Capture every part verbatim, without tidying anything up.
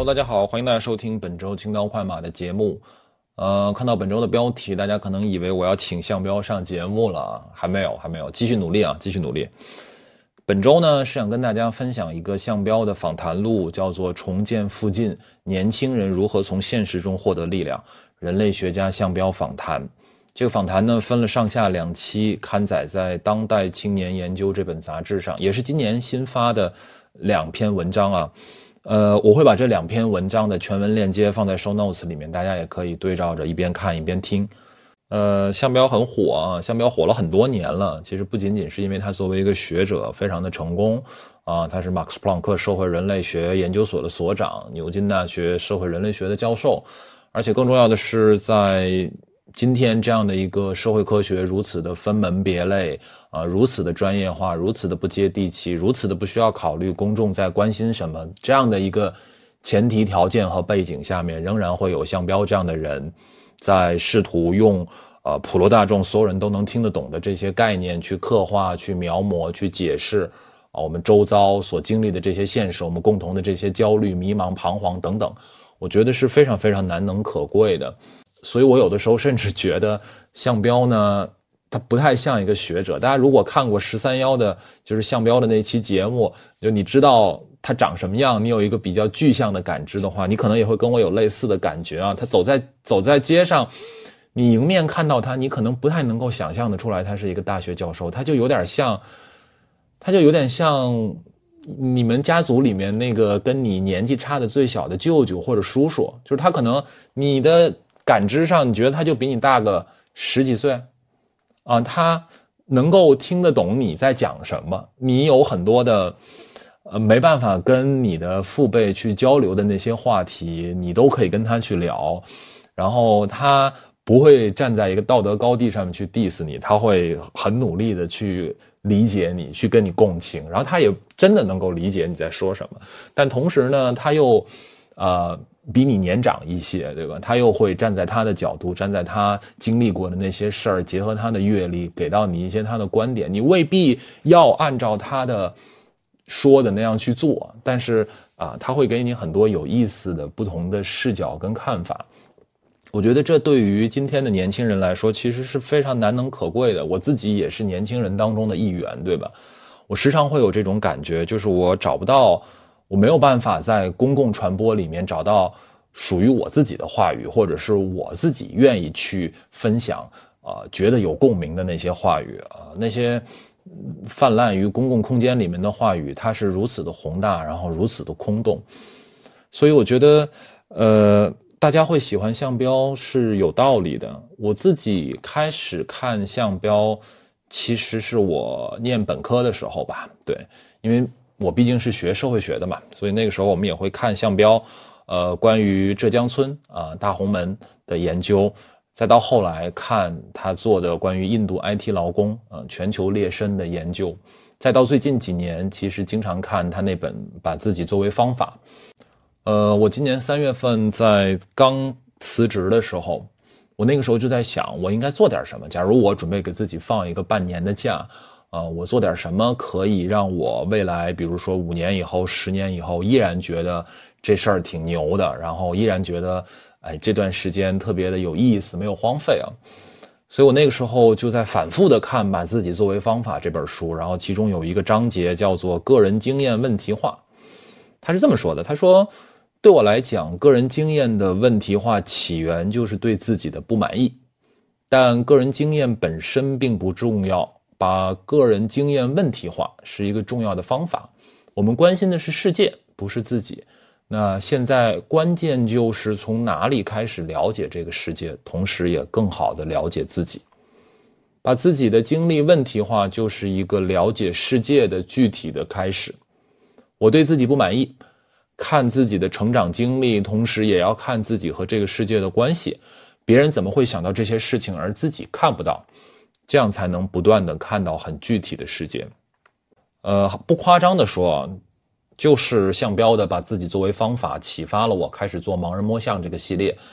Hello， 大家好，欢迎大家收听本周轻刀快马的节目。呃，看到本周的标题，大家可能以为我要请向标上节目了，还没有，还没有，继续努力啊，继续努力。本周呢是想跟大家分享一个向标的访谈录，叫做《重建附近：年轻人如何从现实中获得力量》，人类学家向标访谈。这个访谈呢分了上下两期，刊载在《当代青年研究》这本杂志上，也是今年新发的两篇文章啊。呃，我会把这两篇文章的全文链接放在 show notes 里面，大家也可以对照着一边看一边听。呃，向标很火啊，向标火了很多年了。其实不仅仅是因为他作为一个学者非常的成功啊，他是马克思普朗克社会人类学研究所的所长，牛津大学社会人类学的教授，而且更重要的是，在今天这样的一个社会科学如此的分门别类啊，如此的专业化，如此的不接地气，如此的不需要考虑公众在关心什么，这样的一个前提条件和背景下面，仍然会有向标这样的人在试图用呃普罗大众所有人都能听得懂的这些概念去刻画、去描摹、去解释啊我们周遭所经历的这些现实，我们共同的这些焦虑、迷茫、彷徨等等，我觉得是非常非常难能可贵的。所以我有的时候甚至觉得向标呢，他不太像一个学者。大家如果看过十三幺的就是向标的那期节目，就你知道他长什么样，你有一个比较具象的感知的话，你可能也会跟我有类似的感觉啊。他走在走在街上，你迎面看到他，你可能不太能够想象得出来他是一个大学教授，他就有点像他就有点像你们家族里面那个跟你年纪差的最小的舅舅或者叔叔，就是他可能你的感知上你觉得他就比你大个十几岁啊，他能够听得懂你在讲什么，你有很多的呃没办法跟你的父辈去交流的那些话题，你都可以跟他去聊，然后他不会站在一个道德高地上面去 diss 你，他会很努力的去理解你，去跟你共情，然后他也真的能够理解你在说什么，但同时呢他又呃比你年长一些，对吧？他又会站在他的角度，站在他经历过的那些事儿，结合他的阅历，给到你一些他的观点。你未必要按照他的说的那样去做，但是啊，他会给你很多有意思的不同的视角跟看法。我觉得这对于今天的年轻人来说，其实是非常难能可贵的。我自己也是年轻人当中的一员，对吧？我时常会有这种感觉，就是我找不到。我没有办法在公共传播里面找到属于我自己的话语，或者是我自己愿意去分享啊、呃，觉得有共鸣的那些话语啊、呃，那些泛滥于公共空间里面的话语，它是如此的宏大，然后如此的空洞。所以我觉得，呃，大家会喜欢向标是有道理的。我自己开始看向标，其实是我念本科的时候吧，对，因为我毕竟是学社会学的嘛，所以那个时候我们也会看向标，呃，关于浙江村啊、呃、大红门的研究，再到后来看他做的关于印度 I T 劳工啊、呃、全球劣绅的研究，再到最近几年，其实经常看他那本把自己作为方法。呃，我今年三月份在刚辞职的时候，我那个时候就在想，我应该做点什么。假如我准备给自己放一个半年的假。呃，我做点什么可以让我未来，比如说五年以后、十年以后，依然觉得这事儿挺牛的，然后依然觉得，哎，这段时间特别的有意思，没有荒废啊。所以我那个时候就在反复的看《把自己作为方法》这本书，然后其中有一个章节叫做个人经验问题化。他是这么说的，他说，对我来讲，个人经验的问题化起源就是对自己的不满意，但个人经验本身并不重要。把个人经验问题化是一个重要的方法。我们关心的是世界，不是自己。那现在关键就是从哪里开始了解这个世界，同时也更好地了解自己。把自己的经历问题化，就是一个了解世界的具体的开始。我对自己不满意，看自己的成长经历，同时也要看自己和这个世界的关系。别人怎么会想到这些事情，而自己看不到？这样才能不断地看到很具体的世界。呃，不夸张地说，就是向标的把自己作为方法启发了我开始做盲人摸象这个系列。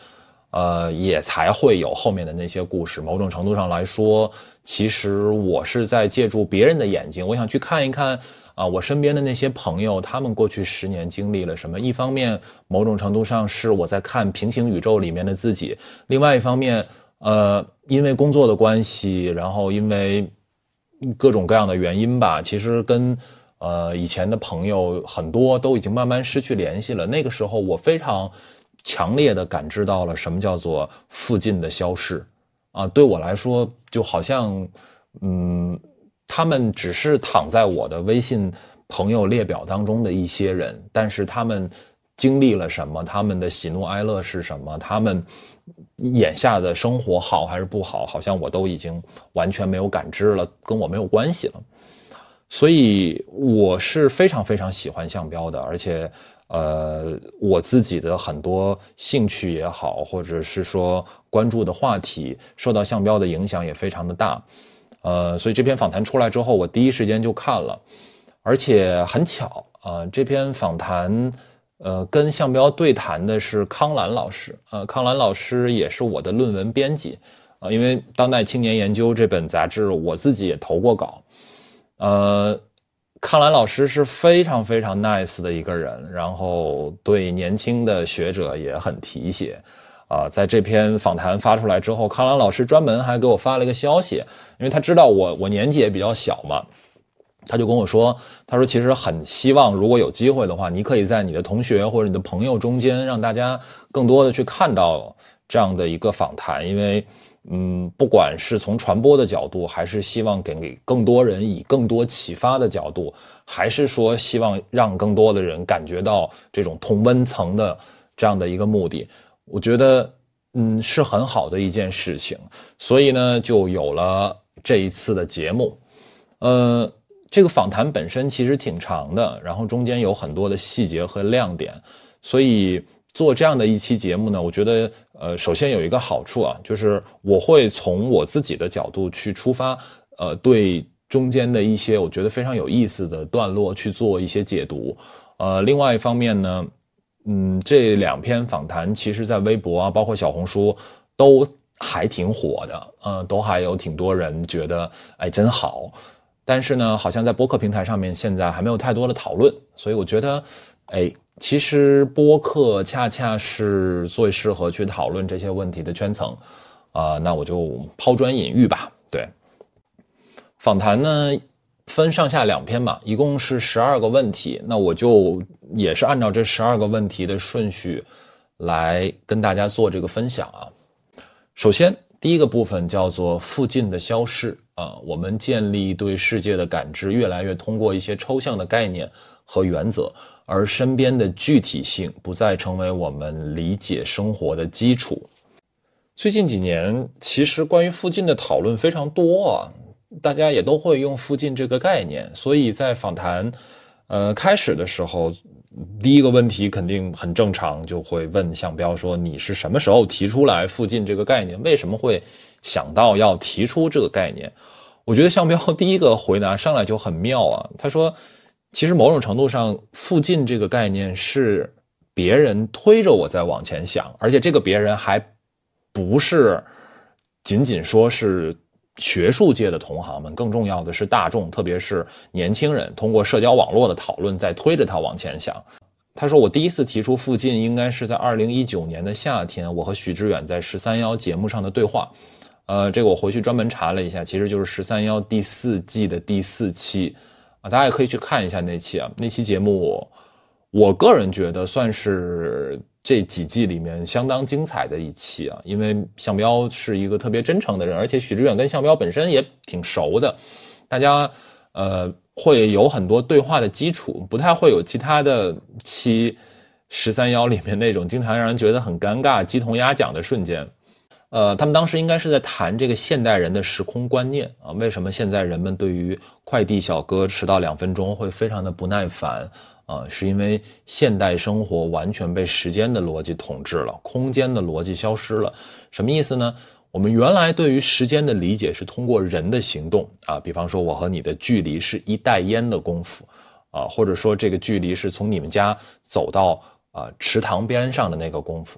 呃，也才会有后面的那些故事。某种程度上来说，其实我是在借助别人的眼睛，我想去看一看啊、呃，我身边的那些朋友，他们过去十年经历了什么。一方面，某种程度上是我在看平行宇宙里面的自己；另外一方面，呃，因为工作的关系，然后因为各种各样的原因吧，其实跟呃以前的朋友很多都已经慢慢失去联系了。那个时候，我非常强烈的感知到了什么叫做附近的消逝啊！对我来说，就好像，嗯，他们只是躺在我的微信朋友列表当中的一些人，但是他们经历了什么，他们的喜怒哀乐是什么，他们眼下的生活好还是不好，好像我都已经完全没有感知了，跟我没有关系了。所以我是非常非常喜欢项标的，而且呃，我自己的很多兴趣也好，或者是说关注的话题，受到项标的影响也非常的大。呃，所以这篇访谈出来之后，我第一时间就看了，而且很巧啊、呃，这篇访谈呃跟项标对谈的是康兰老师，呃，康兰老师也是我的论文编辑啊、呃，因为《当代青年研究》这本杂志我自己也投过稿。呃，康兰老师是非常非常 nice 的一个人，然后对年轻的学者也很提携。啊、呃，在这篇访谈发出来之后，康兰老师专门还给我发了一个消息，因为他知道我我年纪也比较小嘛，他就跟我说，他说其实很希望如果有机会的话，你可以在你的同学或者你的朋友中间，让大家更多的去看到这样的一个访谈，因为嗯，不管是从传播的角度，还是希望给更多人以更多启发的角度，还是说希望让更多的人感觉到这种同温层的这样的一个目的，我觉得嗯是很好的一件事情。所以呢，就有了这一次的节目。呃，这个访谈本身其实挺长的，然后中间有很多的细节和亮点，所以做这样的一期节目呢，我觉得呃，首先有一个好处啊，就是我会从我自己的角度去出发，呃，对中间的一些我觉得非常有意思的段落去做一些解读。呃，另外一方面呢，嗯，这两篇访谈其实在微博啊，包括小红书都还挺火的，呃，都还有挺多人觉得，哎，真好。但是呢，好像在播客平台上面现在还没有太多的讨论，所以我觉得，哎，其实播客恰恰是最适合去讨论这些问题的圈层，啊、呃，那我就抛砖引玉吧。对，访谈呢分上下两篇嘛，一共是十二个问题，那我就也是按照这十二个问题的顺序来跟大家做这个分享啊。首先，第一个部分叫做附近的消逝啊，我们建立对世界的感知越来越通过一些抽象的概念和原则，而身边的具体性不再成为我们理解生活的基础。最近几年，其实关于附近的讨论非常多啊，大家也都会用附近这个概念，所以在访谈呃开始的时候，第一个问题肯定很正常，就会问项标说，你是什么时候提出来附近这个概念？为什么会想到要提出这个概念？我觉得项标第一个回答上来就很妙啊，他说其实某种程度上附近这个概念是别人推着我在往前想，而且这个别人还不是仅仅说是学术界的同行们，更重要的是大众，特别是年轻人通过社交网络的讨论在推着他往前想。他说我第一次提出附近应该是在二零一九年的夏天，我和许知远在十三幺节目上的对话。呃，这个我回去专门查了一下，其实就是十三幺第四季的第四期啊，大家也可以去看一下那期啊。那期节目我我个人觉得算是这几季里面相当精彩的一期啊，因为项标是一个特别真诚的人，而且许知远跟项标本身也挺熟的，大家呃会有很多对话的基础，不太会有其他的期十三幺里面那种经常让人觉得很尴尬鸡同鸭讲的瞬间。呃，他们当时应该是在谈这个现代人的时空观念啊，为什么现在人们对于快递小哥迟到两分钟会非常的不耐烦啊？是因为现代生活完全被时间的逻辑统治了，空间的逻辑消失了。什么意思呢？我们原来对于时间的理解是通过人的行动啊，比方说我和你的距离是一袋烟的功夫啊，或者说这个距离是从你们家走到啊池塘边上的那个功夫。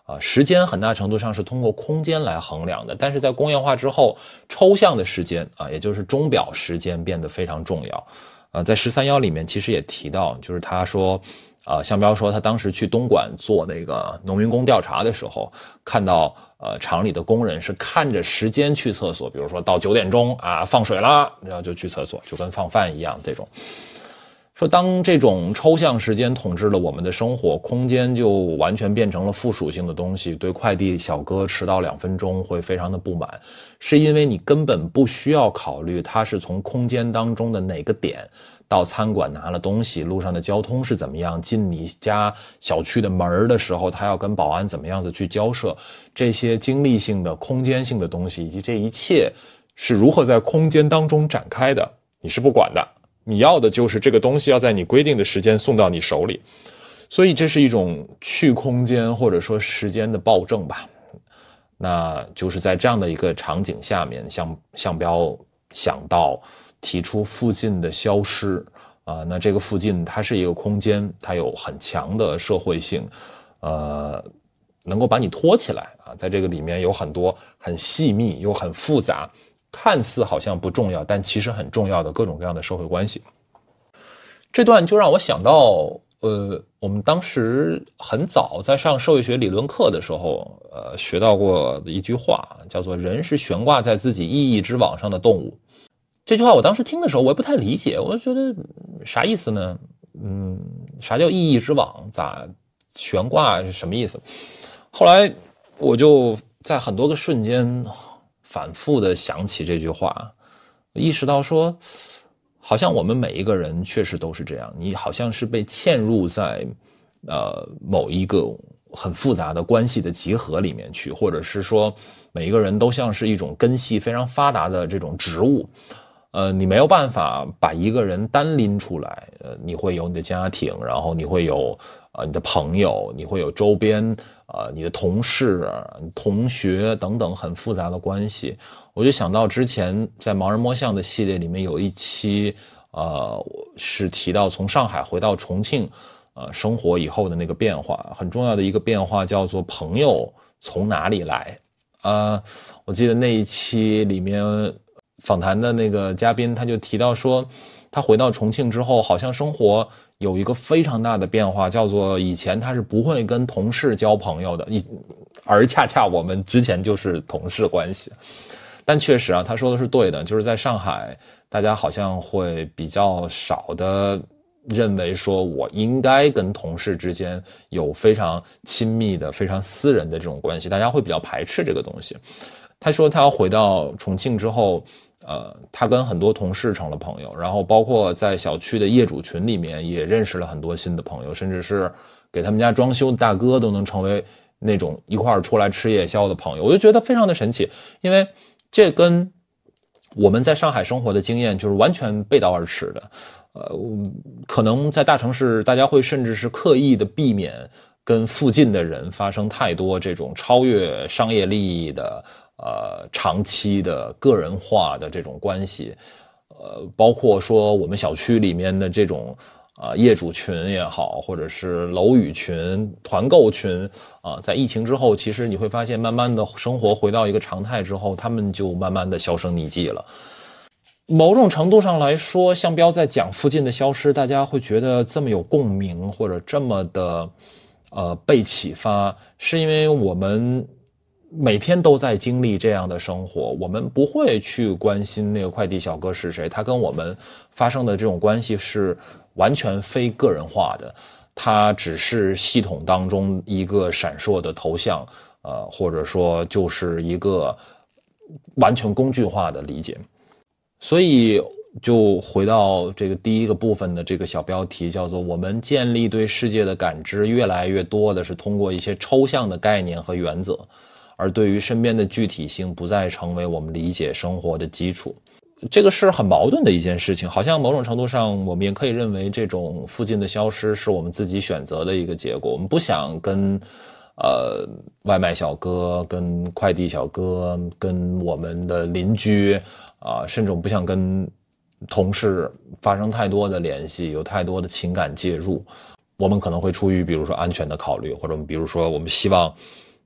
啊，时间很大程度上是通过空间来衡量的，但是在工业化之后，抽象的时间啊，也就是钟表时间变得非常重要。呃，在十三幺里面其实也提到，就是他说，呃，项彪说他当时去东莞做那个农民工调查的时候，看到呃厂里的工人是看着时间去厕所，比如说到九点钟啊放水了，然后就去厕所，就跟放饭一样这种。说当这种抽象时间统治了我们的生活，空间就完全变成了附属性的东西，对快递小哥迟到两分钟会非常的不满，是因为你根本不需要考虑他是从空间当中的哪个点到餐馆拿了东西，路上的交通是怎么样，进你家小区的门的时候他要跟保安怎么样子去交涉，这些经历性的空间性的东西以及这一切是如何在空间当中展开的，你是不管的，你要的就是这个东西要在你规定的时间送到你手里，所以这是一种去空间或者说时间的暴政吧。那就是在这样的一个场景下面，项项彪想到提出附近的消失啊、呃，那这个附近它是一个空间，它有很强的社会性，呃，能够把你托起来啊，在这个里面有很多很细密又很复杂，看似好像不重要，但其实很重要的各种各样的社会关系。这段就让我想到，呃，我们当时很早在上社会学理论课的时候，呃，学到过的一句话，叫做"人是悬挂在自己意义之网上的动物"。这句话我当时听的时候，我也不太理解，我就觉得啥意思呢？嗯，啥叫意义之网？咋悬挂是什么意思？后来我就在很多个瞬间反复的想起这句话，意识到说，好像我们每一个人确实都是这样，你好像是被嵌入在呃某一个很复杂的关系的集合里面去，或者是说每一个人都像是一种根系非常发达的这种植物，呃，你没有办法把一个人单拎出来，呃，你会有你的家庭，然后你会有呃你的朋友，你会有周边呃你的同事、同学等等很复杂的关系。我就想到之前在盲人摸象的系列里面有一期，呃，是提到从上海回到重庆，呃，生活以后的那个变化，很重要的一个变化叫做朋友从哪里来。呃，我记得那一期里面访谈的那个嘉宾他就提到说，他回到重庆之后，好像生活有一个非常大的变化，叫做以前他是不会跟同事交朋友的，而恰恰我们之前就是同事关系。但确实啊，他说的是对的，就是在上海，大家好像会比较少的认为说我应该跟同事之间有非常亲密的、非常私人的这种关系，大家会比较排斥这个东西。他说他要回到重庆之后，呃，他跟很多同事成了朋友，然后包括在小区的业主群里面也认识了很多新的朋友，甚至是给他们家装修的大哥都能成为那种一块儿出来吃夜宵的朋友。我就觉得非常的神奇，因为这跟我们在上海生活的经验就是完全背道而驰的。呃，可能在大城市，大家会甚至是刻意的避免跟附近的人发生太多这种超越商业利益的、呃长期的个人化的这种关系。呃，包括说我们小区里面的这种啊、呃、业主群也好，或者是楼宇群、团购群啊、呃，在疫情之后，其实你会发现，慢慢的生活回到一个常态之后，他们就慢慢的销声匿迹了。某种程度上来说，项彪在讲附近的消失，大家会觉得这么有共鸣，或者这么的呃被启发，是因为我们每天都在经历这样的生活，我们不会去关心那个快递小哥是谁，他跟我们发生的这种关系是完全非个人化的，他只是系统当中一个闪烁的头像，呃，或者说就是一个完全工具化的理解。所以就回到这个第一个部分的这个小标题，叫做我们建立对世界的感知越来越多的是通过一些抽象的概念和原则，而对于身边的具体性不再成为我们理解生活的基础。这个是很矛盾的一件事情，好像某种程度上我们也可以认为这种附近的消失是我们自己选择的一个结果。我们不想跟呃外卖小哥、跟快递小哥、跟我们的邻居啊、呃，甚至我们不想跟同事发生太多的联系，有太多的情感介入。我们可能会出于比如说安全的考虑，或者比如说我们希望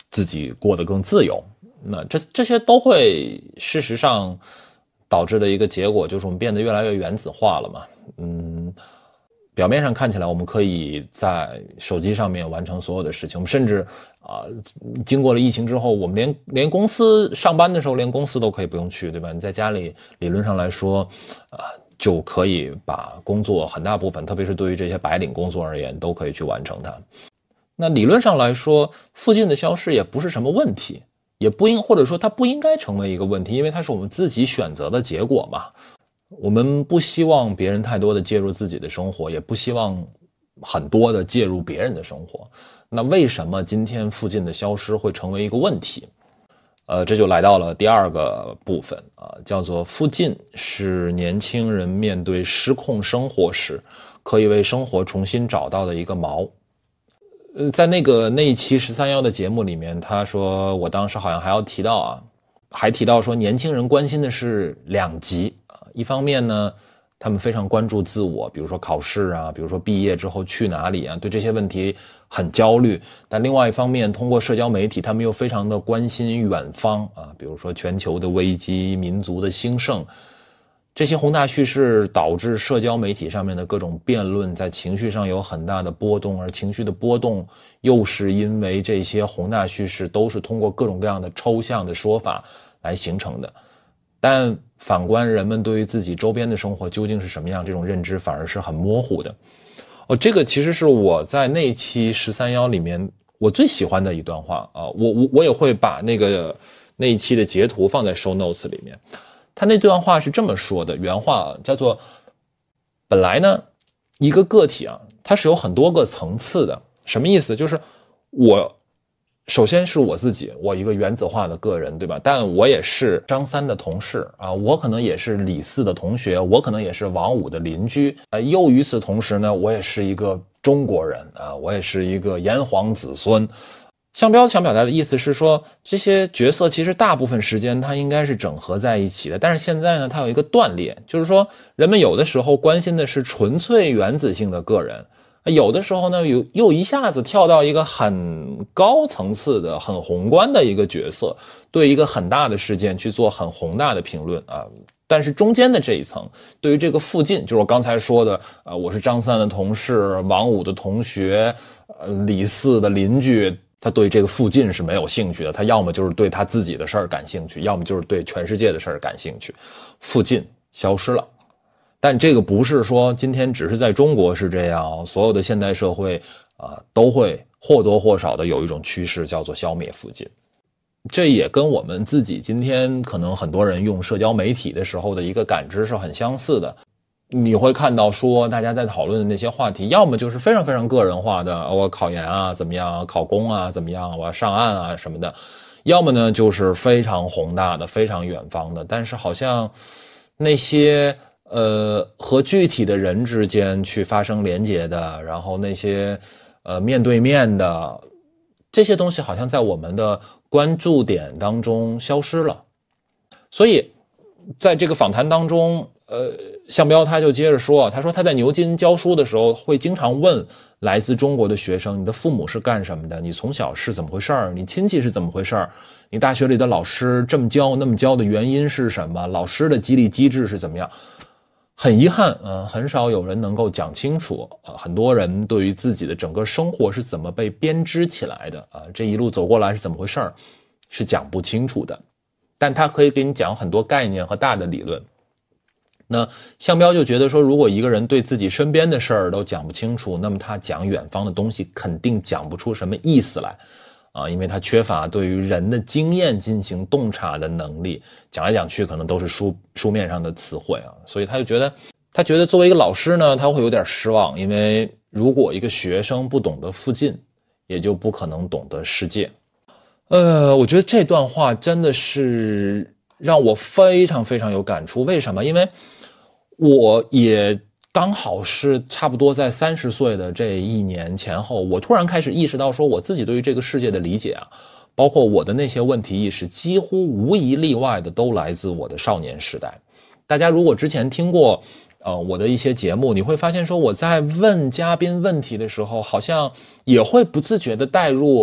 自己过得更自由。那这这些都会事实上导致的一个结果就是我们变得越来越原子化了嘛。嗯，表面上看起来我们可以在手机上面完成所有的事情，我们甚至啊、呃，经过了疫情之后，我们连连公司上班的时候连公司都可以不用去，对吧？你在家里理论上来说啊、呃，就可以把工作很大部分，特别是对于这些白领工作而言，都可以去完成它。那理论上来说，附近的消失也不是什么问题，也不应或者说它不应该成为一个问题，因为它是我们自己选择的结果嘛。我们不希望别人太多的介入自己的生活，也不希望很多的介入别人的生活。那为什么今天附近的消失会成为一个问题？呃，这就来到了第二个部分啊、呃，叫做附近是年轻人面对失控生活时可以为生活重新找到的一个锚。呃，在那个那一期十三幺的节目里面，他说我当时好像还要提到啊，还提到说年轻人关心的是两极啊，一方面呢，他们非常关注自我，比如说考试啊，比如说毕业之后去哪里啊，对这些问题很焦虑。但另外一方面，通过社交媒体，他们又非常的关心远方啊，比如说全球的危机、民族的兴盛。这些宏大叙事导致社交媒体上面的各种辩论在情绪上有很大的波动，而情绪的波动又是因为这些宏大叙事都是通过各种各样的抽象的说法来形成的。但反观人们对于自己周边的生活究竟是什么样，这种认知反而是很模糊的。哦，这个其实是我在那期十三幺里面我最喜欢的一段话啊，我我我也会把那个那一期的截图放在 show notes 里面。他那段话是这么说的，原话叫做：本来呢，一个个体啊，它是有很多个层次的。什么意思？就是我首先是我自己，我一个原子化的个人，对吧？但我也是张三的同事啊，我可能也是李四的同学，我可能也是王五的邻居。呃，又与此同时呢，我也是一个中国人啊，我也是一个炎黄子孙。项彪想表达的意思是说，这些角色其实大部分时间它应该是整合在一起的，但是现在呢，它有一个断裂，就是说人们有的时候关心的是纯粹原子性的个人，有的时候呢又又一下子跳到一个很高层次的、很宏观的一个角色，对一个很大的事件去做很宏大的评论啊。但是中间的这一层，对于这个附近，就是我刚才说的，呃，我是张三的同事，王五的同学，呃，李四的邻居。他对这个附近是没有兴趣的，他要么就是对他自己的事儿感兴趣，要么就是对全世界的事儿感兴趣。附近消失了，但这个不是说今天只是在中国是这样，所有的现代社会啊、呃、都会或多或少的有一种趋势叫做消灭附近。这也跟我们自己今天可能很多人用社交媒体的时候的一个感知是很相似的。你会看到说大家在讨论的那些话题，要么就是非常非常个人化的，我考研啊怎么样，考公啊怎么样，我要上岸啊什么的，要么呢就是非常宏大的、非常远方的，但是好像那些呃和具体的人之间去发生连结的，然后那些呃面对面的这些东西好像在我们的关注点当中消失了。所以在这个访谈当中，呃，项彪他就接着说，他说他在牛津教书的时候会经常问来自中国的学生，你的父母是干什么的？你从小是怎么回事儿？你亲戚是怎么回事儿？你大学里的老师这么教那么教的原因是什么？老师的激励机制是怎么样？很遗憾，呃，很少有人能够讲清楚，呃，很多人对于自己的整个生活是怎么被编织起来的啊、呃，这一路走过来是怎么回事儿，是讲不清楚的。但他可以给你讲很多概念和大的理论。那项彪就觉得说，如果一个人对自己身边的事儿都讲不清楚，那么他讲远方的东西肯定讲不出什么意思来啊，因为他缺乏对于人的经验进行洞察的能力，讲来讲去可能都是书书面上的词汇啊，所以他就觉得，他觉得作为一个老师呢，他会有点失望，因为如果一个学生不懂得附近，也就不可能懂得世界。呃，我觉得这段话真的是让我非常非常有感触。为什么？因为我也刚好是差不多在三十岁的这一年前后，我突然开始意识到说，我自己对于这个世界的理解啊，包括我的那些问题意识，几乎无一例外的都来自我的少年时代。大家如果之前听过呃我的一些节目，你会发现说，我在问嘉宾问题的时候，好像也会不自觉的带入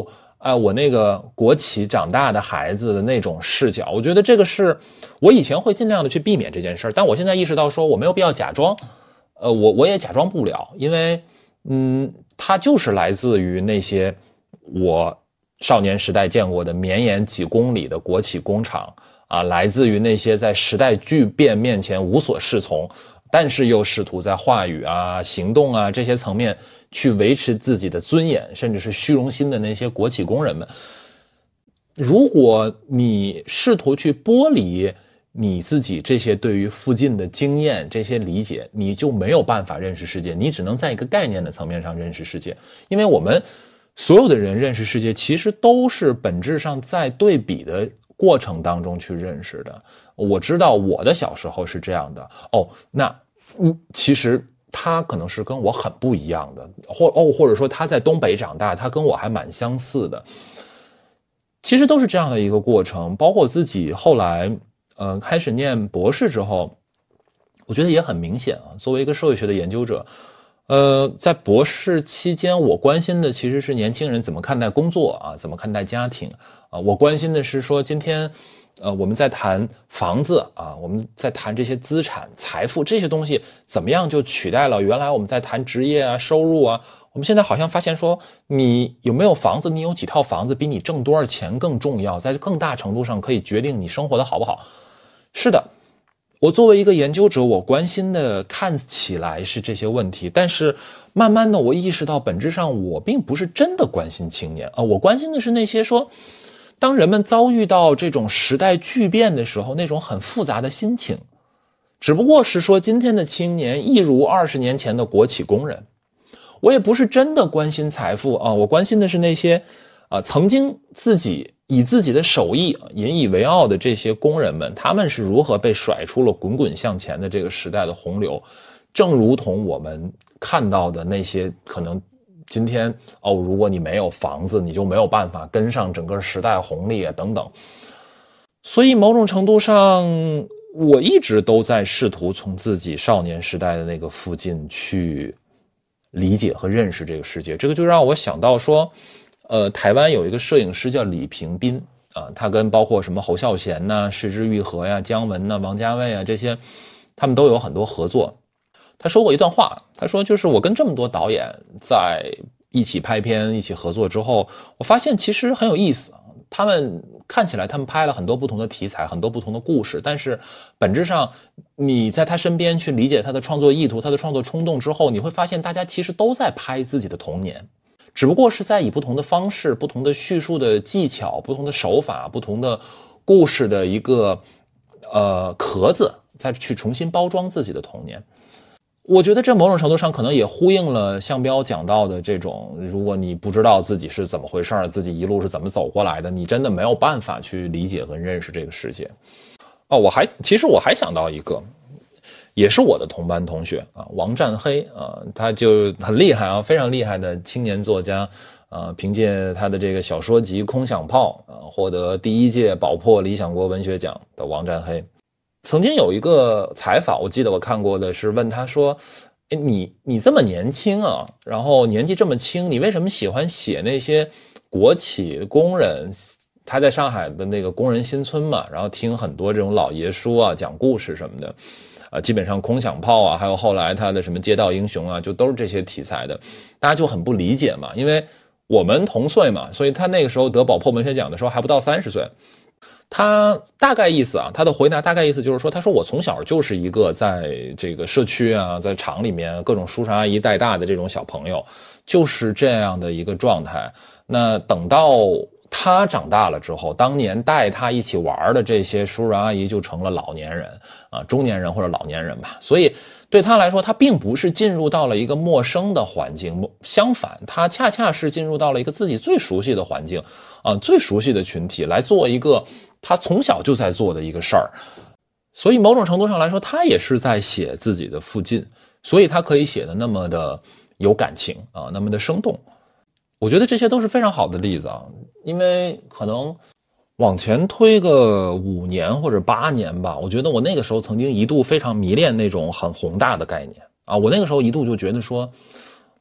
哎，我那个国企长大的孩子的那种视角，我觉得这个是我以前会尽量的去避免这件事儿，但我现在意识到说我没有必要假装，呃，我我也假装不了，因为嗯，它就是来自于那些我少年时代见过的绵延几公里的国企工厂啊，来自于那些在时代巨变面前无所适从，但是又试图在话语啊、行动啊这些层面去维持自己的尊严，甚至是虚荣心的那些国企工人们。如果你试图去剥离你自己这些对于附近的经验，这些理解，你就没有办法认识世界，你只能在一个概念的层面上认识世界。因为我们所有的人认识世界，其实都是本质上在对比的过程当中去认识的。我知道我的小时候是这样的，哦，那嗯，其实他可能是跟我很不一样的，或哦，或者说他在东北长大，他跟我还蛮相似的。其实都是这样的一个过程，包括自己后来呃开始念博士之后，我觉得也很明显啊。作为一个社会学的研究者，呃，在博士期间，我关心的其实是年轻人怎么看待工作啊，怎么看待家庭啊。我关心的是说，今天呃我们在谈房子啊，我们在谈这些资产、财富这些东西，怎么样就取代了原来我们在谈职业啊、收入啊。我们现在好像发现说，你有没有房子，你有几套房子，比你挣多少钱更重要，在更大程度上可以决定你生活的好不好。是的，我作为一个研究者，我关心的看起来是这些问题，但是慢慢的我意识到，本质上我并不是真的关心青年啊，我关心的是那些说，当人们遭遇到这种时代巨变的时候，那种很复杂的心情。只不过是说，今天的青年一如二十年前的国企工人。我也不是真的关心财富啊，我关心的是那些啊曾经自己以自己的手艺引以为傲的这些工人们，他们是如何被甩出了滚滚向前的这个时代的洪流。正如同我们看到的那些可能今天哦，如果你没有房子，你就没有办法跟上整个时代红利啊等等。所以某种程度上，我一直都在试图从自己少年时代的那个附近去理解和认识这个世界。这个就让我想到说，呃，台湾有一个摄影师叫李平斌啊，他跟包括什么侯孝贤呐、是枝裕和呀、姜文呐、王家卫啊这些，他们都有很多合作。他说过一段话，他说就是我跟这么多导演在一起拍片、一起合作之后，我发现其实很有意思。他们看起来他们拍了很多不同的题材，很多不同的故事，但是本质上你在他身边去理解他的创作意图，他的创作冲动之后，你会发现大家其实都在拍自己的童年，只不过是在以不同的方式、不同的叙述的技巧、不同的手法、不同的故事的一个呃壳子再去重新包装自己的童年。我觉得这某种程度上可能也呼应了向彪讲到的这种，如果你不知道自己是怎么回事，自己一路是怎么走过来的，你真的没有办法去理解和认识这个世界。哦，我还其实我还想到一个，也是我的同班同学啊，王占黑啊，他就很厉害啊，非常厉害的青年作家啊，凭借他的这个小说集《空想炮》啊，获得第一届宝珀理想国文学奖的王占黑。曾经有一个采访，我记得我看过的是问他说，诶，你你这么年轻啊，然后年纪这么轻，你为什么喜欢写那些国企工人？他在上海的那个工人新村嘛，然后听很多这种老爷书啊，讲故事什么的，啊，基本上空想炮啊，还有后来他的什么街道英雄啊，就都是这些题材的，大家就很不理解嘛，因为我们同岁嘛，所以他那个时候得宝珀文学奖的时候还不到三十岁。他大概意思啊，他的回答大概意思就是说，他说我从小就是一个在这个社区啊，在厂里面各种叔叔阿姨带大的这种小朋友，就是这样的一个状态。那等到他长大了之后，当年带他一起玩的这些叔叔阿姨就成了老年人啊，中年人或者老年人吧。所以对他来说，他并不是进入到了一个陌生的环境，相反，他恰恰是进入到了一个自己最熟悉的环境啊，最熟悉的群体来做一个他从小就在做的一个事儿。所以某种程度上来说，他也是在写自己的附近，所以他可以写的那么的有感情啊，那么的生动。我觉得这些都是非常好的例子啊，因为可能往前推个五年或者八年吧，我觉得我那个时候曾经一度非常迷恋那种很宏大的概念啊，我那个时候一度就觉得说，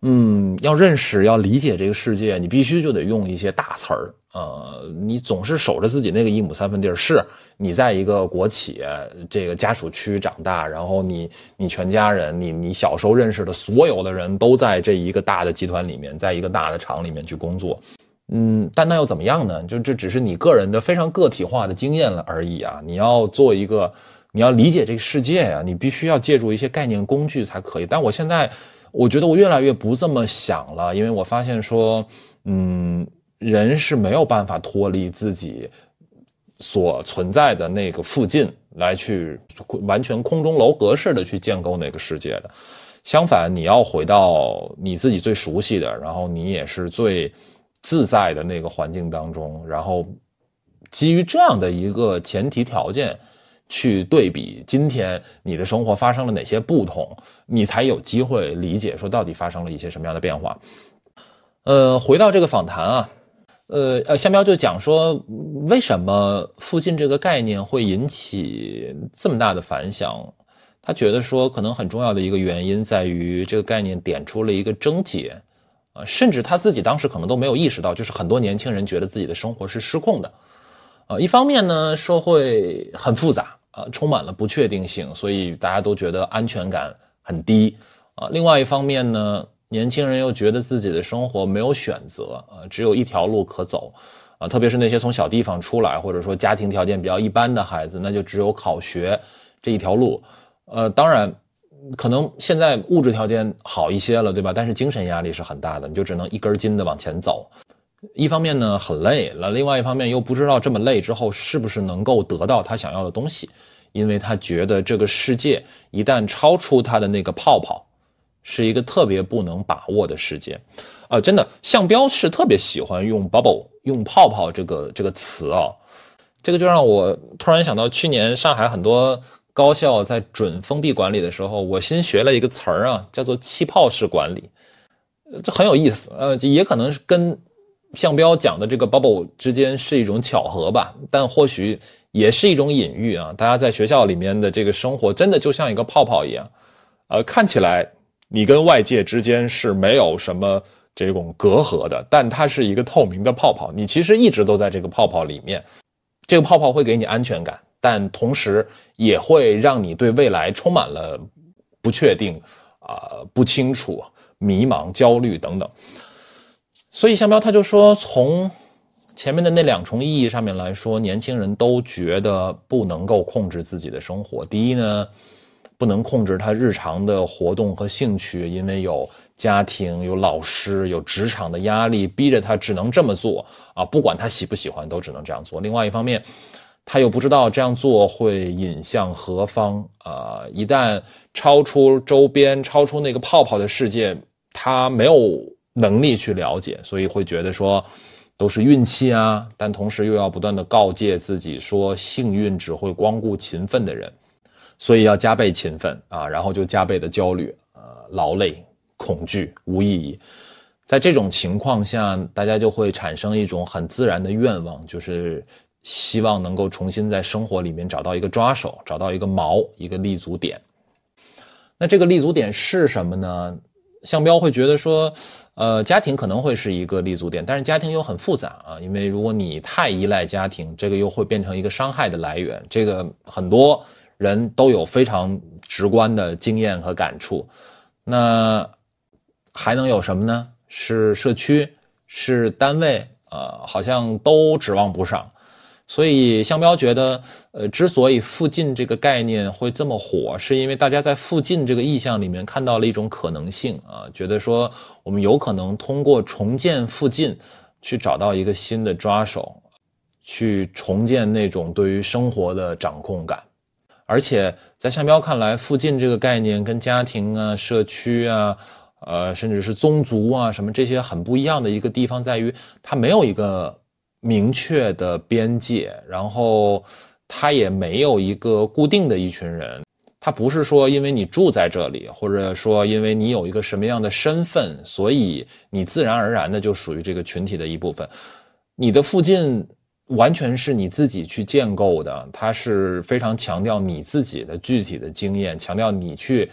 嗯，要认识、要理解这个世界，你必须就得用一些大词儿。呃，你总是守着自己那个一亩三分地儿，是你在一个国企这个家属区长大，然后你你全家人，你你小时候认识的所有的人都在这一个大的集团里面，在一个大的厂里面去工作。嗯，但那又怎么样呢？就这只是你个人的非常个体化的经验了而已啊！你要做一个，你要理解这个世界呀、啊，你必须要借助一些概念工具才可以。但我现在，我觉得我越来越不这么想了，因为我发现说，嗯。人是没有办法脱离自己所存在的那个附近来去完全空中楼阁式的去建构那个世界的。相反，你要回到你自己最熟悉的，然后你也是最自在的那个环境当中，然后基于这样的一个前提条件去对比今天你的生活发生了哪些不同，你才有机会理解说到底发生了一些什么样的变化。呃，回到这个访谈啊。呃呃，香标就讲说，为什么附近这个概念会引起这么大的反响？他觉得说，可能很重要的一个原因在于这个概念点出了一个症结啊，甚至他自己当时可能都没有意识到，就是很多年轻人觉得自己的生活是失控的。啊，一方面呢，社会很复杂啊，充满了不确定性，所以大家都觉得安全感很低啊。另外一方面呢，年轻人又觉得自己的生活没有选择啊，只有一条路可走啊，特别是那些从小地方出来或者说家庭条件比较一般的孩子，那就只有考学这一条路。呃，当然可能现在物质条件好一些了，对吧？但是精神压力是很大的，你就只能一根筋的往前走。一方面呢很累了，另外一方面又不知道这么累之后是不是能够得到他想要的东西，因为他觉得这个世界一旦超出他的那个泡泡，是一个特别不能把握的世界。呃，真的，项标是特别喜欢用 bubble 用泡泡这个这个词啊、哦，这个就让我突然想到去年上海很多高校在准封闭管理的时候，我新学了一个词儿啊，叫做气泡式管理。这很有意思，呃，也可能是跟项标讲的这个 bubble 之间是一种巧合吧，但或许也是一种隐喻啊。大家在学校里面的这个生活真的就像一个泡泡一样，呃，看起来你跟外界之间是没有什么这种隔阂的，但它是一个透明的泡泡，你其实一直都在这个泡泡里面。这个泡泡会给你安全感，但同时也会让你对未来充满了不确定啊、呃、不清楚、迷茫、焦虑等等。所以项标他就说，从前面的那两重意义上面来说，年轻人都觉得不能够控制自己的生活。第一呢，不能控制他日常的活动和兴趣，因为有家庭、有老师、有职场的压力，逼着他只能这么做啊，不管他喜不喜欢，都只能这样做。另外一方面，他又不知道这样做会引向何方啊，一旦超出周边、超出那个泡泡的世界，他没有能力去了解，所以会觉得说都是运气啊，但同时又要不断的告诫自己说，幸运只会光顾勤奋的人，所以要加倍勤奋啊，然后就加倍的焦虑、呃、劳累、恐惧、无意义。在这种情况下，大家就会产生一种很自然的愿望，就是希望能够重新在生活里面找到一个抓手，找到一个锚，一个立足点。那这个立足点是什么呢？项标会觉得说，呃，家庭可能会是一个立足点，但是家庭又很复杂啊，因为如果你太依赖家庭，这个又会变成一个伤害的来源。这个很多人都有非常直观的经验和感触。那还能有什么呢？是社区，是单位，呃，好像都指望不上。所以项标觉得，呃，之所以附近这个概念会这么火，是因为大家在附近这个意象里面看到了一种可能性啊，觉得说我们有可能通过重建附近去找到一个新的抓手，去重建那种对于生活的掌控感。而且在项标看来，附近这个概念跟家庭啊、社区啊、呃，甚至是宗族啊什么这些很不一样的一个地方在于，它没有一个明确的边界，然后它也没有一个固定的一群人，它不是说因为你住在这里，或者说因为你有一个什么样的身份，所以你自然而然的就属于这个群体的一部分。你的附近完全是你自己去建构的，它是非常强调你自己的具体的经验，强调你去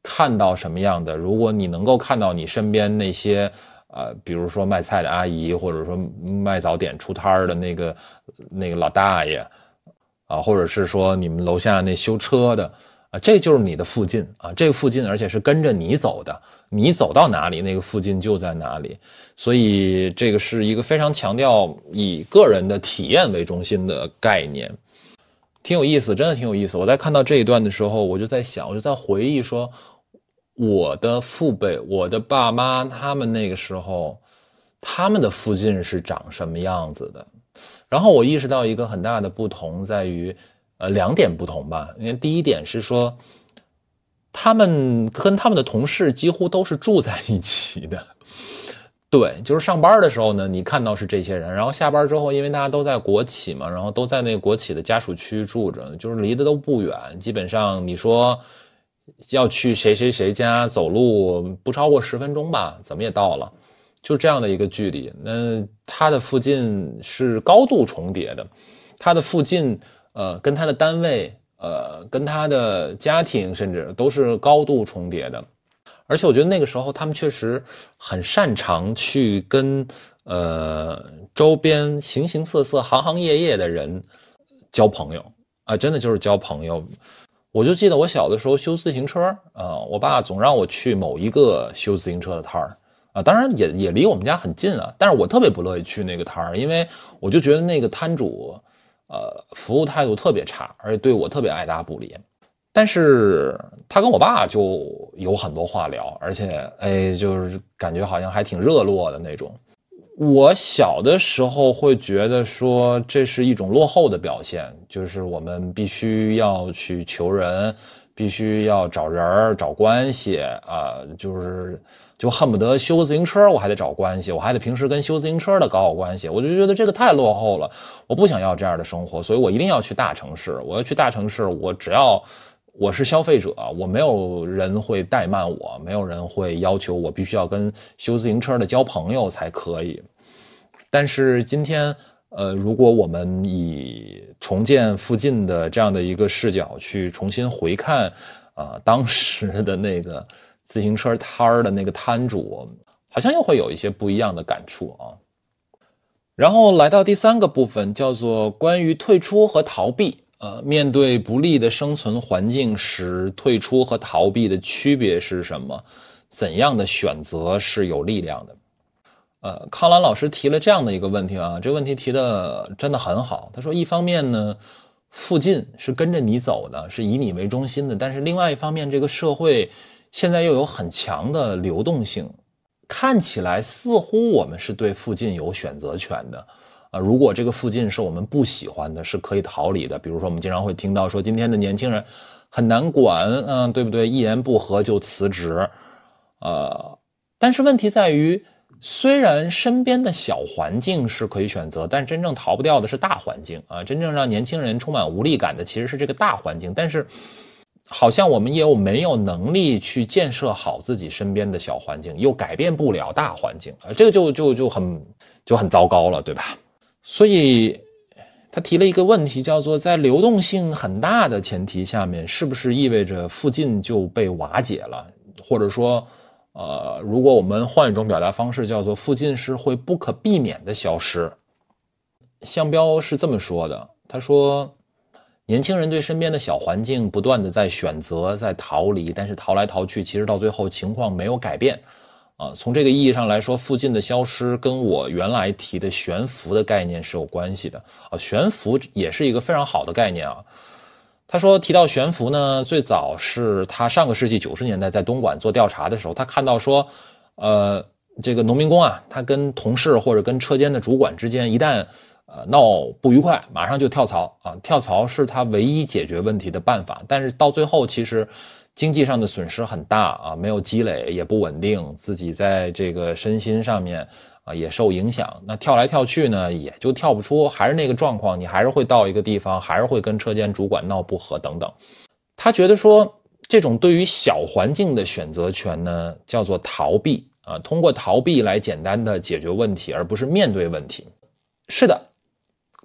看到什么样的，如果你能够看到你身边那些呃，比如说卖菜的阿姨，或者说卖早点出摊的那个那个老大爷啊，或者是说你们楼下那修车的啊，这就是你的附近啊，这个附近而且是跟着你走的，你走到哪里，那个附近就在哪里。所以这个是一个非常强调以个人的体验为中心的概念，挺有意思，真的挺有意思。我在看到这一段的时候，我就在想，我就在回忆说，我的父辈，我的爸妈，他们那个时候，他们的附近是长什么样子的？然后我意识到一个很大的不同在于，呃，两点不同吧。因为第一点是说，他们跟他们的同事几乎都是住在一起的。对，就是上班的时候呢，你看到是这些人，然后下班之后，因为大家都在国企嘛，然后都在那个国企的家属区住着，就是离得都不远，基本上你说要去谁谁谁家走路不超过十分钟吧，怎么也到了，就这样的一个距离。那它的附近是高度重叠的，它的附近呃跟它的单位呃跟它的家庭甚至都是高度重叠的。而且我觉得那个时候他们确实很擅长去跟呃周边形形色色行行业业的人交朋友啊，真的就是交朋友。我就记得我小的时候修自行车啊，我爸总让我去某一个修自行车的摊儿啊，当然也也离我们家很近啊，但是我特别不乐意去那个摊儿，因为我就觉得那个摊主呃服务态度特别差，而且对我特别爱答不理。但是他跟我爸就有很多话聊，而且哎，就是感觉好像还挺热络的那种。我小的时候会觉得说这是一种落后的表现，就是我们必须要去求人，必须要找人找关系啊、呃，就是就恨不得修自行车我还得找关系，我还得平时跟修自行车的搞好关系，我就觉得这个太落后了，我不想要这样的生活，所以我一定要去大城市。我要去大城市，我只要我是消费者，我没有人会怠慢我，没有人会要求我必须要跟修自行车的交朋友才可以。但是今天呃，如果我们以重建附近的这样的一个视角去重新回看啊、呃，当时的那个自行车摊的那个摊主，好像又会有一些不一样的感触啊。然后来到第三个部分，叫做关于退出和逃避。呃，面对不利的生存环境时，退出和逃避的区别是什么？怎样的选择是有力量的？呃，康兰老师提了这样的一个问题啊，这个问题提的真的很好。他说，一方面呢，附近是跟着你走的，是以你为中心的，但是另外一方面，这个社会现在又有很强的流动性，看起来似乎我们是对附近有选择权的。啊，如果这个附近是我们不喜欢的，是可以逃离的。比如说，我们经常会听到说，今天的年轻人很难管，嗯，对不对？一言不合就辞职，呃，但是问题在于，虽然身边的小环境是可以选择，但真正逃不掉的是大环境啊！真正让年轻人充满无力感的其实是这个大环境，但是好像我们也有没有能力去建设好自己身边的小环境，又改变不了大环境啊，这个就就就很就很糟糕了，对吧？所以他提了一个问题，叫做在流动性很大的前提下面，是不是意味着附近就被瓦解了？或者说呃，如果我们换一种表达方式，叫做附近是会不可避免的消失。向彪是这么说的，他说年轻人对身边的小环境不断的在选择，在逃离，但是逃来逃去，其实到最后情况没有改变啊。从这个意义上来说，附近的消失跟我原来提的悬浮的概念是有关系的啊。悬浮也是一个非常好的概念啊。他说提到悬浮呢，最早是他上个世纪九十年代在东莞做调查的时候，他看到说呃，这个农民工啊，他跟同事或者跟车间的主管之间一旦呃闹不愉快，马上就跳槽啊，跳槽是他唯一解决问题的办法，但是到最后其实经济上的损失很大啊，没有积累，也不稳定，自己在这个身心上面啊也受影响。那跳来跳去呢，也就跳不出，还是那个状况，你还是会到一个地方，还是会跟车间主管闹不和等等。他觉得说，这种对于小环境的选择权呢，叫做逃避啊，通过逃避来简单的解决问题，而不是面对问题。是的，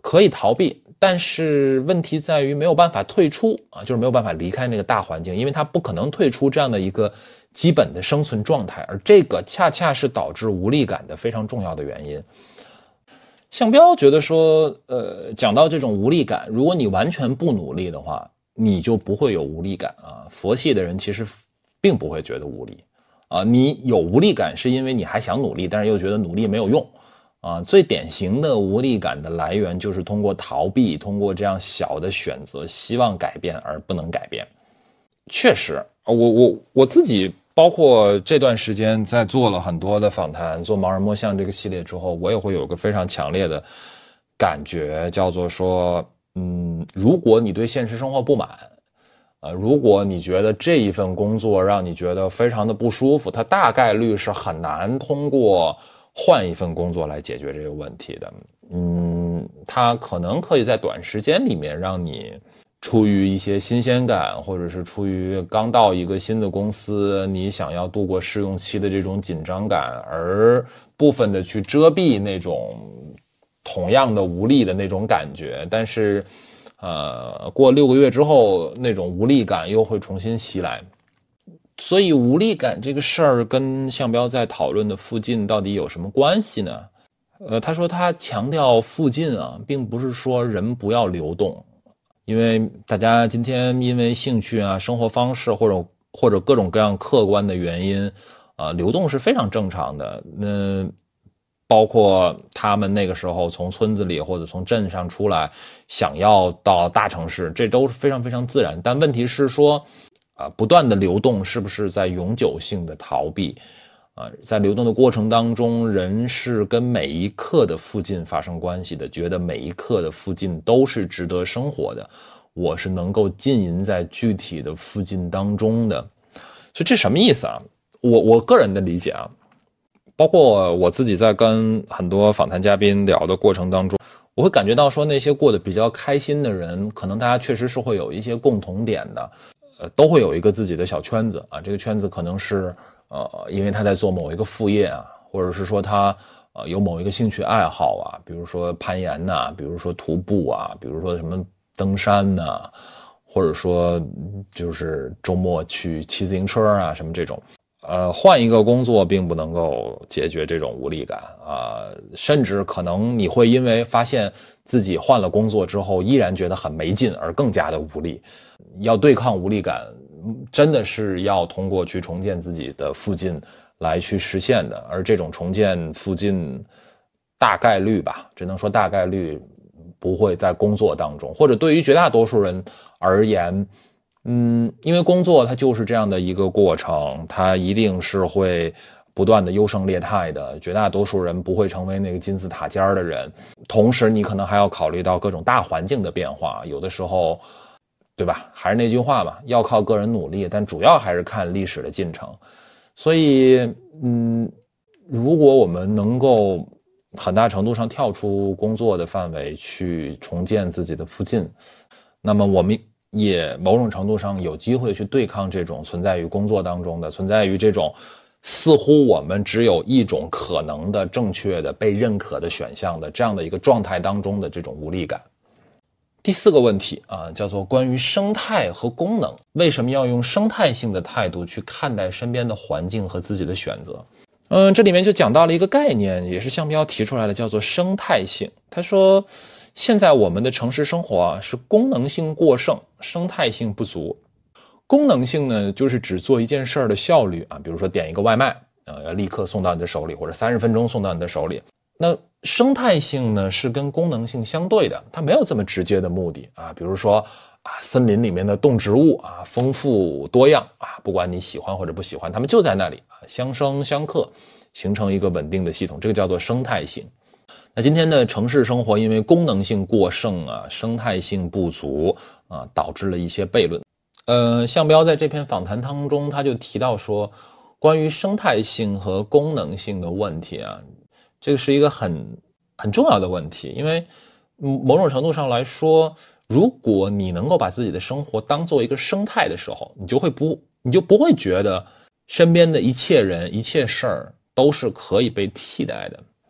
可以逃避，但是问题在于没有办法退出啊，就是没有办法离开那个大环境，因为他不可能退出这样的一个基本的生存状态，而这个恰恰是导致无力感的非常重要的原因。项彪觉得说，呃，讲到这种无力感，如果你完全不努力的话，你就不会有无力感啊。佛系的人其实并不会觉得无力啊，你有无力感是因为你还想努力，但是又觉得努力没有用。啊，最典型的无力感的来源就是通过逃避，通过这样小的选择，希望改变而不能改变。确实，我我我自己包括这段时间在做了很多的访谈，做盲人摸象这个系列之后，我也会有个非常强烈的感觉，叫做说，嗯，如果你对现实生活不满，呃，如果你觉得这一份工作让你觉得非常的不舒服，它大概率是很难通过换一份工作来解决这个问题的。嗯，它可能可以在短时间里面让你出于一些新鲜感，或者是出于刚到一个新的公司，你想要度过试用期的这种紧张感，而部分的去遮蔽那种同样的无力的那种感觉。但是呃，过六个月之后，那种无力感又会重新袭来。所以无力感这个事儿跟项彪在讨论的附近到底有什么关系呢？呃，他说他强调附近啊，并不是说人不要流动，因为大家今天因为兴趣啊、生活方式或者或者各种各样客观的原因啊、呃，流动是非常正常的。那包括他们那个时候从村子里或者从镇上出来，想要到大城市，这都是非常非常自然。但问题是说，啊，不断的流动是不是在永久性的逃避？啊，在流动的过程当中，人是跟每一刻的附近发生关系的，觉得每一刻的附近都是值得生活的，我是能够浸淫在具体的附近当中的。所以这什么意思啊？我我个人的理解啊，包括我自己在跟很多访谈嘉宾聊的过程当中，我会感觉到说那些过得比较开心的人，可能大家确实是会有一些共同点的。呃，都会有一个自己的小圈子啊，这个圈子可能是呃，因为他在做某一个副业啊，或者是说他呃有某一个兴趣爱好啊，比如说攀岩呐、啊，比如说徒步啊，比如说什么登山呐、啊，或者说就是周末去骑自行车啊，什么这种。呃，换一个工作并不能够解决这种无力感啊、呃，甚至可能你会因为发现自己换了工作之后依然觉得很没劲而更加的无力。要对抗无力感，真的是要通过去重建自己的附近来去实现的，而这种重建附近大概率吧，只能说大概率不会在工作当中，或者对于绝大多数人而言，嗯，因为工作它就是这样的一个过程，它一定是会不断的优胜劣汰的，绝大多数人不会成为那个金字塔尖的人。同时你可能还要考虑到各种大环境的变化，有的时候对吧，还是那句话嘛，要靠个人努力，但主要还是看历史的进程。所以嗯，如果我们能够很大程度上跳出工作的范围去重建自己的附近，那么我们也某种程度上有机会去对抗这种存在于工作当中的，存在于这种似乎我们只有一种可能的正确的被认可的选项的这样的一个状态当中的这种无力感。第四个问题啊，叫做关于生态和功能，为什么要用生态性的态度去看待身边的环境和自己的选择？嗯，这里面就讲到了一个概念，也是项彪提出来的，叫做生态性。他说现在我们的城市生活啊，是功能性过剩，生态性不足。功能性呢，就是只做一件事儿的效率啊，比如说点一个外卖啊，要立刻送到你的手里，或者三十分钟送到你的手里。那生态性呢，是跟功能性相对的，它没有这么直接的目的啊。比如说啊，森林里面的动植物啊，丰富多样啊，不管你喜欢或者不喜欢，它们就在那里啊，相生相克，形成一个稳定的系统，这个叫做生态性。那今天的城市生活因为功能性过剩啊，生态性不足啊，导致了一些悖论。呃，项彪在这篇访谈当中，他就提到说，关于生态性和功能性的问题啊，这个是一个很很重要的问题，因为某种程度上来说，如果你能够把自己的生活当做一个生态的时候，你就会不你就不会觉得身边的一切人一切事儿都是可以被替代的。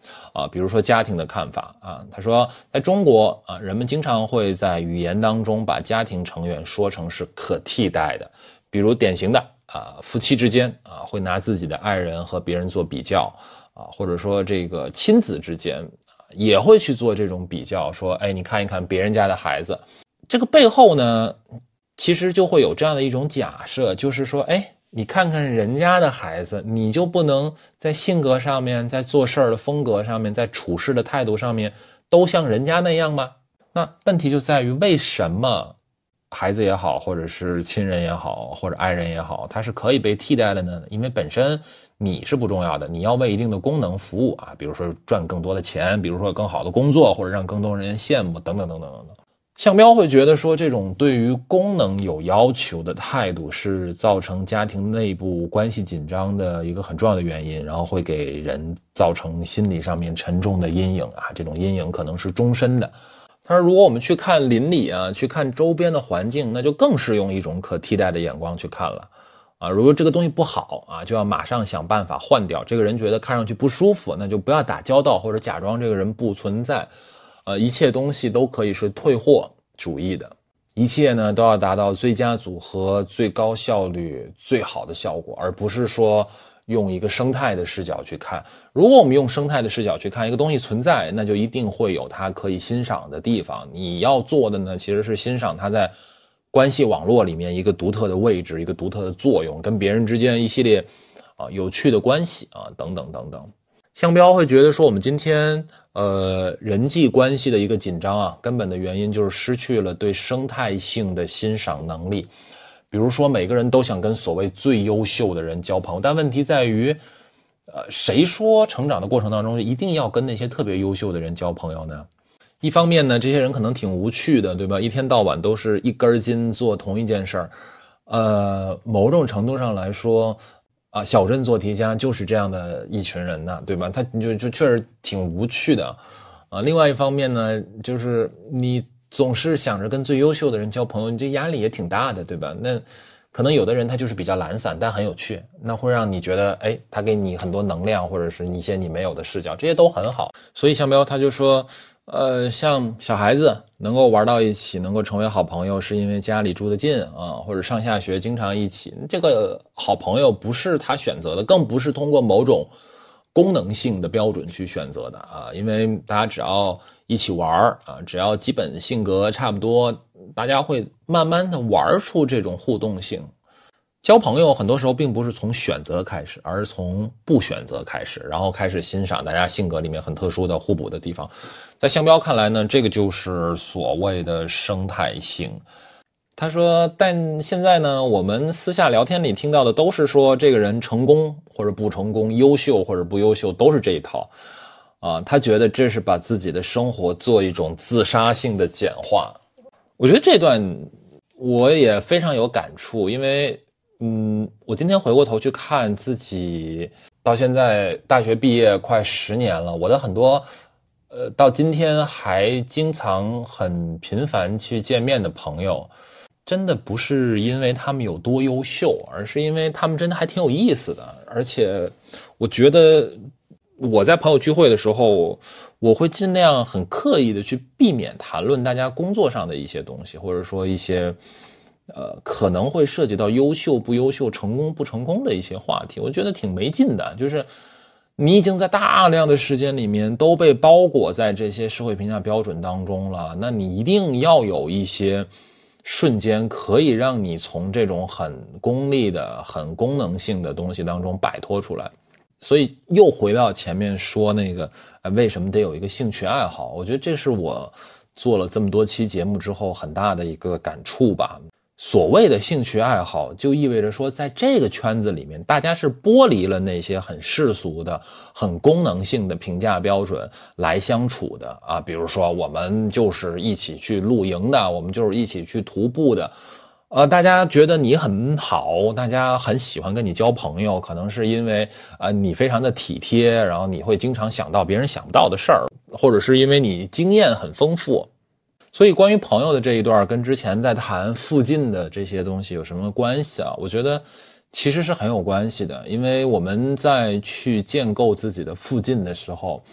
啊，比如说家庭的看法啊，他说在中国啊，人们经常会在语言当中把家庭成员说成是可替代的，比如典型的啊，夫妻之间啊会拿自己的爱人和别人做比较啊，或者说这个亲子之间也会去做这种比较，说哎，你看一看别人家的孩子，这个背后呢，其实就会有这样的一种假设，就是说哎。你看看人家的孩子，你就不能在性格上面，在做事儿的风格上面，在处事的态度上面都像人家那样吗？那问题就在于为什么孩子也好，或者是亲人也好，或者爱人也好，他是可以被替代的呢？因为本身你是不重要的，你要为一定的功能服务啊，比如说赚更多的钱，比如说更好的工作，或者让更多人羡慕，等等等等等等。项彪会觉得说，这种对于功能有要求的态度是造成家庭内部关系紧张的一个很重要的原因，然后会给人造成心理上面沉重的阴影啊，这种阴影可能是终身的。但是如果我们去看邻里啊，去看周边的环境，那就更是用一种可替代的眼光去看了啊。如果这个东西不好啊，就要马上想办法换掉。这个人觉得看上去不舒服，那就不要打交道，或者假装这个人不存在。呃，一切东西都可以是退货主义的，一切呢都要达到最佳组合、最高效率、最好的效果，而不是说用一个生态的视角去看。如果我们用生态的视角去看一个东西存在，那就一定会有它可以欣赏的地方。你要做的呢，其实是欣赏它在关系网络里面一个独特的位置、一个独特的作用，跟别人之间一系列啊有趣的关系啊等等等等。项彪会觉得说，我们今天呃人际关系的一个紧张啊，根本的原因就是失去了对生态性的欣赏能力。比如说，每个人都想跟所谓最优秀的人交朋友，但问题在于，呃，谁说成长的过程当中一定要跟那些特别优秀的人交朋友呢？一方面呢，这些人可能挺无趣的，对吧？一天到晚都是一根筋做同一件事儿，呃，某种程度上来说。啊，小镇做题家就是这样的一群人呢，对吧？他就就确实挺无趣的，啊。另外一方面呢，就是你总是想着跟最优秀的人交朋友，你这压力也挺大的，对吧？那可能有的人他就是比较懒散，但很有趣，那会让你觉得，哎，他给你很多能量，或者是一些你没有的视角，这些都很好。所以项彪他就说，呃，像小孩子能够玩到一起，能够成为好朋友，是因为家里住得近啊，或者上下学经常一起。这个好朋友不是他选择的，更不是通过某种功能性的标准去选择的啊。因为大家只要一起玩啊，只要基本性格差不多，大家会慢慢的玩出这种互动性。交朋友很多时候并不是从选择开始，而是从不选择开始，然后开始欣赏大家性格里面很特殊的互补的地方。在项彪看来呢，这个就是所谓的生态性。他说，但现在呢，我们私下聊天里听到的都是说这个人成功或者不成功，优秀或者不优秀，都是这一套啊。他觉得这是把自己的生活做一种自杀性的简化。我觉得这段我也非常有感触，因为嗯，我今天回过头去看自己到现在大学毕业快十年了，我的很多呃到今天还经常很频繁去见面的朋友，真的不是因为他们有多优秀，而是因为他们真的还挺有意思的。而且我觉得我在朋友聚会的时候，我会尽量很刻意的去避免谈论大家工作上的一些东西，或者说一些呃，可能会涉及到优秀不优秀、成功不成功的一些话题，我觉得挺没劲的。就是你已经在大量的时间里面都被包裹在这些社会评价标准当中了，那你一定要有一些瞬间可以让你从这种很功利的、很功能性的东西当中摆脱出来。所以又回到前面说那个，呃，为什么得有一个兴趣爱好？我觉得这是我做了这么多期节目之后很大的一个感触吧。所谓的兴趣爱好，就意味着说，在这个圈子里面，大家是剥离了那些很世俗的、很功能性的评价标准来相处的啊。比如说，我们就是一起去露营的，我们就是一起去徒步的。呃，大家觉得你很好，大家很喜欢跟你交朋友，可能是因为呃你非常的体贴，然后你会经常想到别人想不到的事儿，或者是因为你经验很丰富。所以关于朋友的这一段跟之前在谈附近的这些东西有什么关系啊？我觉得其实是很有关系的，因为我们在去建构自己的附近的时候，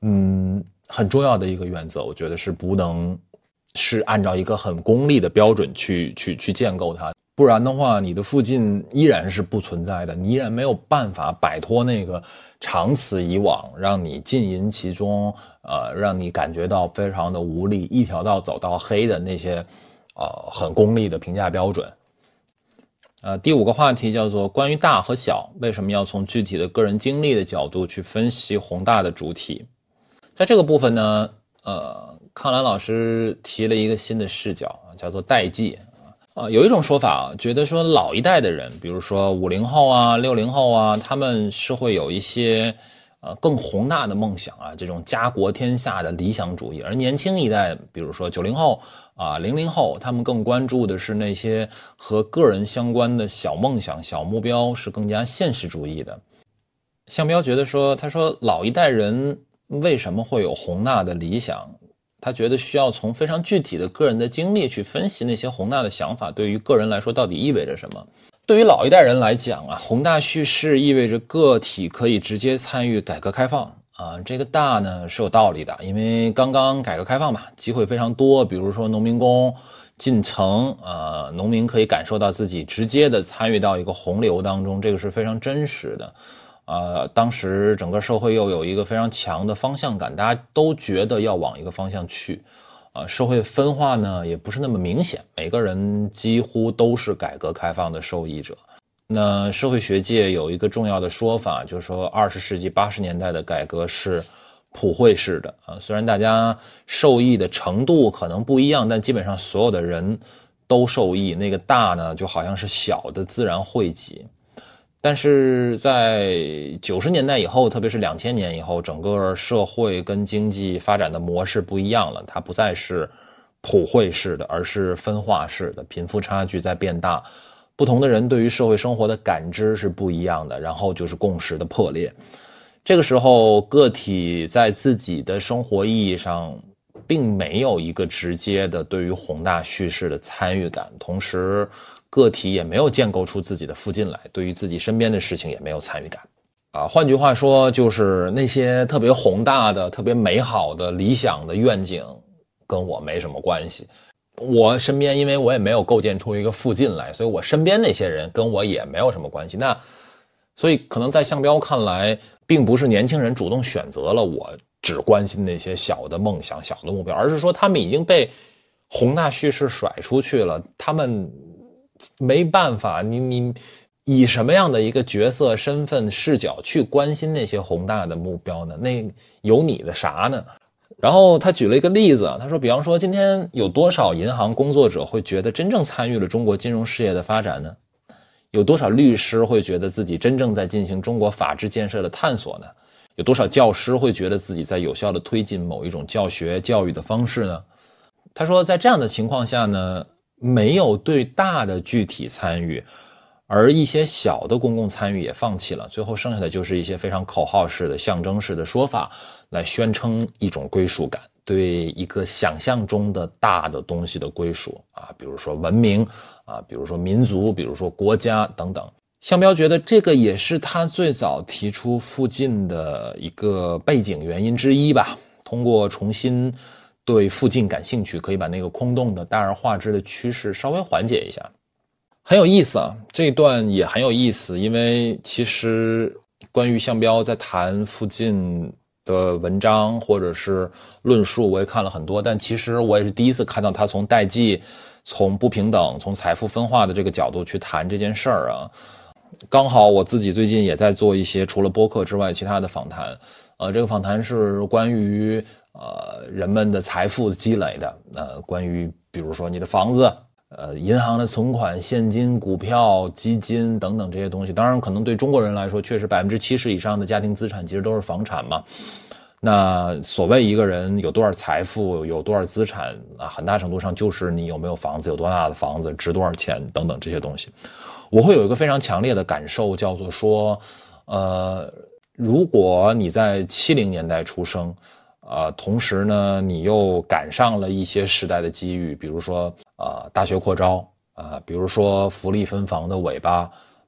嗯，很重要的一个原则，我觉得是不能是按照一个很功利的标准去去去建构它，不然的话，你的附近依然是不存在的，你依然没有办法摆脱那个长此以往让你浸淫其中，呃，让你感觉到非常的无力，一条道走到黑的那些，呃，很功利的评价标准。呃，第五个话题叫做关于大和小，为什么要从具体的个人经历的角度去分析宏大的主体？在这个部分呢，呃，康兰老师提了一个新的视角，叫做代际。啊，有一种说法啊，觉得说老一代的人，比如说五零后啊、六零后啊，他们是会有一些呃更宏大的梦想啊，这种家国天下的理想主义，而年轻一代，比如说九零后啊、零零后，他们更关注的是那些和个人相关的小梦想、小目标，是更加现实主义的。向彪觉得说，他说老一代人为什么会有宏大的理想？他觉得需要从非常具体的个人的经历去分析那些宏大的想法对于个人来说到底意味着什么。对于老一代人来讲啊，宏大叙事意味着个体可以直接参与改革开放啊，这个大呢是有道理的，因为刚刚改革开放吧，机会非常多，比如说农民工进城啊，农民可以感受到自己直接的参与到一个洪流当中，这个是非常真实的。呃，当时整个社会又有一个非常强的方向感，大家都觉得要往一个方向去，啊、呃，社会分化呢也不是那么明显，每个人几乎都是改革开放的受益者。那社会学界有一个重要的说法，就是说二十世纪八十年代的改革是普惠式的啊，虽然大家受益的程度可能不一样，但基本上所有的人都受益。那个大呢，就好像是小的自然汇集。但是在九十年代以后，特别是两千年以后，整个社会跟经济发展的模式不一样了，它不再是普惠式的，而是分化式的，贫富差距在变大，不同的人对于社会生活的感知是不一样的，然后就是共识的破裂。这个时候，个体在自己的生活意义上并没有一个直接的对于宏大叙事的参与感，同时个体也没有建构出自己的附近来，对于自己身边的事情也没有参与感啊。换句话说，就是那些特别宏大的、特别美好的理想的愿景跟我没什么关系。我身边因为我也没有构建出一个附近来，所以我身边那些人跟我也没有什么关系。那所以可能在向彪看来，并不是年轻人主动选择了我只关心那些小的梦想、小的目标，而是说他们已经被宏大叙事甩出去了，他们没办法，你你以什么样的一个角色、身份、视角去关心那些宏大的目标呢？那有你的啥呢？然后他举了一个例子，他说，比方说今天有多少银行工作者会觉得真正参与了中国金融事业的发展呢？有多少律师会觉得自己真正在进行中国法治建设的探索呢？有多少教师会觉得自己在有效地推进某一种教学教育的方式呢？他说，在这样的情况下呢，没有对大的具体参与，而一些小的公共参与也放弃了，最后剩下的就是一些非常口号式的象征式的说法来宣称一种归属感，对一个想象中的大的东西的归属啊，比如说文明啊，比如说民族，比如说国家等等。向彪觉得这个也是他最早提出附近的一个背景原因之一吧，通过重新对附近感兴趣，可以把那个空洞的大而化之的趋势稍微缓解一下。很有意思啊，这一段也很有意思，因为其实关于向彪在谈附近的文章或者是论述我也看了很多，但其实我也是第一次看到他从代际、从不平等、从财富分化的这个角度去谈这件事儿啊。刚好我自己最近也在做一些除了播客之外其他的访谈，呃，这个访谈是关于呃人们的财富积累的，呃，关于比如说你的房子、呃银行的存款、现金、股票、基金等等这些东西。当然，可能对中国人来说，确实百分之七十以上的家庭资产其实都是房产嘛。那所谓一个人有多少财富、有多少资产啊，很大程度上就是你有没有房子、有多大的房子、值多少钱等等这些东西。我会有一个非常强烈的感受，叫做说，呃，如果你在七零年代出生，呃，同时呢，你又赶上了一些时代的机遇，比如说呃大学扩招啊、呃，比如说福利分房的尾巴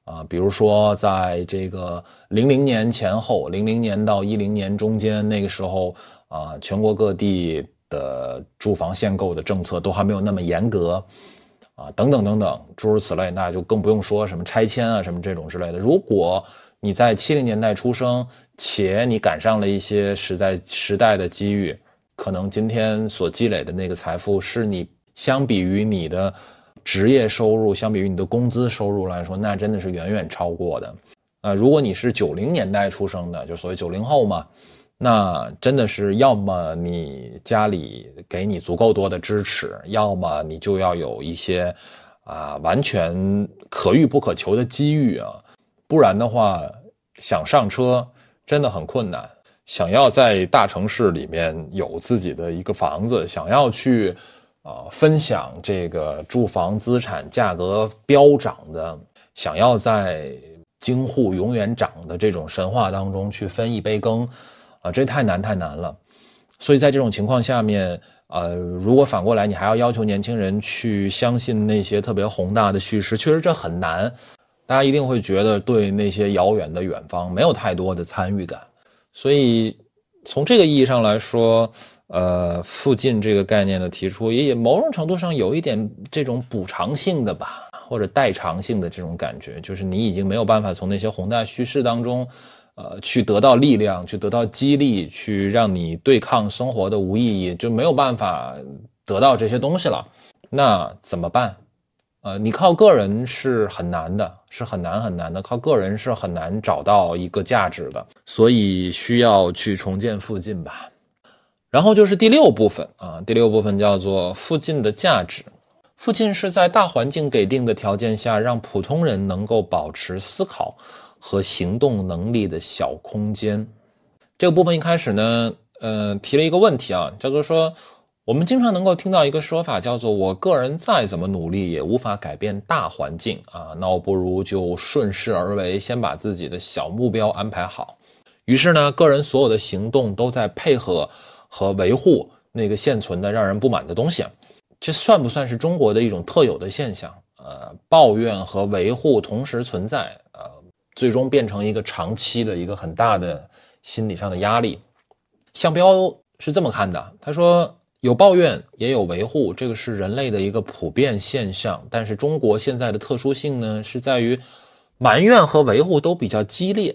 啊，比如说在这个零零年前后，零零年到一零年中间，那个时候啊，全国各地的住房限购的政策都还没有那么严格啊，等等等等，诸如此类，那就更不用说什么拆迁啊什么这种之类的。如果你在七零年代出生，且你赶上了一些时代时代的机遇，可能今天所积累的那个财富是你相比于你的职业收入，相比于你的工资收入来说，那真的是远远超过的。呃，如果你是九零年代出生的，就所谓九零后嘛，那真的是要么你家里给你足够多的支持，要么你就要有一些啊、呃、完全可遇不可求的机遇啊，不然的话，想上车真的很困难。想要在大城市里面有自己的一个房子，想要去呃，分享这个住房资产价格飙涨的，想要在京沪永远涨的这种神话当中去分一杯羹，啊、呃，这太难太难了。所以在这种情况下面，呃，如果反过来你还要要求年轻人去相信那些特别宏大的叙事，确实这很难。大家一定会觉得对那些遥远的远方没有太多的参与感。所以从这个意义上来说，呃，附近这个概念的提出，也某种程度上有一点这种补偿性的吧，或者代偿性的这种感觉，就是你已经没有办法从那些宏大叙事当中，呃，去得到力量，去得到激励，去让你对抗生活的无意义，就没有办法得到这些东西了。那怎么办？呃，你靠个人是很难的，是很难很难的，靠个人是很难找到一个价值的，所以需要去重建附近吧。然后就是第六部分啊，第六部分叫做附近的价值。附近是在大环境给定的条件下，让普通人能够保持思考和行动能力的小空间。这个部分一开始呢，呃，提了一个问题啊，叫做说，我们经常能够听到一个说法，叫做我个人再怎么努力也无法改变大环境啊，那我不如就顺势而为，先把自己的小目标安排好。于是呢，个人所有的行动都在配合和维护那个现存的让人不满的东西。这算不算是中国的一种特有的现象？呃，抱怨和维护同时存在，呃，最终变成一个长期的一个很大的心理上的压力。项彪是这么看的，他说有抱怨也有维护，这个是人类的一个普遍现象，但是中国现在的特殊性呢，是在于埋怨和维护都比较激烈。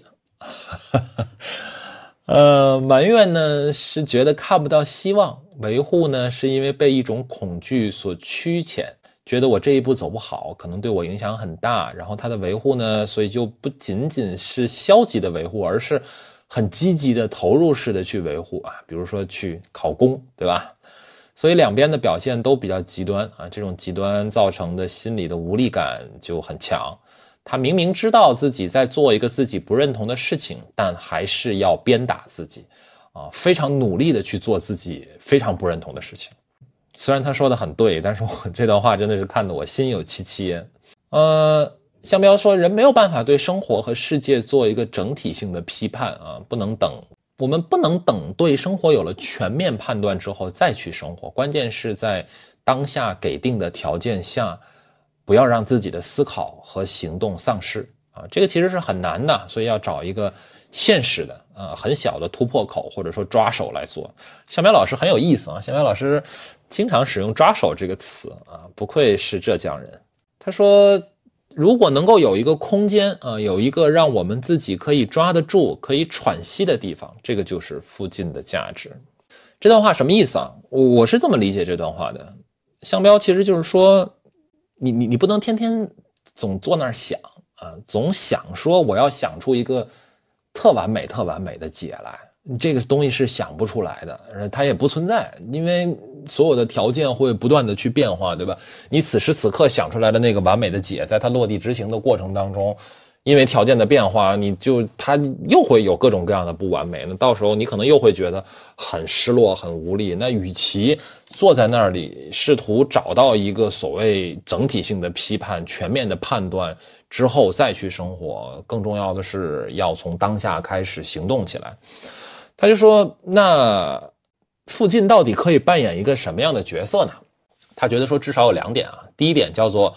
呃，埋怨呢是觉得看不到希望，维护呢是因为被一种恐惧所驱遣，觉得我这一步走不好，可能对我影响很大，然后他的维护呢，所以就不仅仅是消极的维护，而是很积极的投入式的去维护啊，比如说去考公，对吧？所以两边的表现都比较极端啊，这种极端造成的心理的无力感就很强。他明明知道自己在做一个自己不认同的事情，但还是要鞭打自己啊，非常努力的去做自己非常不认同的事情。虽然他说的很对，但是我这段话真的是看得我心有戚戚焉。呃，项彪说，人没有办法对生活和世界做一个整体性的批判啊，不能等，我们不能等对生活有了全面判断之后再去生活，关键是在当下给定的条件下，不要让自己的思考和行动丧失啊，这个其实是很难的，所以要找一个现实的呃很小的突破口或者说抓手来做。项彪老师很有意思啊，项彪老师经常使用抓手这个词啊，不愧是浙江人。他说如果能够有一个空间啊，有一个让我们自己可以抓得住可以喘息的地方，这个就是附近的价值。这段话什么意思啊？我是这么理解这段话的。项彪其实就是说你你你不能天天总坐那儿想啊，总想说我要想出一个特完美特完美的解来，这个东西是想不出来的，它也不存在，因为所有的条件会不断的去变化，对吧？你此时此刻想出来的那个完美的解，在它落地执行的过程当中，因为条件的变化，你就它又会有各种各样的不完美，那到时候你可能又会觉得很失落很无力。那与其坐在那里试图找到一个所谓整体性的批判全面的判断之后再去生活，更重要的是要从当下开始行动起来。他就说那附近到底可以扮演一个什么样的角色呢？他觉得说至少有两点啊，第一点叫做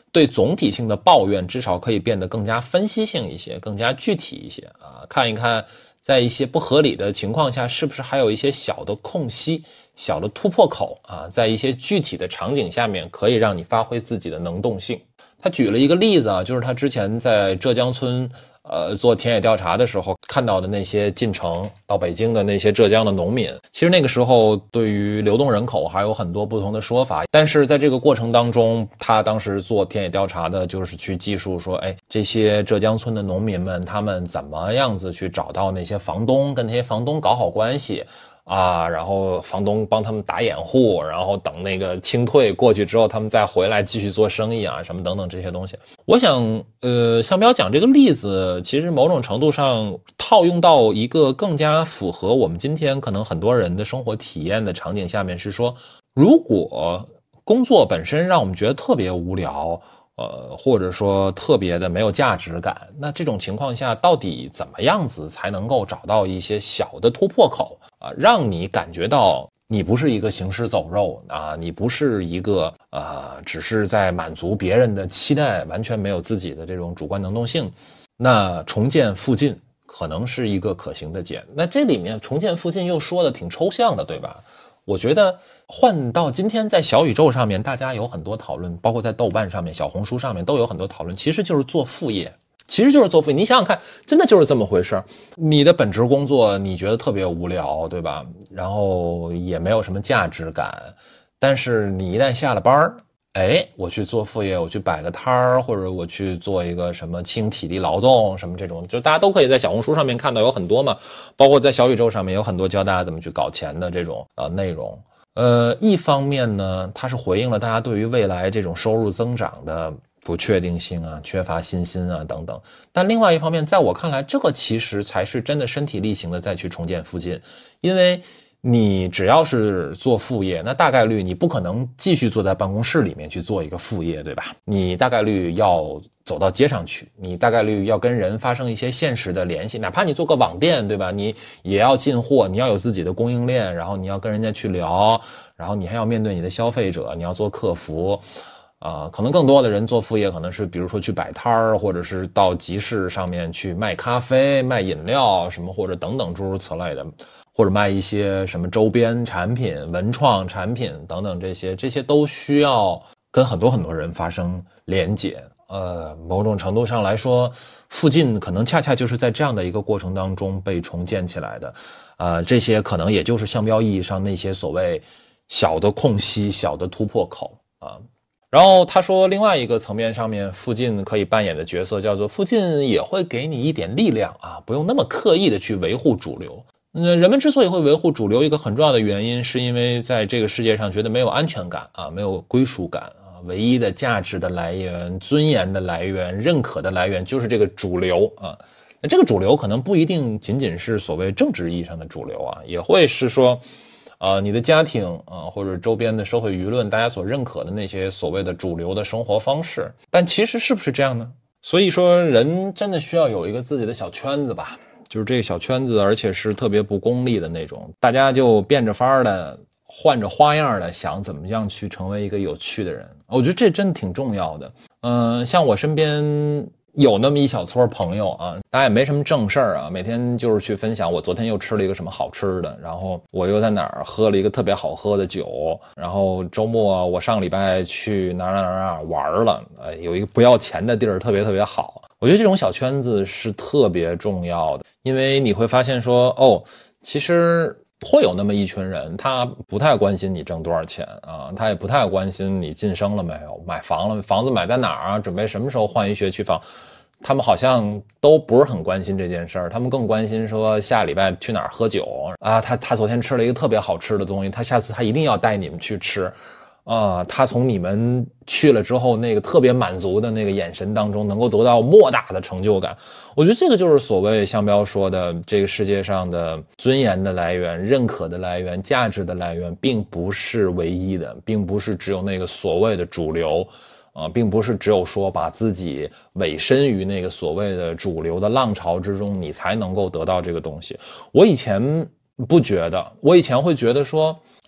对总体性的抱怨至少可以变得更加分析性一些，更加具体一些啊，看一看在一些不合理的情况下是不是还有一些小的空隙、小的突破口啊，在一些具体的场景下面可以让你发挥自己的能动性。他举了一个例子啊，就是他之前在浙江村呃做田野调查的时候看到的那些进城到北京的那些浙江的农民。其实那个时候对于流动人口还有很多不同的说法，但是在这个过程当中，他当时做田野调查的就是去记述说，哎，这些浙江村的农民们他们怎么样子去找到那些房东，跟那些房东搞好关系啊，然后房东帮他们打掩护，然后等那个清退过去之后，他们再回来继续做生意啊，什么等等这些东西。我想，呃，向彪讲这个例子，其实某种程度上套用到一个更加符合我们今天可能很多人的生活体验的场景下面，是说，如果工作本身让我们觉得特别无聊，呃，或者说特别的没有价值感，那这种情况下到底怎么样子才能够找到一些小的突破口啊，让你感觉到你不是一个行尸走肉啊，你不是一个啊、呃，只是在满足别人的期待，完全没有自己的这种主观能动性，那重建附近可能是一个可行的解。那这里面重建附近又说的挺抽象的，对吧？我觉得换到今天在小宇宙上面，大家有很多讨论，包括在豆瓣上面、小红书上面都有很多讨论，其实就是做副业，其实就是做副业。你想想看，真的就是这么回事。你的本职工作你觉得特别无聊，对吧？然后也没有什么价值感，但是你一旦下了班，哎，我去做副业，我去摆个摊儿，或者我去做一个什么轻体力劳动什么这种，就大家都可以在小红书上面看到有很多嘛，包括在小宇宙上面有很多教大家怎么去搞钱的这种呃内容。呃，一方面呢，它是回应了大家对于未来这种收入增长的不确定性啊、缺乏信心啊等等。但另外一方面，在我看来，这个其实才是真的身体力行的再去重建附近，因为你只要是做副业，那大概率你不可能继续坐在办公室里面去做一个副业，对吧？你大概率要走到街上去，你大概率要跟人发生一些现实的联系，哪怕你做个网店，对吧？你也要进货，你要有自己的供应链，然后你要跟人家去聊，然后你还要面对你的消费者，你要做客服。啊、呃，可能更多的人做副业，可能是比如说去摆摊儿，或者是到集市上面去卖咖啡、卖饮料什么，或者等等诸如此类的，或者卖一些什么周边产品、文创产品等等这些，这些都需要跟很多很多人发生连结。呃，某种程度上来说，附近可能恰恰就是在这样的一个过程当中被重建起来的。呃，这些可能也就是向标意义上那些所谓小的空隙、小的突破口啊。然后他说，另外一个层面上面，附近可以扮演的角色叫做附近也会给你一点力量啊，不用那么刻意的去维护主流。嗯，人们之所以会维护主流，一个很重要的原因，是因为在这个世界上觉得没有安全感啊，没有归属感啊，唯一的价值的来源、尊严的来源、认可的来源就是这个主流啊。那这个主流可能不一定仅仅是所谓政治意义上的主流啊，也会是说。呃，你的家庭啊、呃，或者周边的社会舆论，大家所认可的那些所谓的主流的生活方式，但其实是不是这样呢？所以说，人真的需要有一个自己的小圈子吧，就是这个小圈子，而且是特别不功利的那种，大家就变着法儿的、换着花样的想怎么样去成为一个有趣的人。我觉得这真的挺重要的。嗯、呃，像我身边。有那么一小撮朋友啊，大家也没什么正事儿啊，每天就是去分享我昨天又吃了一个什么好吃的，然后我又在哪儿喝了一个特别好喝的酒，然后周末我上礼拜去哪儿哪儿哪儿玩了，呃，有一个不要钱的地儿特别特别好。我觉得这种小圈子是特别重要的，因为你会发现说，哦，其实会有那么一群人，他不太关心你挣多少钱啊，他也不太关心你晋升了没有，买房了，房子买在哪儿啊，准备什么时候换一学区房，他们好像都不是很关心这件事儿，他们更关心说下礼拜去哪儿喝酒啊，他他昨天吃了一个特别好吃的东西，他下次他一定要带你们去吃。啊，他从你们去了之后那个特别满足的那个眼神当中能够得到莫大的成就感，我觉得这个就是所谓向标说的这个世界上的尊严的来源、认可的来源、价值的来源并不是唯一的，并不是只有那个所谓的主流啊，并不是只有说把自己委身于那个所谓的主流的浪潮之中你才能够得到这个东西。我以前不觉得，我以前会觉得说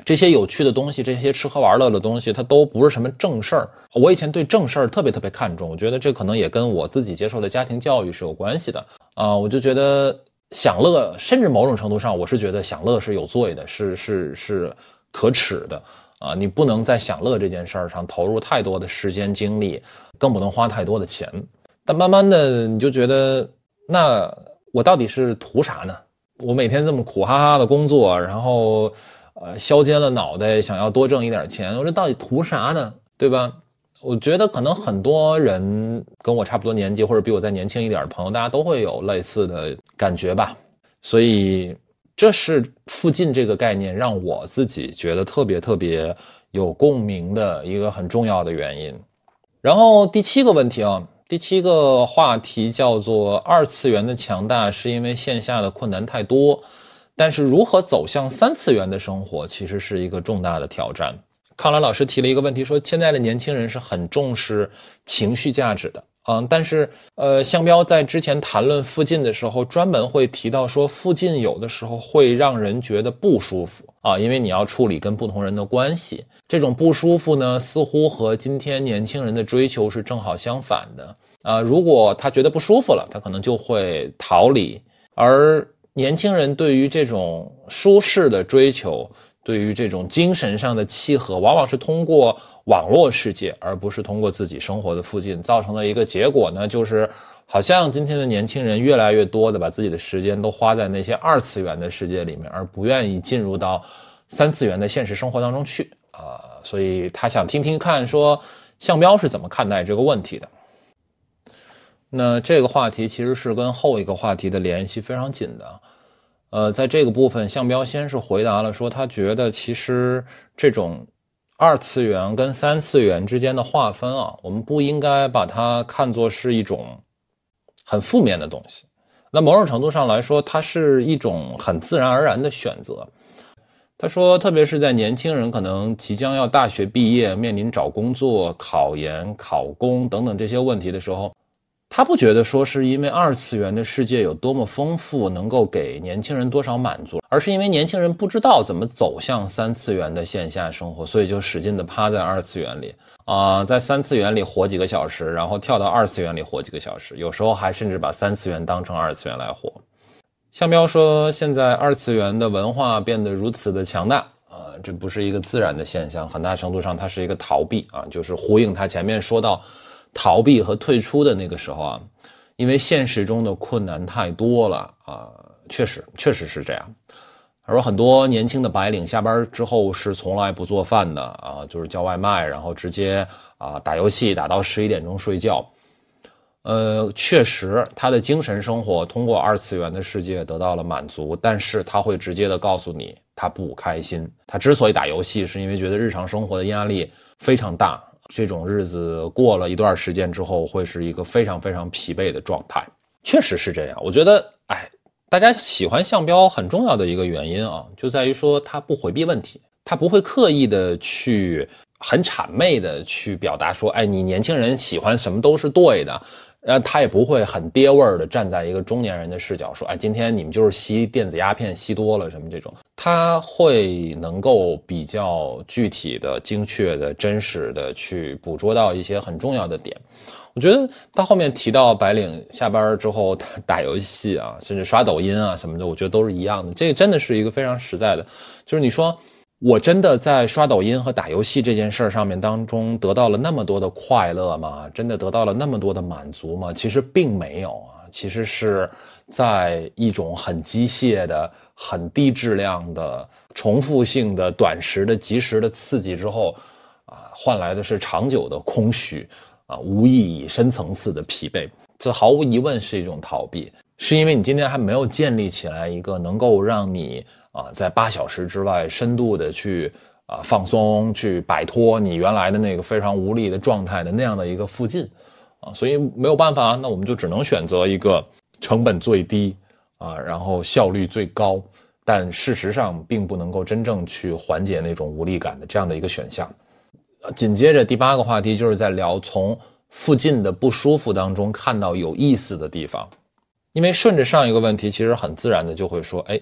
这些有趣的东西，这些吃喝玩乐的东西，它都不是什么正事儿。我以前对正事儿特别特别看重，我觉得这可能也跟我自己接受的家庭教育是有关系的啊、呃。我就觉得享乐，甚至某种程度上，我是觉得享乐是有罪的，是是是可耻的啊！你不能在享乐这件事儿上投入太多的时间精力，更不能花太多的钱。但慢慢的，你就觉得，那我到底是图啥呢？我每天这么苦哈哈的工作，然后。呃，削尖了脑袋想要多挣一点钱，我这到底图啥呢？对吧？我觉得可能很多人跟我差不多年纪，或者比我再年轻一点的朋友，大家都会有类似的感觉吧。所以这是附近这个概念让我自己觉得特别特别有共鸣的一个很重要的原因。然后第七个问题啊，第七个话题叫做二次元的强大是因为线下的困难太多。但是如何走向三次元的生活其实是一个重大的挑战。康兰老师提了一个问题，说现在的年轻人是很重视情绪价值的嗯，但是呃，向标在之前谈论附近的时候专门会提到说，附近有的时候会让人觉得不舒服啊，因为你要处理跟不同人的关系，这种不舒服呢似乎和今天年轻人的追求是正好相反的啊。如果他觉得不舒服了，他可能就会逃离，而年轻人对于这种舒适的追求，对于这种精神上的契合，往往是通过网络世界，而不是通过自己生活的附近，造成的一个结果呢，就是好像今天的年轻人越来越多的把自己的时间都花在那些二次元的世界里面，而不愿意进入到三次元的现实生活当中去啊、呃。所以他想听听看说向标是怎么看待这个问题的。那这个话题其实是跟后一个话题的联系非常紧的。呃，在这个部分，向标先是回答了说，他觉得其实这种二次元跟三次元之间的划分啊，我们不应该把它看作是一种很负面的东西。那某种程度上来说，它是一种很自然而然的选择。他说，特别是在年轻人可能即将要大学毕业，面临找工作、考研、考公等等这些问题的时候，他不觉得说是因为二次元的世界有多么丰富，能够给年轻人多少满足，而是因为年轻人不知道怎么走向三次元的线下生活，所以就使劲的趴在二次元里啊、呃，在三次元里活几个小时，然后跳到二次元里活几个小时，有时候还甚至把三次元当成二次元来活。向标说，现在二次元的文化变得如此的强大啊、呃，这不是一个自然的现象，很大程度上它是一个逃避啊，就是呼应他前面说到逃避和退出的那个时候啊，因为现实中的困难太多了啊，确实确实是这样。他说很多年轻的白领下班之后是从来不做饭的啊，就是叫外卖，然后直接啊打游戏打到十一点钟睡觉。呃，确实他的精神生活通过二次元的世界得到了满足，但是他会直接的告诉你他不开心。他之所以打游戏，是因为觉得日常生活的压力非常大。这种日子过了一段时间之后，会是一个非常非常疲惫的状态。确实是这样，我觉得，哎，大家喜欢向标很重要的一个原因啊，就在于说他不回避问题，他不会刻意的去很谄媚的去表达说，哎，你年轻人喜欢什么都是对的。呃，他也不会很爹味儿的站在一个中年人的视角说，哎，今天你们就是吸电子鸦片吸多了什么这种，他会能够比较具体的、精确的、真实的去捕捉到一些很重要的点。我觉得他后面提到白领下班之后打游戏啊，甚至刷抖音啊什么的，我觉得都是一样的。这个真的是一个非常实在的，就是你说我真的在刷抖音和打游戏这件事上面当中得到了那么多的快乐吗？真的得到了那么多的满足吗？其实并没有啊，其实是在一种很机械的、很低质量的、重复性的、短时的、及时的刺激之后啊，换来的是长久的空虚啊，无意义、深层次的疲惫。这毫无疑问是一种逃避，是因为你今天还没有建立起来一个能够让你啊，在八小时之外深度的去啊放松，去摆脱你原来的那个非常无力的状态的那样的一个附近啊，所以没有办法，那我们就只能选择一个成本最低啊，然后效率最高，但事实上并不能够真正去缓解那种无力感的这样的一个选项。紧接着第八个话题就是在聊从附近的不舒服当中看到有意思的地方，因为顺着上一个问题，其实很自然的就会说，哎。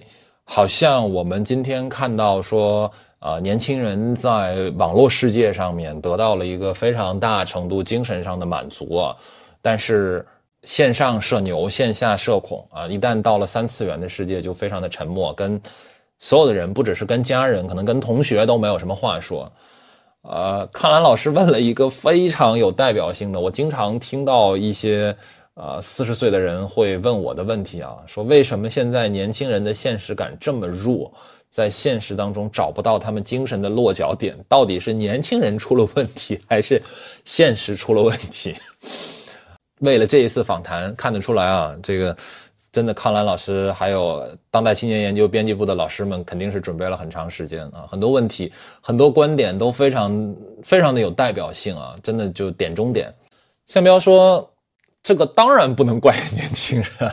好像我们今天看到说，呃，年轻人在网络世界上面得到了一个非常大程度精神上的满足啊，但是线上社牛，线下社恐啊，一旦到了三次元的世界就非常的沉默，跟所有的人，不只是跟家人，可能跟同学都没有什么话说。呃，康兰老师问了一个非常有代表性的，我经常听到一些呃四十岁的人会问我的问题啊，说为什么现在年轻人的现实感这么弱，在现实当中找不到他们精神的落脚点，到底是年轻人出了问题，还是现实出了问题？为了这一次访谈，看得出来啊，这个真的康兰老师还有当代青年研究编辑部的老师们肯定是准备了很长时间啊，很多问题很多观点都非常非常的有代表性啊，真的就点中点。向彪说这个当然不能怪年轻人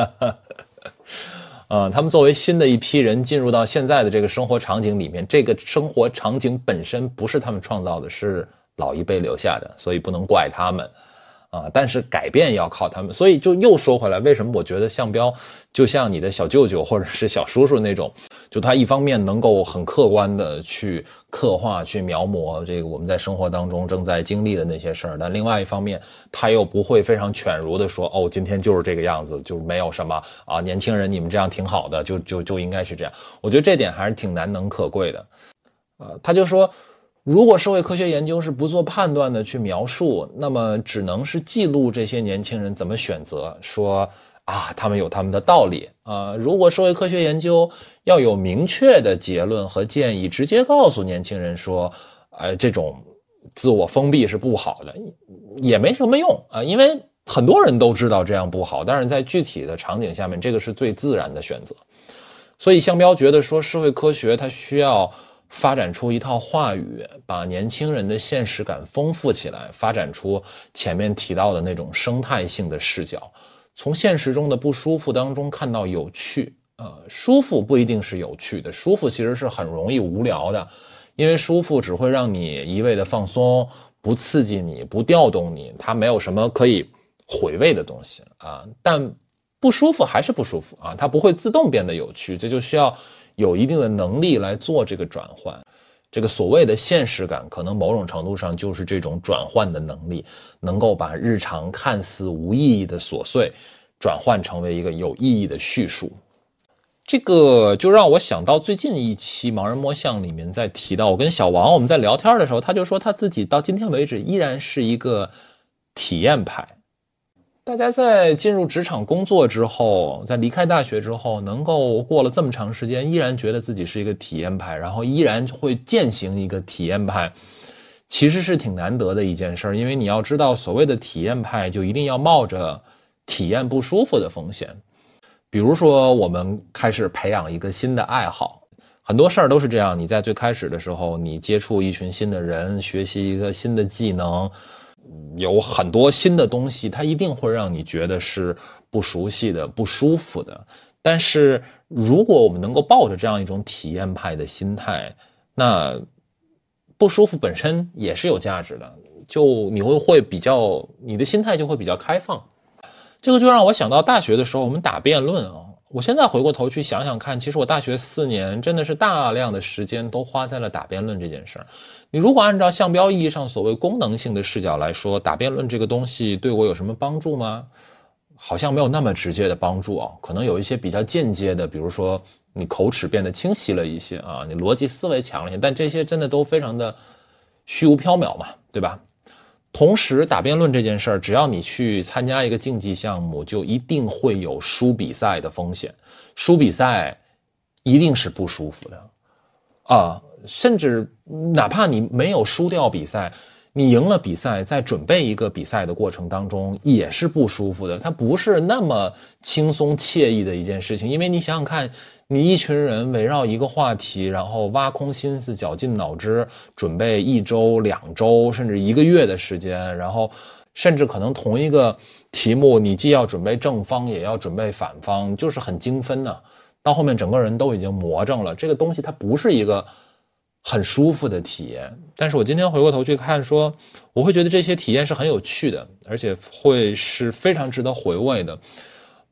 啊，他们作为新的一批人进入到现在的这个生活场景里面，这个生活场景本身不是他们创造的，是老一辈留下的，所以不能怪他们啊，但是改变要靠他们。所以就又说回来，为什么我觉得向彪就像你的小舅舅或者是小叔叔那种，就他一方面能够很客观的去刻画去描摹这个我们在生活当中正在经历的那些事儿，但另外一方面他又不会非常犬儒的说，哦，今天就是这个样子，就没有什么啊，年轻人你们这样挺好的，就就就应该是这样。我觉得这点还是挺难能可贵的。呃，他就说如果社会科学研究是不做判断的去描述，那么只能是记录这些年轻人怎么选择，说啊，他们有他们的道理啊、呃。如果社会科学研究要有明确的结论和建议，直接告诉年轻人说，呃，这种自我封闭是不好的，也没什么用啊、呃，因为很多人都知道这样不好，但是在具体的场景下面，这个是最自然的选择。所以向彪觉得说，社会科学它需要发展出一套话语，把年轻人的现实感丰富起来，发展出前面提到的那种生态性的视角，从现实中的不舒服当中看到有趣。呃，舒服不一定是有趣的，舒服其实是很容易无聊的，因为舒服只会让你一味的放松，不刺激你，不调动你，它没有什么可以回味的东西啊。但不舒服还是不舒服啊，它不会自动变得有趣，这就需要有一定的能力来做这个转换。这个所谓的现实感，可能某种程度上就是这种转换的能力，能够把日常看似无意义的琐碎转换成为一个有意义的叙述。这个就让我想到最近一期盲人摸象里面在提到，我跟小王我们在聊天的时候，他就说他自己到今天为止依然是一个体验派。大家在进入职场工作之后，在离开大学之后，能够过了这么长时间依然觉得自己是一个体验派，然后依然会践行一个体验派，其实是挺难得的一件事，因为你要知道，所谓的体验派就一定要冒着体验不舒服的风险。比如说我们开始培养一个新的爱好，很多事儿都是这样，你在最开始的时候，你接触一群新的人，学习一个新的技能，有很多新的东西，它一定会让你觉得是不熟悉的、不舒服的。但是如果我们能够抱着这样一种体验派的心态，那不舒服本身也是有价值的，就你会会比较，你的心态就会比较开放。这个就让我想到大学的时候我们打辩论啊，我现在回过头去想想看，其实我大学四年真的是大量的时间都花在了打辩论这件事儿。你如果按照项标意义上所谓功能性的视角来说，打辩论这个东西对我有什么帮助吗？好像没有那么直接的帮助啊，可能有一些比较间接的，比如说你口齿变得清晰了一些啊，你逻辑思维强了一些，但这些真的都非常的虚无缥缈嘛，对吧？同时打辩论这件事儿，只要你去参加一个竞技项目，就一定会有输比赛的风险，输比赛一定是不舒服的啊，甚至哪怕你没有输掉比赛，你赢了比赛，在准备一个比赛的过程当中也是不舒服的，它不是那么轻松惬意的一件事情。因为你想想看，你一群人围绕一个话题，然后挖空心思绞尽脑汁准备一周两周甚至一个月的时间，然后甚至可能同一个题目你既要准备正方也要准备反方，就是很精分呢。到后面整个人都已经魔怔了，这个东西它不是一个很舒服的体验。但是我今天回过头去看说，我会觉得这些体验是很有趣的，而且会是非常值得回味的。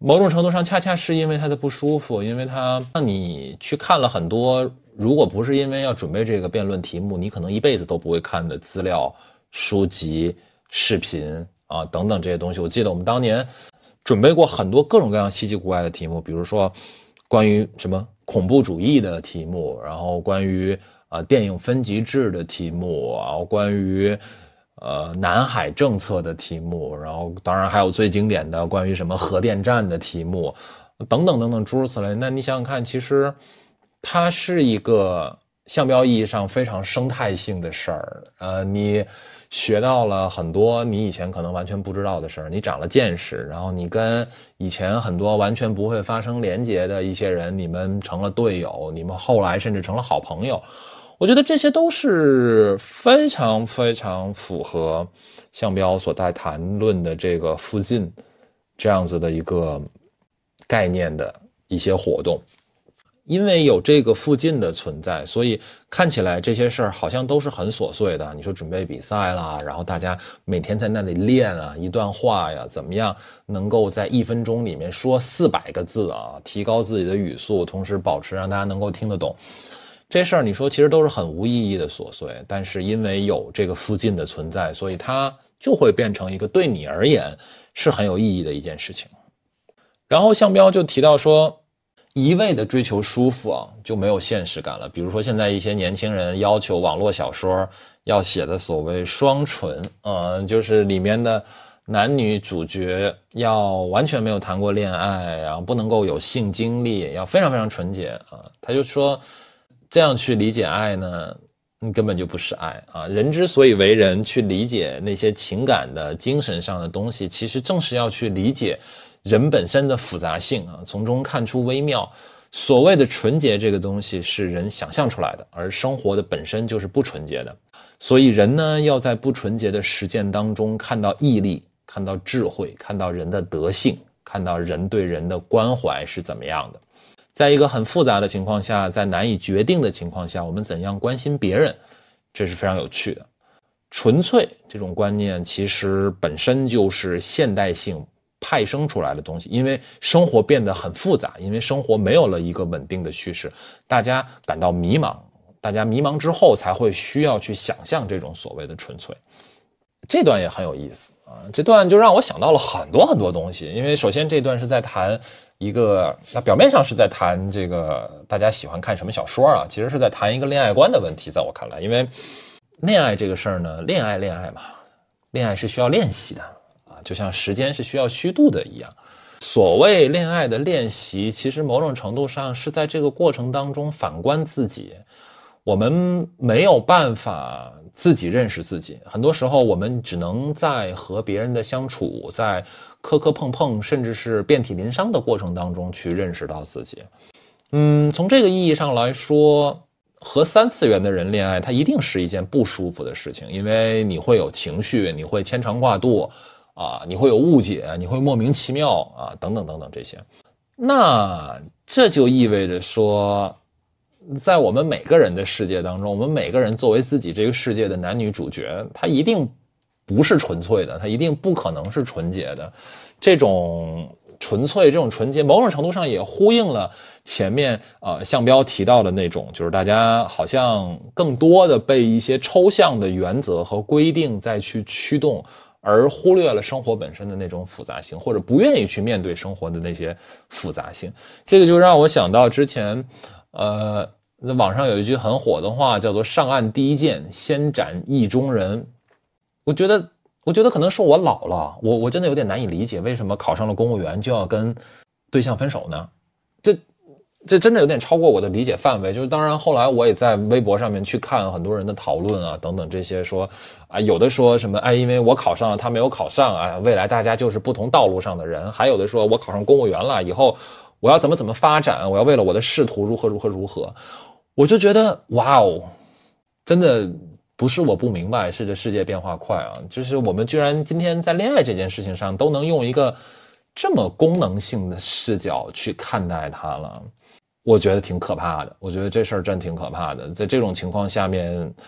某种程度上恰恰是因为它的不舒服，因为它让你去看了很多如果不是因为要准备这个辩论题目，你可能一辈子都不会看的资料、书籍、视频啊等等这些东西。我记得我们当年准备过很多各种各样稀奇古怪的题目，比如说关于什么恐怖主义的题目，然后关于啊电影分级制的题目，然后关于呃南海政策的题目，然后当然还有最经典的关于什么核电站的题目等等等等诸如此类。那你想想看，其实它是一个项标意义上非常生态性的事儿，呃，你学到了很多你以前可能完全不知道的事儿，你长了见识，然后你跟以前很多完全不会发生连结的一些人，你们成了队友，你们后来甚至成了好朋友。我觉得这些都是非常非常符合项标所在谈论的这个附近这样子的一个概念的一些活动。因为有这个附近的存在，所以看起来这些事儿好像都是很琐碎的。你说准备比赛啦，然后大家每天在那里练啊，一段话呀，怎么样能够在一分钟里面说四百个字啊，提高自己的语速，同时保持让大家能够听得懂。这事儿你说其实都是很无意义的琐碎，但是因为有这个附近的存在，所以它就会变成一个对你而言是很有意义的一件事情。然后项标就提到说，一味的追求舒服啊，就没有现实感了。比如说现在一些年轻人要求网络小说要写的所谓双纯，呃，就是里面的男女主角要完全没有谈过恋爱，然后不能够有性经历，要非常非常纯洁啊。他就说这样去理解爱呢，根本就不是爱啊。人之所以为人，去理解那些情感的精神上的东西，其实正是要去理解人本身的复杂性啊，从中看出微妙。所谓的纯洁这个东西是人想象出来的，而生活的本身就是不纯洁的。所以人呢，要在不纯洁的实践当中看到毅力，看到智慧，看到人的德性，看到人对人的关怀是怎么样的。在一个很复杂的情况下，在难以决定的情况下，我们怎样关心别人，这是非常有趣的。纯粹这种观念其实本身就是现代性派生出来的东西，因为生活变得很复杂，因为生活没有了一个稳定的叙事，大家感到迷茫，大家迷茫之后才会需要去想象这种所谓的纯粹。这段也很有意思啊，这段就让我想到了很多很多东西。因为首先这段是在谈一个，那表面上是在谈这个大家喜欢看什么小说啊，其实是在谈一个恋爱观的问题。在我看来，因为恋爱这个事儿呢，恋爱恋爱嘛，恋爱是需要练习的啊，就像时间是需要虚度的一样。所谓恋爱的练习，其实某种程度上是在这个过程当中反观自己。我们没有办法自己认识自己，很多时候我们只能在和别人的相处，在磕磕碰碰，甚至是遍体鳞伤的过程当中去认识到自己。嗯，从这个意义上来说，和三次元的人恋爱，它一定是一件不舒服的事情，因为你会有情绪，你会牵肠挂肚啊，你会有误解，你会莫名其妙啊，等等等等这些。那这就意味着说，在我们每个人的世界当中，我们每个人作为自己这个世界的男女主角，他一定不是纯粹的，他一定不可能是纯洁的。这种纯粹，这种纯洁，某种程度上也呼应了前面呃项标提到的那种，就是大家好像更多的被一些抽象的原则和规定再去驱动，而忽略了生活本身的那种复杂性，或者不愿意去面对生活的那些复杂性。这个就让我想到之前呃，网上有一句很火的话，叫做上岸第一箭，先斩意中人。我觉得我觉得可能是我老了，我我真的有点难以理解，为什么考上了公务员就要跟对象分手呢？这这真的有点超过我的理解范围。就是当然后来我也在微博上面去看很多人的讨论啊等等这些，说啊，有的说什么哎因为我考上了他没有考上啊，未来大家就是不同道路上的人，还有的说我考上公务员了以后我要怎么怎么发展，我要为了我的仕途如何如何如何。我就觉得哇哦，真的不是我不明白，是这世界变化快啊，就是我们居然今天在恋爱这件事情上都能用一个这么功能性的视角去看待它了，我觉得挺可怕的。我觉得这事儿真挺可怕的。在这种情况下面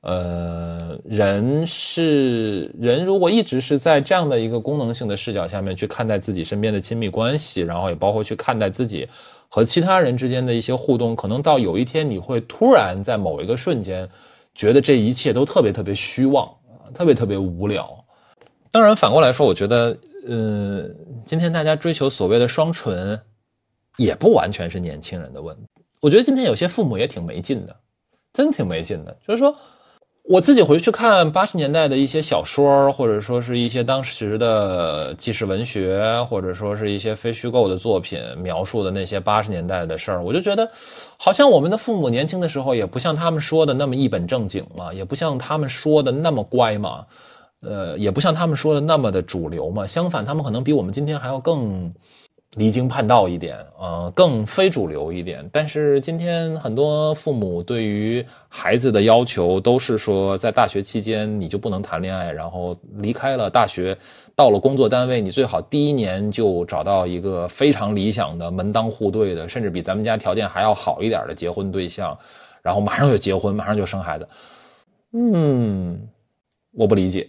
呃，人是人，如果一直是在这样的一个功能性的视角下面去看待自己身边的亲密关系，然后也包括去看待自己和其他人之间的一些互动，可能到有一天你会突然在某一个瞬间觉得这一切都特别特别虚妄，特别特别无聊。当然反过来说，我觉得呃，今天大家追求所谓的双纯也不完全是年轻人的问题。我觉得今天有些父母也挺没劲的，真挺没劲的。就是说我自己回去看八十年代的一些小说，或者说是一些当时的纪实文学，或者说是一些非虚构的作品，描述的那些八十年代的事儿，我就觉得好像我们的父母年轻的时候也不像他们说的那么一本正经嘛，也不像他们说的那么乖嘛，呃，也不像他们说的那么的主流嘛，相反他们可能比我们今天还要更离经叛道一点，呃，更非主流一点。但是今天很多父母对于孩子的要求都是说，在大学期间你就不能谈恋爱，然后离开了大学，到了工作单位，你最好第一年就找到一个非常理想的门当户对的，甚至比咱们家条件还要好一点的结婚对象，然后马上就结婚，马上就生孩子。嗯，我不理解。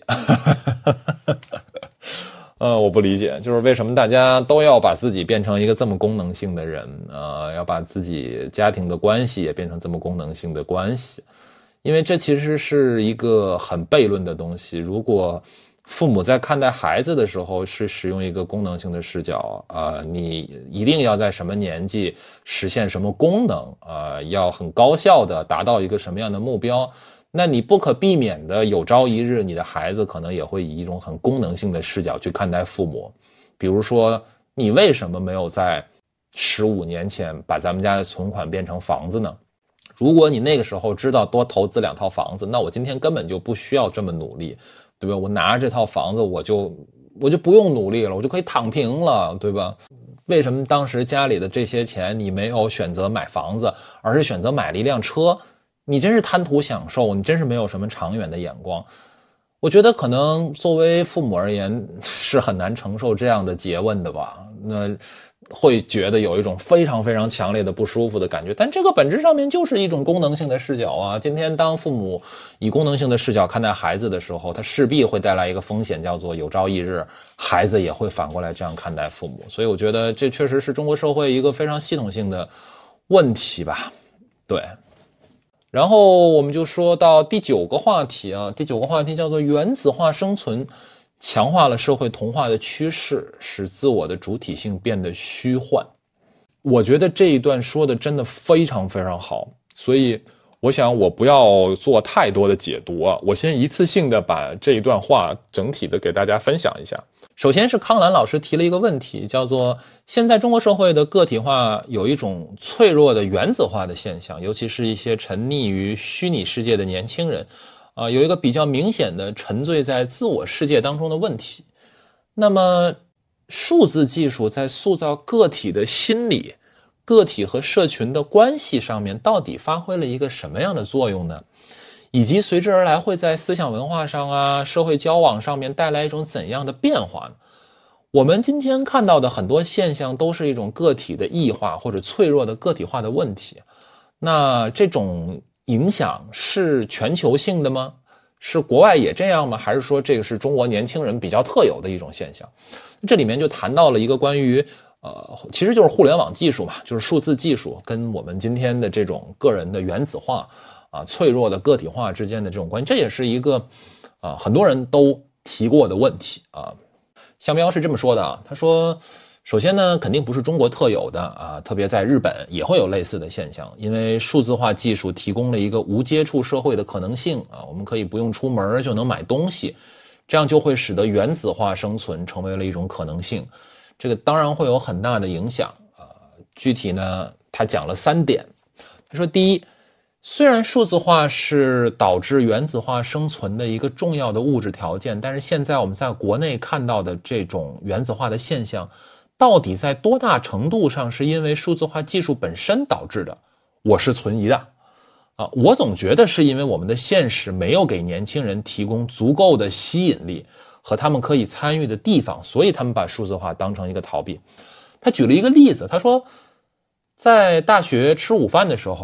呃，我不理解，就是为什么大家都要把自己变成一个这么功能性的人，呃，要把自己家庭的关系也变成这么功能性的关系，因为这其实是一个很悖论的东西。如果父母在看待孩子的时候是使用一个功能性的视角，呃，你一定要在什么年纪实现什么功能，呃，要很高效的达到一个什么样的目标，那你不可避免的有朝一日你的孩子可能也会以一种很功能性的视角去看待父母。比如说你为什么没有在十五年前把咱们家的存款变成房子呢？如果你那个时候知道多投资两套房子，那我今天根本就不需要这么努力，对吧？我拿着这套房子我就我就不用努力了，我就可以躺平了，对吧？为什么当时家里的这些钱你没有选择买房子，而是选择买了一辆车？你真是贪图享受，你真是没有什么长远的眼光。我觉得可能作为父母而言是很难承受这样的诘问的吧，那会觉得有一种非常非常强烈的不舒服的感觉。但这个本质上面就是一种功能性的视角啊。今天当父母以功能性的视角看待孩子的时候，他势必会带来一个风险，叫做有朝一日孩子也会反过来这样看待父母。所以我觉得这确实是中国社会一个非常系统性的问题吧。对。然后我们就说到第九个话题啊，第九个话题叫做原子化生存强化了社会同化的趋势，使自我的主体性变得虚幻。我觉得这一段说的真的非常非常好，所以我想我不要做太多的解读啊，我先一次性的把这一段话整体的给大家分享一下。首先是康兰老师提了一个问题，叫做现在中国社会的个体化有一种脆弱的原子化的现象，尤其是一些沉溺于虚拟世界的年轻人，啊、呃，有一个比较明显的沉醉在自我世界当中的问题。那么数字技术在塑造个体的心理、个体和社群的关系上面到底发挥了一个什么样的作用呢？以及随之而来会在思想文化上啊、社会交往上面带来一种怎样的变化呢？我们今天看到的很多现象都是一种个体的异化或者脆弱的个体化的问题。那这种影响是全球性的吗？是国外也这样吗？还是说这个是中国年轻人比较特有的一种现象？这里面就谈到了一个关于呃，其实就是互联网技术嘛，就是数字技术跟我们今天的这种个人的原子化啊、脆弱的个体化之间的这种关系，这也是一个啊、很多人都提过的问题啊。向彪是这么说的啊，他说，首先呢，肯定不是中国特有的啊，特别在日本也会有类似的现象，因为数字化技术提供了一个无接触社会的可能性啊，我们可以不用出门就能买东西，这样就会使得原子化生存成为了一种可能性。这个当然会有很大的影响啊。具体呢，他讲了三点。他说，第一，虽然数字化是导致原子化生存的一个重要的物质条件，但是现在我们在国内看到的这种原子化的现象，到底在多大程度上是因为数字化技术本身导致的，我是存疑的啊。我总觉得是因为我们的现实没有给年轻人提供足够的吸引力和他们可以参与的地方，所以他们把数字化当成一个逃避。他举了一个例子，他说在大学吃午饭的时候，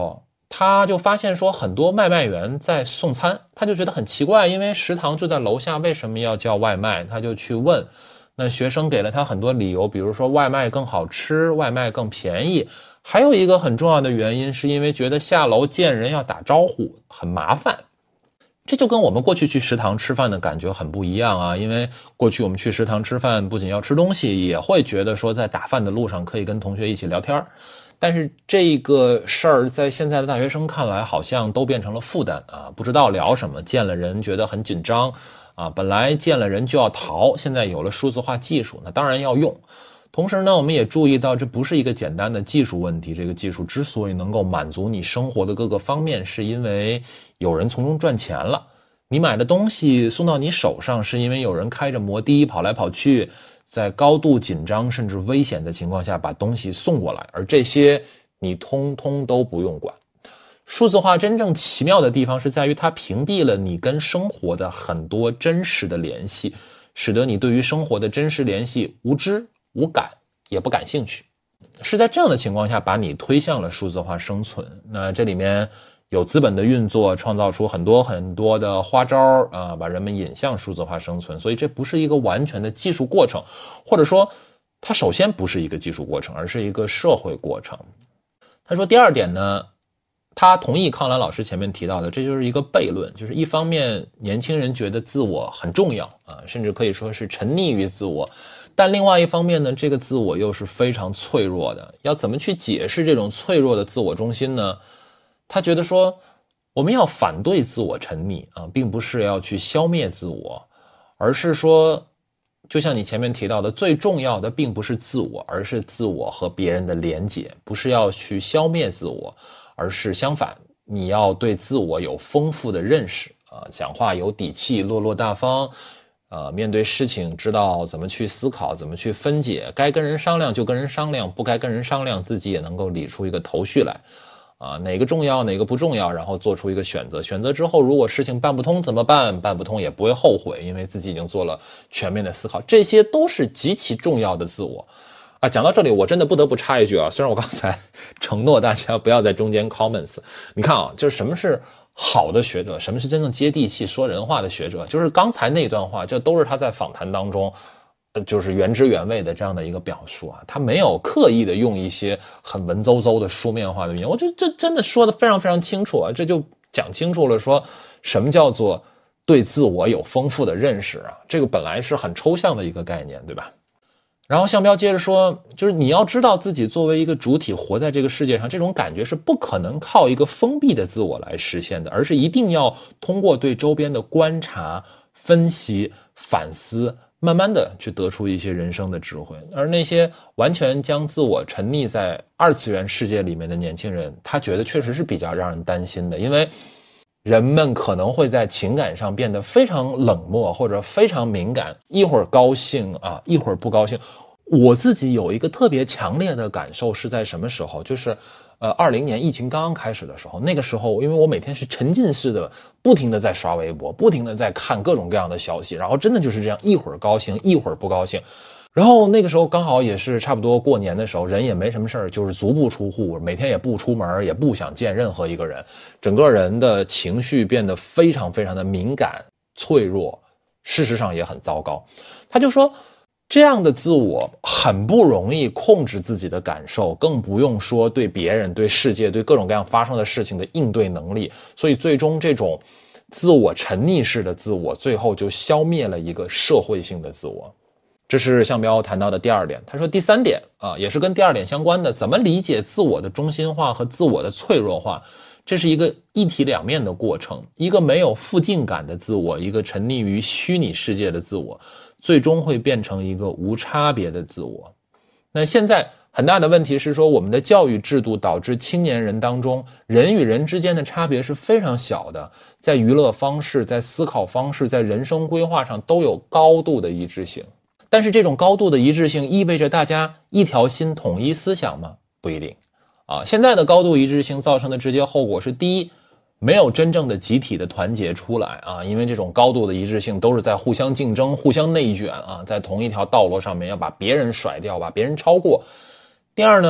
他就发现说很多外卖员在送餐，他就觉得很奇怪，因为食堂就在楼下，为什么要叫外卖？他就去问，那学生给了他很多理由，比如说外卖更好吃，外卖更便宜，还有一个很重要的原因是因为觉得下楼见人要打招呼很麻烦。这就跟我们过去去食堂吃饭的感觉很不一样啊，因为过去我们去食堂吃饭不仅要吃东西，也会觉得说在打饭的路上可以跟同学一起聊天，但是这个事儿在现在的大学生看来好像都变成了负担啊，不知道聊什么，见了人觉得很紧张啊，本来见了人就要逃，现在有了数字化技术，那当然要用。同时呢，我们也注意到这不是一个简单的技术问题，这个技术之所以能够满足你生活的各个方面，是因为有人从中赚钱了。你买的东西送到你手上，是因为有人开着摩的跑来跑去，在高度紧张甚至危险的情况下把东西送过来，而这些你通通都不用管。数字化真正奇妙的地方是在于它屏蔽了你跟生活的很多真实的联系，使得你对于生活的真实联系无知无感，也不感兴趣，是在这样的情况下把你推向了数字化生存。那这里面有资本的运作，创造出很多很多的花招啊，把人们引向数字化生存。所以这不是一个完全的技术过程，或者说它首先不是一个技术过程，而是一个社会过程。他说第二点呢，他同意康兰老师前面提到的，这就是一个悖论，就是一方面年轻人觉得自我很重要啊，甚至可以说是沉溺于自我，但另外一方面呢，这个自我又是非常脆弱的。要怎么去解释这种脆弱的自我中心呢？他觉得说，我们要反对自我沉溺啊，并不是要去消灭自我，而是说，就像你前面提到的，最重要的并不是自我，而是自我和别人的连结，不是要去消灭自我，而是相反，你要对自我有丰富的认识啊，讲话有底气，落落大方。呃，面对事情知道怎么去思考，怎么去分解，该跟人商量就跟人商量，不该跟人商量自己也能够理出一个头绪来啊，哪个重要哪个不重要，然后做出一个选择，选择之后如果事情办不通怎么办，办不通也不会后悔，因为自己已经做了全面的思考，这些都是极其重要的自我啊。讲到这里我真的不得不插一句啊，虽然我刚才承诺大家不要在中间 comments， 你看啊，就是什么是好的学者，什么是真正接地气说人话的学者，就是刚才那段话，这都是他在访谈当中就是原汁原味的这样的一个表述啊，他没有刻意的用一些很文绉绉的书面化的语言，我觉得这真的说的非常非常清楚啊，这就讲清楚了说什么叫做对自我有丰富的认识啊，这个本来是很抽象的一个概念，对吧？然后向彪接着说，就是你要知道自己作为一个主体活在这个世界上，这种感觉是不可能靠一个封闭的自我来实现的，而是一定要通过对周边的观察、分析、反思，慢慢的去得出一些人生的智慧。而那些完全将自我沉溺在二次元世界里面的年轻人，他觉得确实是比较让人担心的，因为人们可能会在情感上变得非常冷漠或者非常敏感，一会儿高兴啊，一会儿不高兴。我自己有一个特别强烈的感受是在什么时候，就是呃，二零年疫情刚刚开始的时候，那个时候因为我每天是沉浸式的不停的在刷微博，不停的在看各种各样的消息，然后真的就是这样，一会儿高兴一会儿不高兴。然后那个时候刚好也是差不多过年的时候，人也没什么事儿，就是足不出户，每天也不出门，也不想见任何一个人，整个人的情绪变得非常非常的敏感脆弱，事实上也很糟糕。他就说这样的自我很不容易控制自己的感受，更不用说对别人、对世界、对各种各样发生的事情的应对能力，所以最终这种自我沉溺式的自我最后就消灭了一个社会性的自我。这是向彪谈到的第二点。他说第三点啊，也是跟第二点相关的，怎么理解自我的中心化和自我的脆弱化，这是一个一体两面的过程。一个没有附近感的自我，一个沉溺于虚拟世界的自我，最终会变成一个无差别的自我。那现在很大的问题是说，我们的教育制度导致青年人当中人与人之间的差别是非常小的，在娱乐方式、在思考方式、在人生规划上都有高度的一致性。但是这种高度的一致性意味着大家一条心统一思想吗？不一定啊。现在的高度一致性造成的直接后果是，第一，没有真正的集体的团结出来啊，因为这种高度的一致性都是在互相竞争、互相内卷啊，在同一条道路上面要把别人甩掉，把别人超过。第二呢，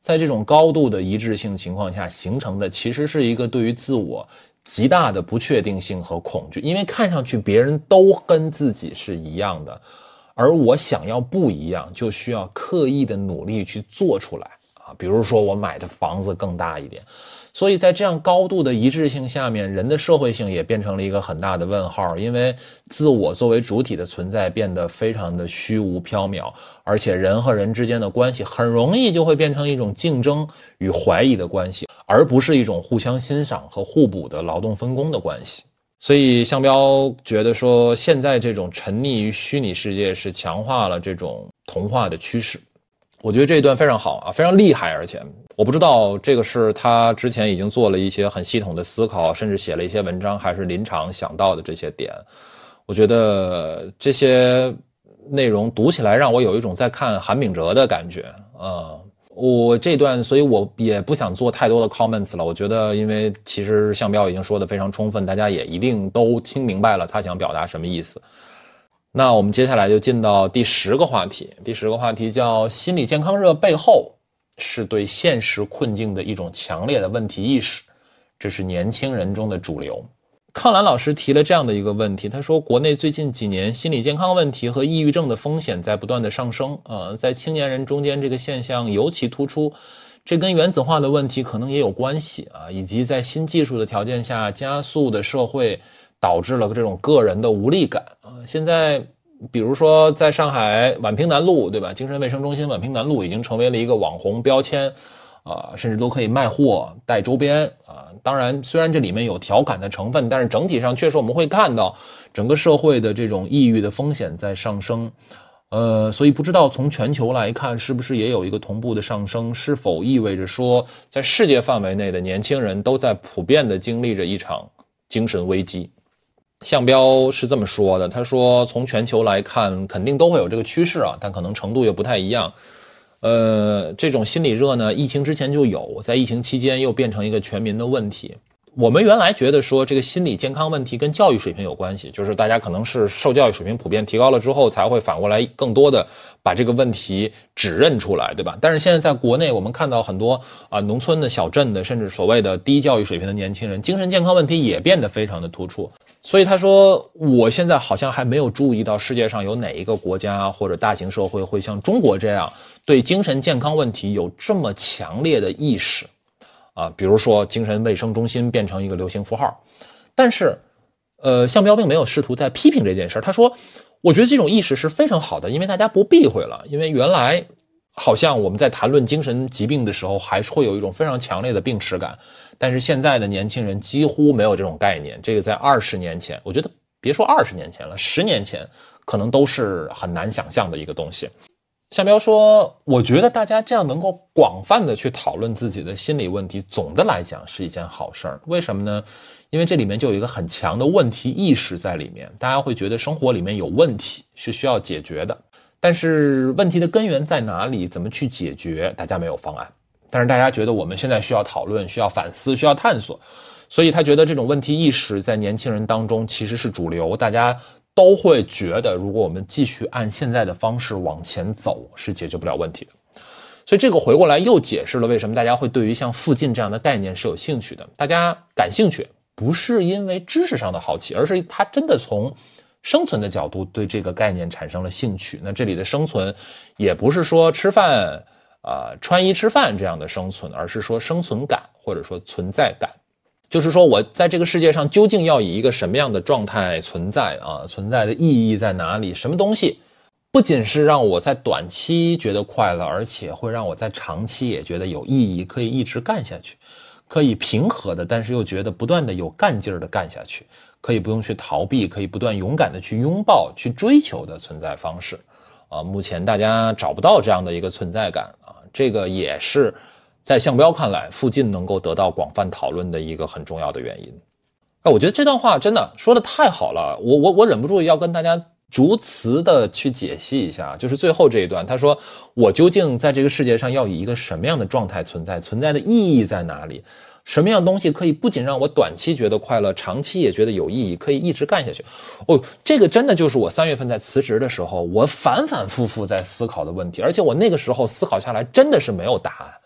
在这种高度的一致性情况下形成的，其实是一个对于自我极大的不确定性和恐惧，因为看上去别人都跟自己是一样的，而我想要不一样，就需要刻意的努力去做出来啊。比如说我买的房子更大一点，所以在这样高度的一致性下面，人的社会性也变成了一个很大的问号，因为自我作为主体的存在变得非常的虚无缥缈，而且人和人之间的关系很容易就会变成一种竞争与怀疑的关系，而不是一种互相欣赏和互补的劳动分工的关系。所以向彪觉得说，现在这种沉溺于虚拟世界是强化了这种同化的趋势。我觉得这一段非常好啊，非常厉害，而且我不知道这个是他之前已经做了一些很系统的思考，甚至写了一些文章，还是临场想到的这些点。我觉得这些内容读起来让我有一种在看韩炳哲的感觉啊、嗯。我这段，所以我也不想做太多的 comments 了。我觉得，因为其实向彪已经说得非常充分，大家也一定都听明白了他想表达什么意思。那我们接下来就进到第十个话题，第十个话题叫心理健康热背后是对现实困境的一种强烈的问题意识，这是年轻人中的主流。康兰老师提了这样的一个问题，他说国内最近几年心理健康问题和抑郁症的风险在不断的上升，呃，在青年人中间这个现象尤其突出，这跟原子化的问题可能也有关系啊，以及在新技术的条件下加速的社会导致了这种个人的无力感啊。现在比如说在上海宛平南路，对吧？精神卫生中心宛平南路已经成为了一个网红标签啊、呃，甚至都可以卖货带周边啊。当然虽然这里面有调侃的成分，但是整体上确实我们会看到整个社会的这种抑郁的风险在上升。呃，所以不知道从全球来看是不是也有一个同步的上升，是否意味着说在世界范围内的年轻人都在普遍的经历着一场精神危机。向彪是这么说的，他说从全球来看肯定都会有这个趋势啊，但可能程度又不太一样。呃，这种心理热呢，疫情之前就有，在疫情期间又变成一个全民的问题。我们原来觉得说这个心理健康问题跟教育水平有关系，就是大家可能是受教育水平普遍提高了之后，才会反过来更多的把这个问题指认出来，对吧？但是现在在国内，我们看到很多啊、呃、农村的小镇的，甚至所谓的低教育水平的年轻人，精神健康问题也变得非常的突出。所以他说，我现在好像还没有注意到世界上有哪一个国家或者大型社会会像中国这样对精神健康问题有这么强烈的意识啊，比如说精神卫生中心变成一个流行符号。但是呃，向彪并没有试图在批评这件事，他说我觉得这种意识是非常好的，因为大家不避讳了，因为原来好像我们在谈论精神疾病的时候还是会有一种非常强烈的病耻感，但是现在的年轻人几乎没有这种概念。这个在二十年前，我觉得别说二十年前了，十年前可能都是很难想象的一个东西。向彪说，我觉得大家这样能够广泛的去讨论自己的心理问题，总的来讲是一件好事儿。为什么呢？因为这里面就有一个很强的问题意识在里面，大家会觉得生活里面有问题是需要解决的，但是问题的根源在哪里，怎么去解决，大家没有方案。但是大家觉得我们现在需要讨论，需要反思，需要探索，所以他觉得这种问题意识在年轻人当中其实是主流，大家都会觉得如果我们继续按现在的方式往前走是解决不了问题的。所以这个回过来又解释了为什么大家会对于像附近这样的概念是有兴趣的。大家感兴趣不是因为知识上的好奇，而是他真的从生存的角度对这个概念产生了兴趣。那这里的生存也不是说吃饭呃，穿衣吃饭这样的生存，而是说生存感或者说存在感，就是说我在这个世界上究竟要以一个什么样的状态存在啊？存在的意义在哪里？什么东西不仅是让我在短期觉得快乐，而且会让我在长期也觉得有意义，可以一直干下去，可以平和的，但是又觉得不断的有干劲儿的干下去，可以不用去逃避，可以不断勇敢的去拥抱、去追求的存在方式。啊，目前大家找不到这样的一个存在感啊，这个也是在向彪看来附近能够得到广泛讨论的一个很重要的原因。啊，我觉得这段话真的说的太好了，我我我忍不住要跟大家逐词的去解析一下，就是最后这一段，他说我究竟在这个世界上要以一个什么样的状态存在，存在的意义在哪里？什么样东西可以不仅让我短期觉得快乐，长期也觉得有意义，可以一直干下去？哦，这个真的就是我三月份在辞职的时候，我反反复复在思考的问题，而且我那个时候思考下来真的是没有答案。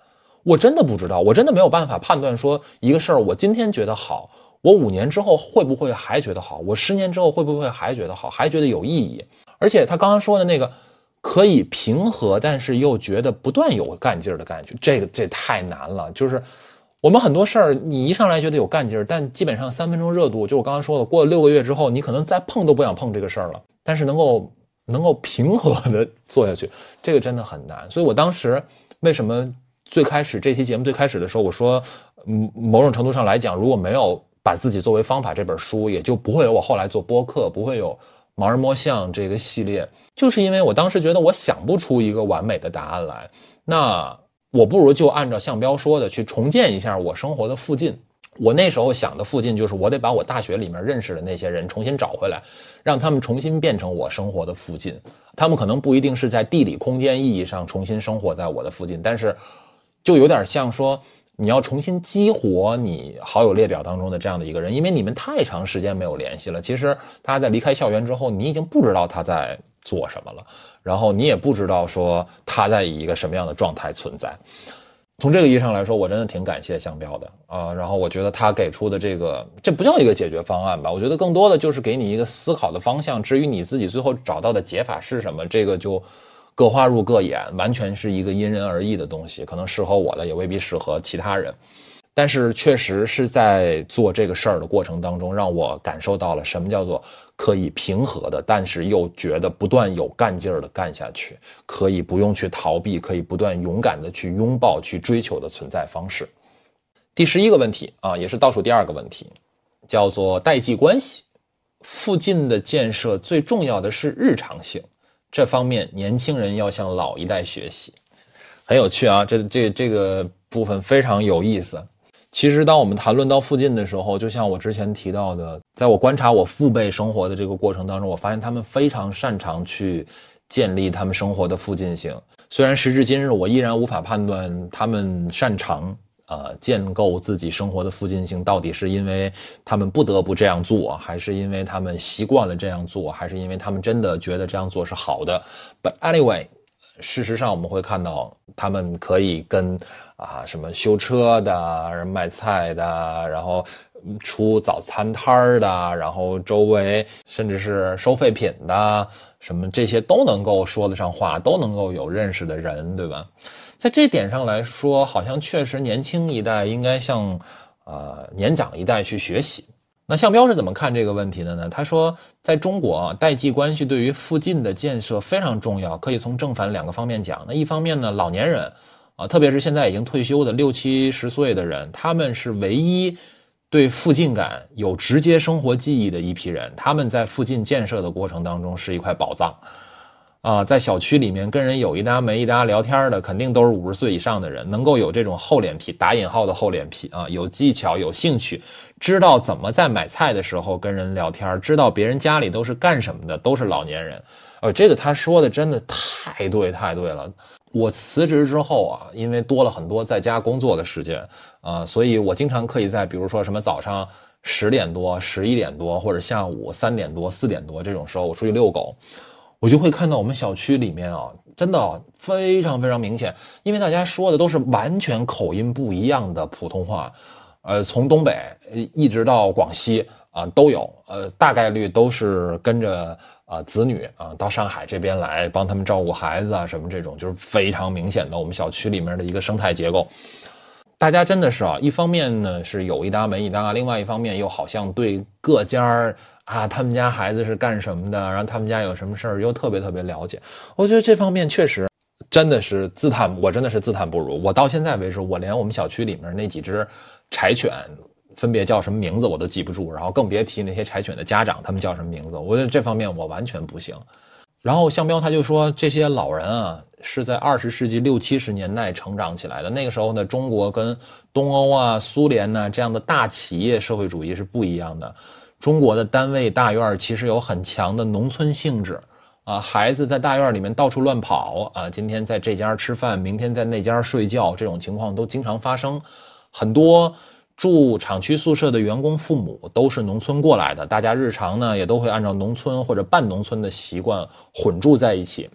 我真的不知道，我真的没有办法判断说一个事儿我今天觉得好，我五年之后会不会还觉得好，我十年之后会不会还觉得好，还觉得有意义。而且他刚刚说的那个可以平和但是又觉得不断有干劲儿的感觉，这个这太难了。就是我们很多事儿你一上来觉得有干劲儿，但基本上三分钟热度，就我刚刚说的，过了六个月之后你可能再碰都不想碰这个事儿了。但是能够能够平和的做下去，这个真的很难。所以我当时为什么最开始这期节目最开始的时候我说，嗯，某种程度上来讲，如果没有把自己作为方法这本书，也就不会有我后来做播客，不会有盲人摸象这个系列，就是因为我当时觉得我想不出一个完美的答案来，那我不如就按照向标说的去重建一下我生活的附近。我那时候想的附近就是我得把我大学里面认识的那些人重新找回来，让他们重新变成我生活的附近。他们可能不一定是在地理空间意义上重新生活在我的附近，但是就有点像说你要重新激活你好友列表当中的这样的一个人，因为你们太长时间没有联系了。其实他在离开校园之后，你已经不知道他在做什么了，然后你也不知道说他在以一个什么样的状态存在。从这个意义上来说，我真的挺感谢向标的啊、呃。然后我觉得他给出的这个，这不叫一个解决方案吧？我觉得更多的就是给你一个思考的方向。至于你自己最后找到的解法是什么，这个就各花入各眼，完全是一个因人而异的东西。可能适合我的，也未必适合其他人。但是确实是在做这个事儿的过程当中，让我感受到了什么叫做可以平和的，但是又觉得不断有干劲儿的干下去，可以不用去逃避，可以不断勇敢的去拥抱、去追求的存在方式。第十一个问题啊，也是倒数第二个问题，叫做代际关系。附近的建设最重要的是日常性，这方面年轻人要向老一代学习。很有趣啊，这这这个部分非常有意思。其实当我们谈论到附近的时候，就像我之前提到的，在我观察我父辈生活的这个过程当中，我发现他们非常擅长去建立他们生活的附近性。虽然时至今日我依然无法判断他们擅长呃建构自己生活的附近性到底是因为他们不得不这样做，还是因为他们习惯了这样做，还是因为他们真的觉得这样做是好的。 But anyway， 事实上我们会看到他们可以跟啊，什么修车的、卖菜的，然后出早餐摊的，然后周围甚至是收废品的，什么这些都能够说得上话，都能够有认识的人，对吧？在这点上来说，好像确实年轻一代应该向呃年长一代去学习。那向标是怎么看这个问题的呢？他说，在中国啊，代际关系对于附近的建设非常重要，可以从正反两个方面讲。那一方面呢，老年人啊，特别是现在已经退休的六七十岁的人，他们是唯一对附近感有直接生活记忆的一批人。他们在附近建设的过程当中是一块宝藏啊，在小区里面跟人有一搭没一搭聊天的，肯定都是五十岁以上的人，能够有这种厚脸皮，打引号的厚脸皮啊，有技巧、有兴趣，知道怎么在买菜的时候跟人聊天，知道别人家里都是干什么的，都是老年人。呃，这个他说的真的太对太对了。我辞职之后啊，因为多了很多在家工作的时间啊、呃，所以我经常可以在比如说什么早上十点多、十一点多，或者下午三点多、四点多这种时候，我出去遛狗，我就会看到我们小区里面啊，真的、啊、非常非常明显，因为大家说的都是完全口音不一样的普通话，呃，从东北一直到广西啊、呃、都有，呃，大概率都是跟着啊、呃，子女啊、呃，到上海这边来帮他们照顾孩子啊，什么这种就是非常明显的我们小区里面的一个生态结构。大家真的是啊，一方面呢是有一搭没一搭，另外一方面又好像对各家啊，他们家孩子是干什么的，然后他们家有什么事儿又特别特别了解。我觉得这方面确实真的是自叹，我真的是自叹不如。我到现在为止，我连我们小区里面那几只柴犬分别叫什么名字我都记不住，然后更别提那些柴犬的家长他们叫什么名字，我觉得这方面我完全不行。然后向标他就说，这些老人啊是在二十世纪六七十年代成长起来的，那个时候呢，中国跟东欧啊、苏联呐、啊、这样的大企业社会主义是不一样的。中国的单位大院其实有很强的农村性质啊，孩子在大院里面到处乱跑啊，今天在这家吃饭，明天在那家睡觉，这种情况都经常发生。很多住厂区宿舍的员工父母都是农村过来的，大家日常呢也都会按照农村或者半农村的习惯混住在一起。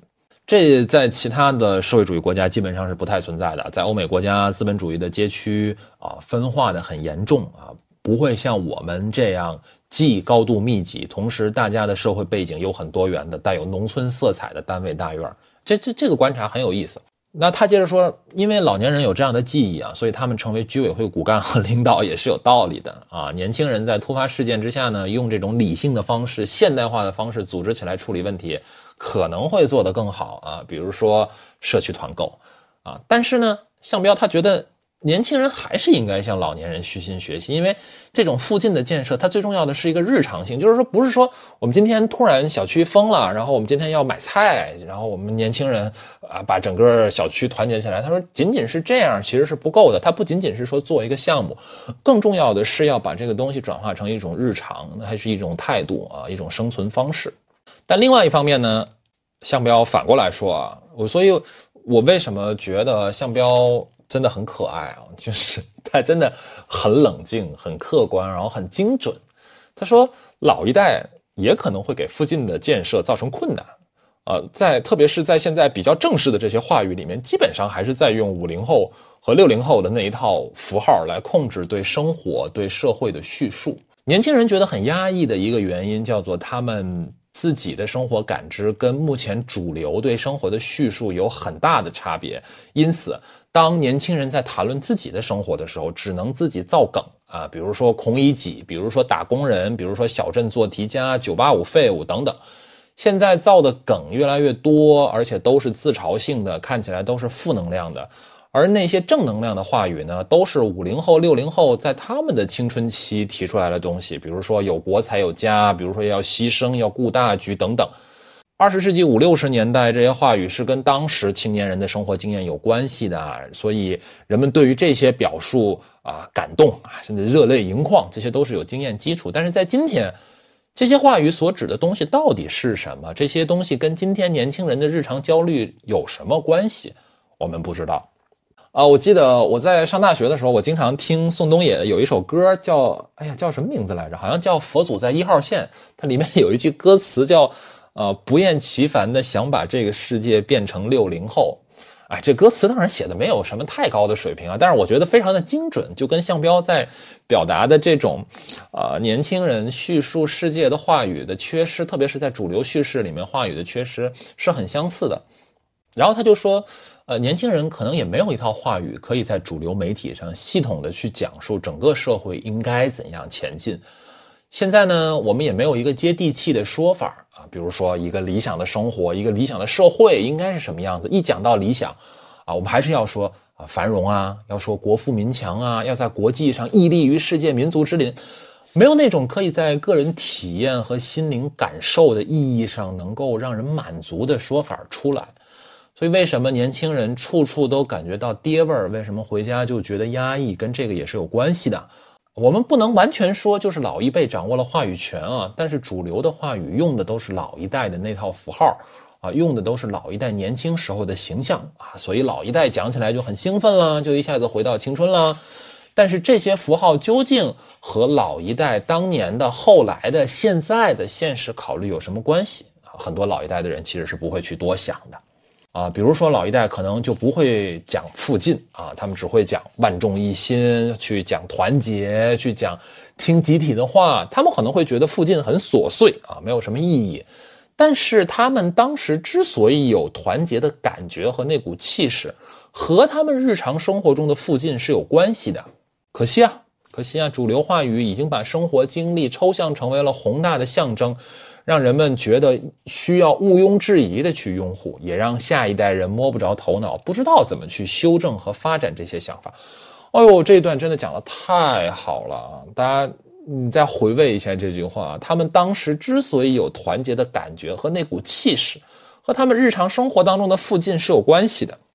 这在其他的社会主义国家基本上是不太存在的。在欧美国家，资本主义的街区啊分化的很严重啊，不会像我们这样既高度密集，同时大家的社会背景又很多元的，带有农村色彩的单位大院。这这这个观察很有意思。那他接着说，因为老年人有这样的记忆啊，所以他们成为居委会骨干和领导也是有道理的啊。年轻人在突发事件之下呢，用这种理性的方式、现代化的方式组织起来处理问题，可能会做得更好啊。比如说社区团购啊，但是呢，项彪他觉得年轻人还是应该向老年人虚心学习，因为这种附近的建设，它最重要的是一个日常性，就是说不是说我们今天突然小区封了，然后我们今天要买菜，然后我们年轻人啊把整个小区团结起来。他说仅仅是这样其实是不够的，它不仅仅是说做一个项目，更重要的是要把这个东西转化成一种日常，那还是一种态度啊，一种生存方式。但另外一方面呢，项彪反过来说啊，我所以我为什么觉得项彪真的很可爱啊，就是他真的很冷静很客观，然后很精准。他说老一代也可能会给附近的建设造成困难呃，在特别是在现在比较正式的这些话语里面，基本上还是在用五零后和六零后的那一套符号来控制对生活对社会的叙述。年轻人觉得很压抑的一个原因叫做他们自己的生活感知跟目前主流对生活的叙述有很大的差别，因此当年轻人在谈论自己的生活的时候，只能自己造梗啊，比如说孔乙己，比如说打工人，比如说小镇做题家，九八五废物等等。现在造的梗越来越多，而且都是自嘲性的，看起来都是负能量的。而那些正能量的话语呢，都是五零后六零后在他们的青春期提出来的东西，比如说有国才有家，比如说要牺牲要顾大局等等。二十世纪五六十年代，这些话语是跟当时青年人的生活经验有关系的，所以人们对于这些表述啊感动啊，甚至热泪盈眶，这些都是有经验基础。但是在今天，这些话语所指的东西到底是什么？这些东西跟今天年轻人的日常焦虑有什么关系？我们不知道。啊，我记得我在上大学的时候，我经常听宋冬野有一首歌叫，哎呀，叫什么名字来着？好像叫《佛祖在一号线》，它里面有一句歌词叫呃，不厌其烦的想把这个世界变成六零后。哎，这歌词当然写的没有什么太高的水平啊，但是我觉得非常的精准，就跟项彪在表达的这种呃年轻人叙述世界的话语的缺失，特别是在主流叙事里面话语的缺失是很相似的。然后他就说呃，年轻人可能也没有一套话语可以在主流媒体上系统的去讲述整个社会应该怎样前进。现在呢，我们也没有一个接地气的说法啊，比如说一个理想的生活，一个理想的社会应该是什么样子。一讲到理想啊，我们还是要说啊繁荣啊，要说国富民强啊，要在国际上屹立于世界民族之林。没有那种可以在个人体验和心灵感受的意义上能够让人满足的说法出来。所以为什么年轻人处处都感觉到爹味儿，为什么回家就觉得压抑，跟这个也是有关系的。我们不能完全说就是老一辈掌握了话语权啊，但是主流的话语用的都是老一代的那套符号啊，用的都是老一代年轻时候的形象啊，所以老一代讲起来就很兴奋了，就一下子回到青春了。但是这些符号究竟和老一代当年的、后来的、现在的现实考虑有什么关系啊？很多老一代的人其实是不会去多想的。啊，比如说老一代可能就不会讲附近啊，他们只会讲万众一心，去讲团结，去讲听集体的话。他们可能会觉得附近很琐碎啊，没有什么意义。但是他们当时之所以有团结的感觉和那股气势，和他们日常生活中的附近是有关系的。可惜啊，可惜啊，主流话语已经把生活经历抽象成为了宏大的象征，让人们觉得需要毋庸置疑的去拥护，也让下一代人摸不着头脑，不知道怎么去修正和发展这些想法。哎呦，这一段真的讲得太好了，大家你再回味一下这句话，他们当时之所以有团结的感觉和那股气势，和他们日常生活当中的附近是有关系的。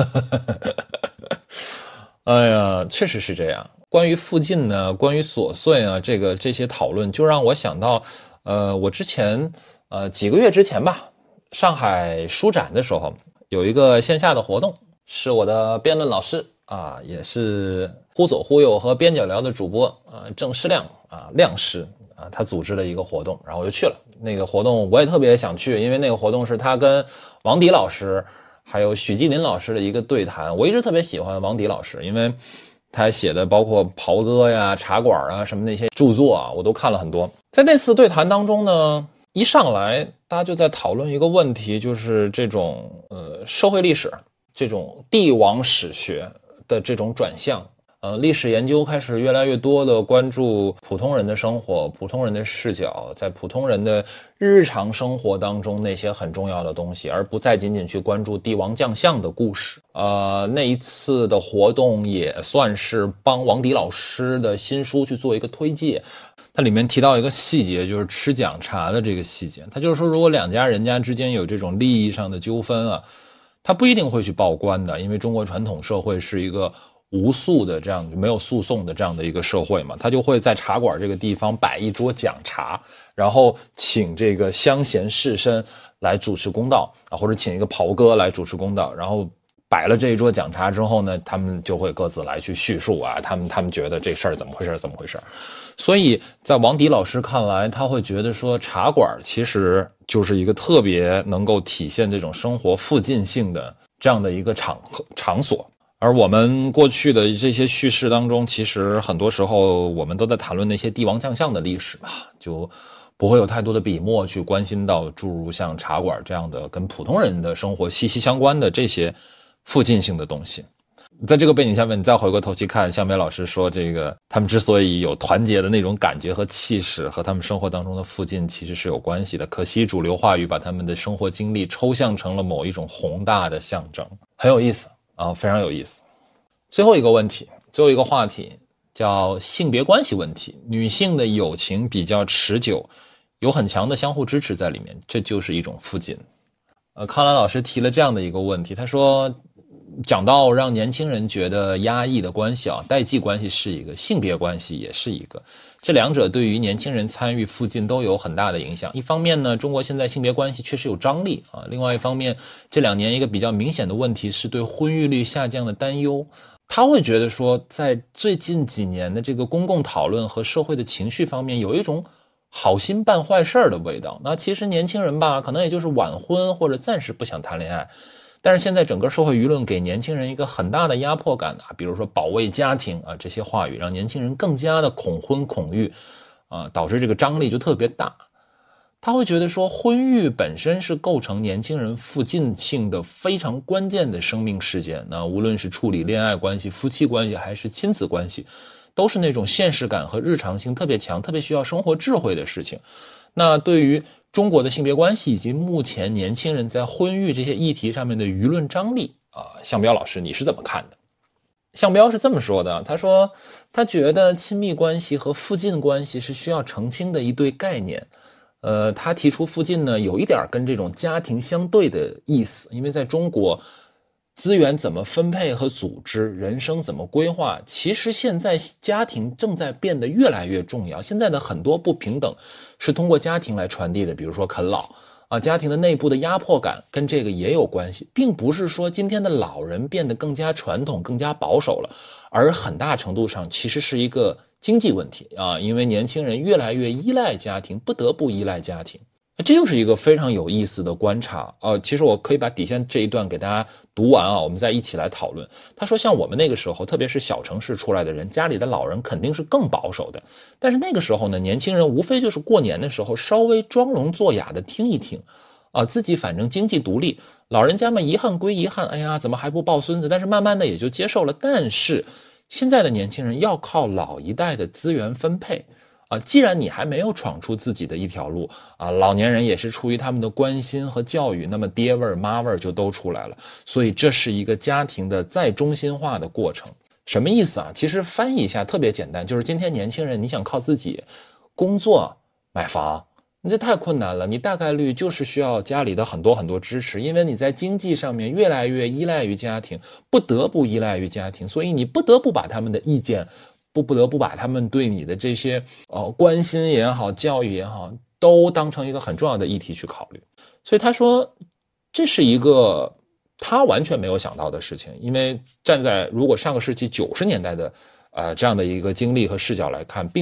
哎呀，确实是这样。关于附近呢，关于琐碎啊，这个这些讨论就让我想到呃，我之前呃几个月之前吧，上海书展的时候有一个线下的活动，是我的辩论老师啊，也是忽左忽右和边角聊的主播啊，郑世亮啊，亮师啊，他组织了一个活动，然后我就去了。那个活动我也特别想去，因为那个活动是他跟王迪老师还有许继林老师的一个对谈。我一直特别喜欢王迪老师，因为他写的包括袍哥呀、茶馆啊什么那些著作啊，我都看了很多。在那次对谈当中呢，一上来大家就在讨论一个问题，就是这种呃社会历史、这种帝王史学的这种转向。呃，历史研究开始越来越多的关注普通人的生活、普通人的视角，在普通人的日常生活当中那些很重要的东西，而不再仅仅去关注帝王将相的故事。呃，那一次的活动也算是帮王迪老师的新书去做一个推介。它里面提到一个细节，就是吃讲茶的这个细节。他就是说，如果两家人家之间有这种利益上的纠纷啊，他不一定会去报官的，因为中国传统社会是一个无诉的这样没有诉讼的这样的一个社会嘛，他就会在茶馆这个地方摆一桌讲茶，然后请这个乡贤士绅来主持公道啊，或者请一个袍哥来主持公道，然后摆了这一桌讲茶之后呢，他们就会各自来去叙述啊，他们他们觉得这事儿怎么回事怎么回事。所以在王迪老师看来，他会觉得说茶馆其实就是一个特别能够体现这种生活附近性的这样的一个场场所。而我们过去的这些叙事当中，其实很多时候我们都在谈论那些帝王将相的历史嘛，就不会有太多的笔墨去关心到诸如像茶馆这样的跟普通人的生活息息相关的这些附近性的东西。在这个背景下面，你再回过头去看向北老师说，这个他们之所以有团结的那种感觉和气势，和他们生活当中的附近其实是有关系的。可惜主流话语把他们的生活经历抽象成了某一种宏大的象征，很有意思啊，非常有意思。最后一个问题，最后一个话题叫性别关系问题。女性的友情比较持久，有很强的相互支持在里面，这就是一种附近。呃，康兰老师提了这样的一个问题，他说，讲到让年轻人觉得压抑的关系啊，代际关系是一个，性别关系也是一个，这两者对于年轻人参与附近都有很大的影响。一方面呢，中国现在性别关系确实有张力啊；另外一方面，这两年一个比较明显的问题是对婚育率下降的担忧。他会觉得说，在最近几年的这个公共讨论和社会的情绪方面，有一种好心办坏事的味道。那其实年轻人吧，可能也就是晚婚或者暂时不想谈恋爱。但是现在整个社会舆论给年轻人一个很大的压迫感啊，比如说保卫家庭啊这些话语，让年轻人更加的恐婚恐育啊，导致这个张力就特别大。他会觉得说，婚育本身是构成年轻人附近性的非常关键的生命事件。那无论是处理恋爱关系、夫妻关系还是亲子关系，都是那种现实感和日常性特别强、特别需要生活智慧的事情。那对于中国的性别关系以及目前年轻人在婚育这些议题上面的舆论张力啊，向彪老师你是怎么看的？向彪是这么说的，他说他觉得亲密关系和附近关系是需要澄清的一对概念。呃，他提出附近呢，有一点跟这种家庭相对的意思，因为在中国，资源怎么分配和组织，人生怎么规划，其实现在家庭正在变得越来越重要。现在的很多不平等是通过家庭来传递的，比如说啃老啊，家庭的内部的压迫感跟这个也有关系，并不是说今天的老人变得更加传统、更加保守了，而很大程度上其实是一个经济问题啊，因为年轻人越来越依赖家庭，不得不依赖家庭。这就是一个非常有意思的观察。呃，其实我可以把底下这一段给大家读完啊，我们再一起来讨论。他说，像我们那个时候，特别是小城市出来的人，家里的老人肯定是更保守的。但是那个时候呢，年轻人无非就是过年的时候稍微装聋作哑的听一听，啊、呃，自己反正经济独立，老人家们遗憾归遗憾，哎呀，怎么还不抱孙子？但是慢慢的也就接受了。但是现在的年轻人要靠老一代的资源分配。啊，既然你还没有闯出自己的一条路啊，老年人也是出于他们的关心和教育，那么爹味儿妈味儿就都出来了。所以这是一个家庭的再中心化的过程。什么意思啊？其实翻译一下特别简单，就是今天年轻人你想靠自己工作买房，你这太困难了，你大概率就是需要家里的很多很多支持，因为你在经济上面越来越依赖于家庭，不得不依赖于家庭，所以你不得不把他们的意见不不得不把他们对你的这些呃关心也好，教育也好，都当成一个很重要的议题去考虑。所以他说，这是一个他完全没有想到的事情，因为站在如果上个世纪九十年代的呃这样的一个经历和视角来看，并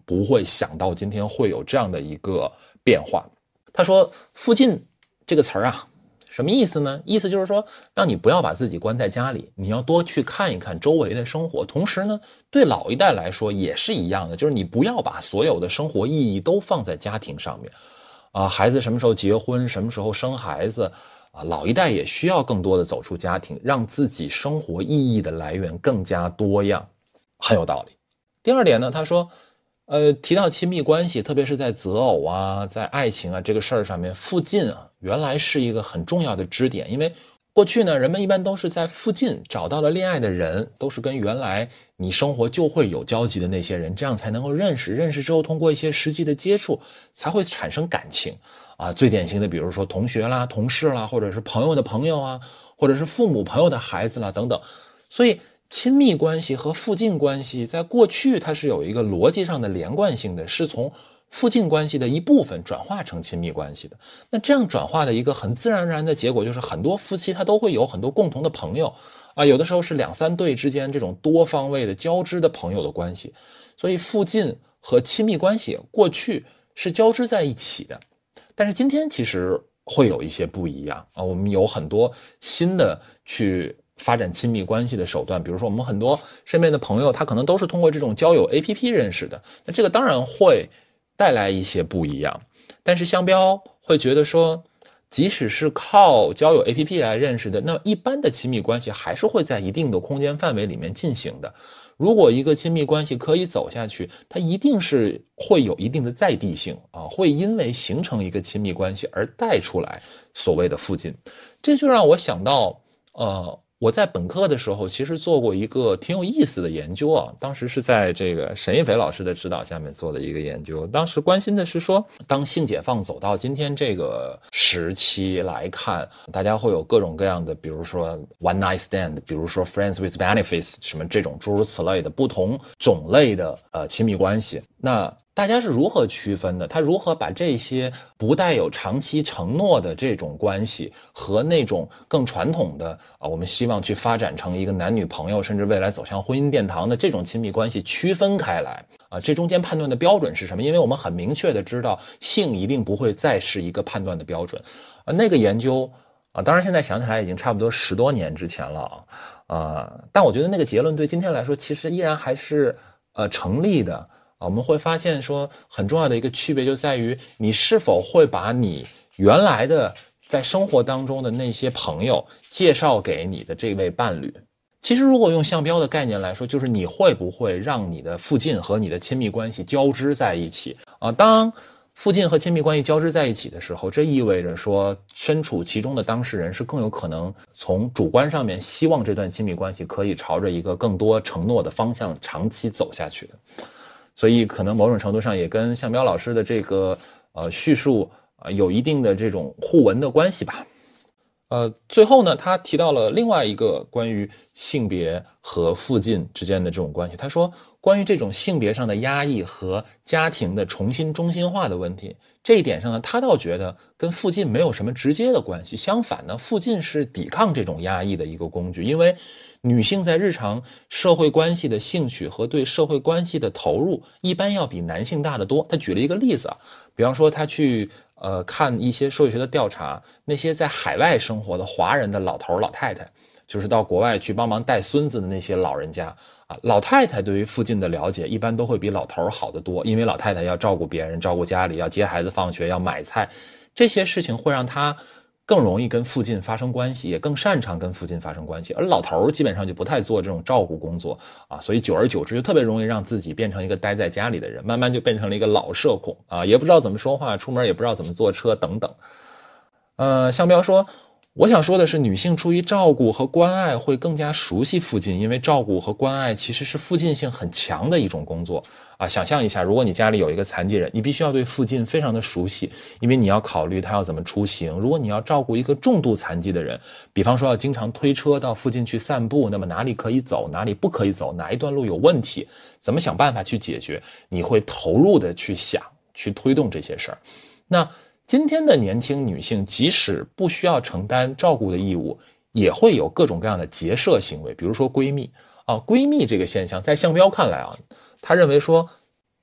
不会想到今天会有这样的一个变化。他说附近这个词儿啊，什么意思呢？意思就是说让你不要把自己关在家里，你要多去看一看周围的生活。同时呢，对老一代来说也是一样的，就是你不要把所有的生活意义都放在家庭上面啊，孩子什么时候结婚，什么时候生孩子啊，老一代也需要更多的走出家庭，让自己生活意义的来源更加多样，很有道理。第二点呢，他说呃，提到亲密关系，特别是在择偶啊，在爱情啊这个事儿上面，附近啊原来是一个很重要的支点。因为过去呢，人们一般都是在附近找到了恋爱的人，都是跟原来你生活就会有交集的那些人，这样才能够认识，认识之后通过一些实际的接触才会产生感情啊。最典型的比如说同学啦、同事啦，或者是朋友的朋友啊，或者是父母朋友的孩子啦等等。所以亲密关系和附近关系在过去它是有一个逻辑上的连贯性的，是从附近关系的一部分转化成亲密关系的。那这样转化的一个很自然而然的结果就是很多夫妻他都会有很多共同的朋友啊，有的时候是两三对之间这种多方位的交织的朋友的关系。所以附近和亲密关系过去是交织在一起的，但是今天其实会有一些不一样啊，我们有很多新的去发展亲密关系的手段，比如说我们很多身边的朋友他可能都是通过这种交友 A P P 认识的，那这个当然会带来一些不一样。但是香标会觉得说，即使是靠交友 A P P 来认识的，那一般的亲密关系还是会在一定的空间范围里面进行的。如果一个亲密关系可以走下去，它一定是会有一定的在地性啊，会因为形成一个亲密关系而带出来所谓的附近。这就让我想到呃我在本科的时候其实做过一个挺有意思的研究啊，当时是在这个沈一斐老师的指导下面做的一个研究。当时关心的是说，当性解放走到今天这个时期来看，大家会有各种各样的，比如说 one night stand， 比如说 friends with benefits， 什么这种诸如此类的不同种类的呃亲密关系。那大家是如何区分的？他如何把这些不带有长期承诺的这种关系和那种更传统的啊，我们希望去发展成一个男女朋友，甚至未来走向婚姻殿堂的这种亲密关系区分开来啊？这中间判断的标准是什么？因为我们很明确的知道，性一定不会再是一个判断的标准啊。那个研究啊，当然现在想起来已经差不多十多年之前了啊，呃，但我觉得那个结论对今天来说，其实依然还是呃成立的。啊，我们会发现说很重要的一个区别就在于你是否会把你原来的在生活当中的那些朋友介绍给你的这位伴侣。其实如果用项标的概念来说，就是你会不会让你的附近和你的亲密关系交织在一起啊？当附近和亲密关系交织在一起的时候，这意味着说身处其中的当事人是更有可能从主观上面希望这段亲密关系可以朝着一个更多承诺的方向长期走下去的。所以可能某种程度上也跟项标老师的这个呃叙述啊、呃、有一定的这种互文的关系吧。呃，最后呢，他提到了另外一个关于性别和附近之间的这种关系。他说，关于这种性别上的压抑和家庭的重新中心化的问题，这一点上呢，他倒觉得跟附近没有什么直接的关系。相反呢，附近是抵抗这种压抑的一个工具，因为女性在日常社会关系的兴趣和对社会关系的投入，一般要比男性大得多。他举了一个例子啊，比方说他去呃，看一些社会学的调查，那些在海外生活的华人的老头老太太，就是到国外去帮忙带孙子的那些老人家啊，老太太对于附近的了解一般都会比老头好得多，因为老太太要照顾别人，照顾家里，要接孩子放学，要买菜，这些事情会让她更容易跟附近发生关系，也更擅长跟附近发生关系。而老头基本上就不太做这种照顾工作啊，所以久而久之就特别容易让自己变成一个待在家里的人，慢慢就变成了一个老社恐啊，也不知道怎么说话，出门也不知道怎么坐车等等。呃，项标说，我想说的是，女性出于照顾和关爱会更加熟悉附近，因为照顾和关爱其实是附近性很强的一种工作啊。想象一下，如果你家里有一个残疾人，你必须要对附近非常的熟悉，因为你要考虑他要怎么出行。如果你要照顾一个重度残疾的人，比方说要经常推车到附近去散步，那么哪里可以走，哪里不可以走，哪一段路有问题，怎么想办法去解决，你会投入的去想，去推动这些事儿。那今天的年轻女性即使不需要承担照顾的义务，也会有各种各样的结社行为，比如说闺蜜啊，闺蜜这个现象在项标看来啊，他认为说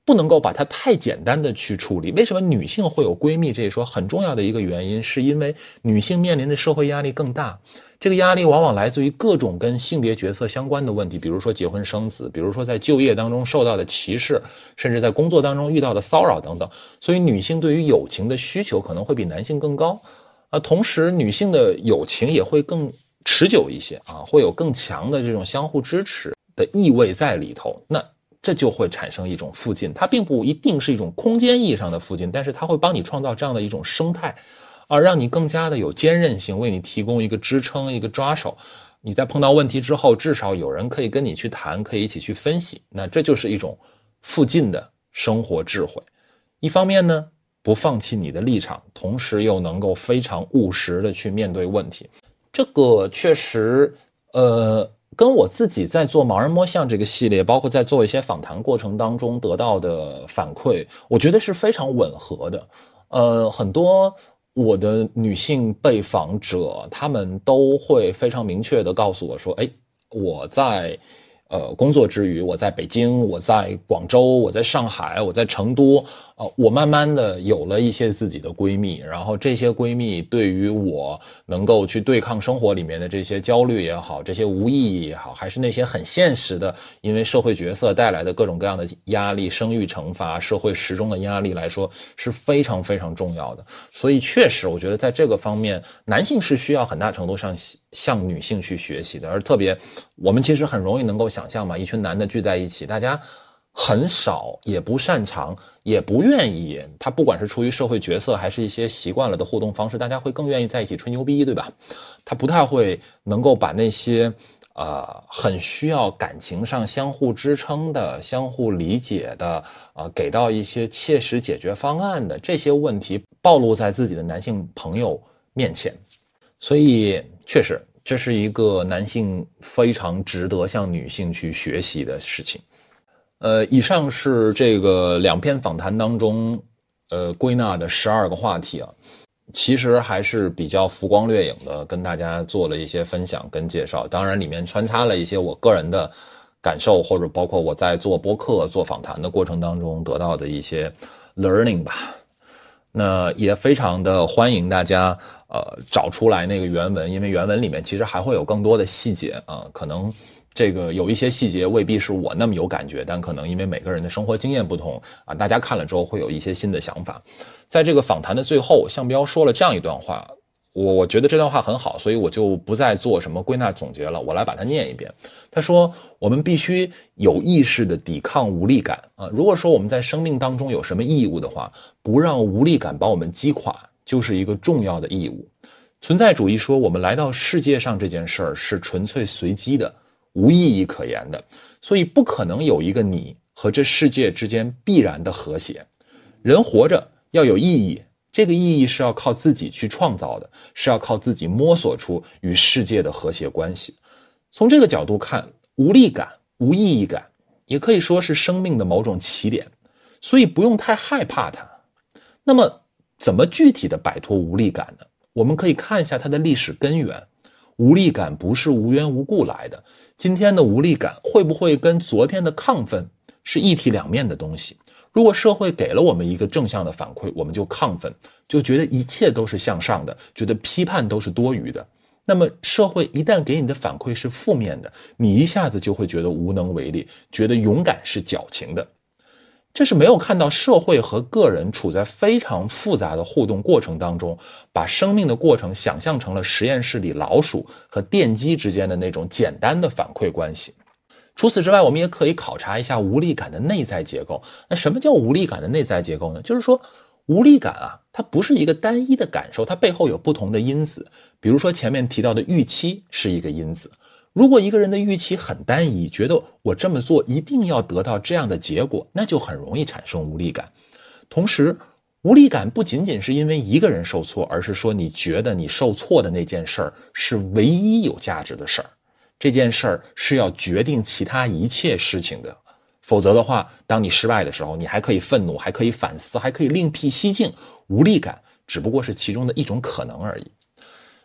不能够把它太简单的去处理。为什么女性会有闺蜜这一说？很重要的一个原因是因为女性面临的社会压力更大，这个压力往往来自于各种跟性别角色相关的问题，比如说结婚生子，比如说在就业当中受到的歧视，甚至在工作当中遇到的骚扰等等。所以女性对于友情的需求可能会比男性更高，啊，同时女性的友情也会更持久一些啊，会有更强的这种相互支持的意味在里头。那这就会产生一种附近，它并不一定是一种空间意义上的附近，但是它会帮你创造这样的一种生态，而让你更加的有坚韧性，为你提供一个支撑，一个抓手。你在碰到问题之后，至少有人可以跟你去谈，可以一起去分析。那这就是一种附近的生活智慧。一方面呢，不放弃你的立场，同时又能够非常务实的去面对问题。这个确实，呃。跟我自己在做盲人摸象这个系列，包括在做一些访谈过程当中得到的反馈，我觉得是非常吻合的。呃，很多我的女性被访者，她们都会非常明确地告诉我说，哎，我在呃工作之余，我在北京，我在广州，我在上海，我在成都，呃，我慢慢的有了一些自己的闺蜜，然后这些闺蜜对于我能够去对抗生活里面的这些焦虑也好，这些无意义也好，还是那些很现实的，因为社会角色带来的各种各样的压力，生育惩罚，社会时钟的压力来说，是非常非常重要的。所以确实，我觉得在这个方面，男性是需要很大程度上向女性去学习的，而特别我们其实很容易能够想象嘛，一群男的聚在一起，大家很少，也不擅长，也不愿意，他不管是出于社会角色还是一些习惯了的互动方式，大家会更愿意在一起吹牛逼，对吧？他不太会能够把那些呃很需要感情上相互支撑的、相互理解的，呃给到一些切实解决方案的这些问题暴露在自己的男性朋友面前。所以确实这是一个男性非常值得向女性去学习的事情。呃，以上是这个两篇访谈当中，呃，归纳的十二个话题啊，其实还是比较浮光掠影的，跟大家做了一些分享跟介绍。当然，里面穿插了一些我个人的感受，或者包括我在做播客、做访谈的过程当中得到的一些 learning 吧。那也非常的欢迎大家呃找出来那个原文，因为原文里面其实还会有更多的细节啊，可能这个有一些细节未必是我那么有感觉，但可能因为每个人的生活经验不同啊，大家看了之后会有一些新的想法。在这个访谈的最后，向彪说了这样一段话，我我觉得这段话很好，所以我就不再做什么归纳总结了，我来把它念一遍。他说，我们必须有意识地抵抗无力感啊！如果说我们在生命当中有什么义务的话，不让无力感把我们击垮，就是一个重要的义务。存在主义说，我们来到世界上这件事儿是纯粹随机的，无意义可言的，所以不可能有一个你和这世界之间必然的和谐。人活着要有意义，这个意义是要靠自己去创造的，是要靠自己摸索出与世界的和谐关系。从这个角度看，无力感、无意义感也可以说是生命的某种起点，所以不用太害怕它。那么怎么具体的摆脱无力感呢？我们可以看一下它的历史根源。无力感不是无缘无故来的，今天的无力感会不会跟昨天的亢奋是一体两面的东西？如果社会给了我们一个正向的反馈，我们就亢奋，就觉得一切都是向上的，觉得批判都是多余的。那么社会一旦给你的反馈是负面的，你一下子就会觉得无能为力，觉得勇敢是矫情的。这是没有看到社会和个人处在非常复杂的互动过程当中，把生命的过程想象成了实验室里老鼠和电机之间的那种简单的反馈关系。除此之外，我们也可以考察一下无力感的内在结构。那什么叫无力感的内在结构呢？就是说无力感啊，它不是一个单一的感受，它背后有不同的因子。比如说前面提到的预期是一个因子。如果一个人的预期很单一，觉得我这么做一定要得到这样的结果，那就很容易产生无力感。同时，无力感不仅仅是因为一个人受挫，而是说你觉得你受挫的那件事儿是唯一有价值的事儿，这件事儿是要决定其他一切事情的。否则的话，当你失败的时候，你还可以愤怒，还可以反思，还可以另辟蹊径，无力感只不过是其中的一种可能而已。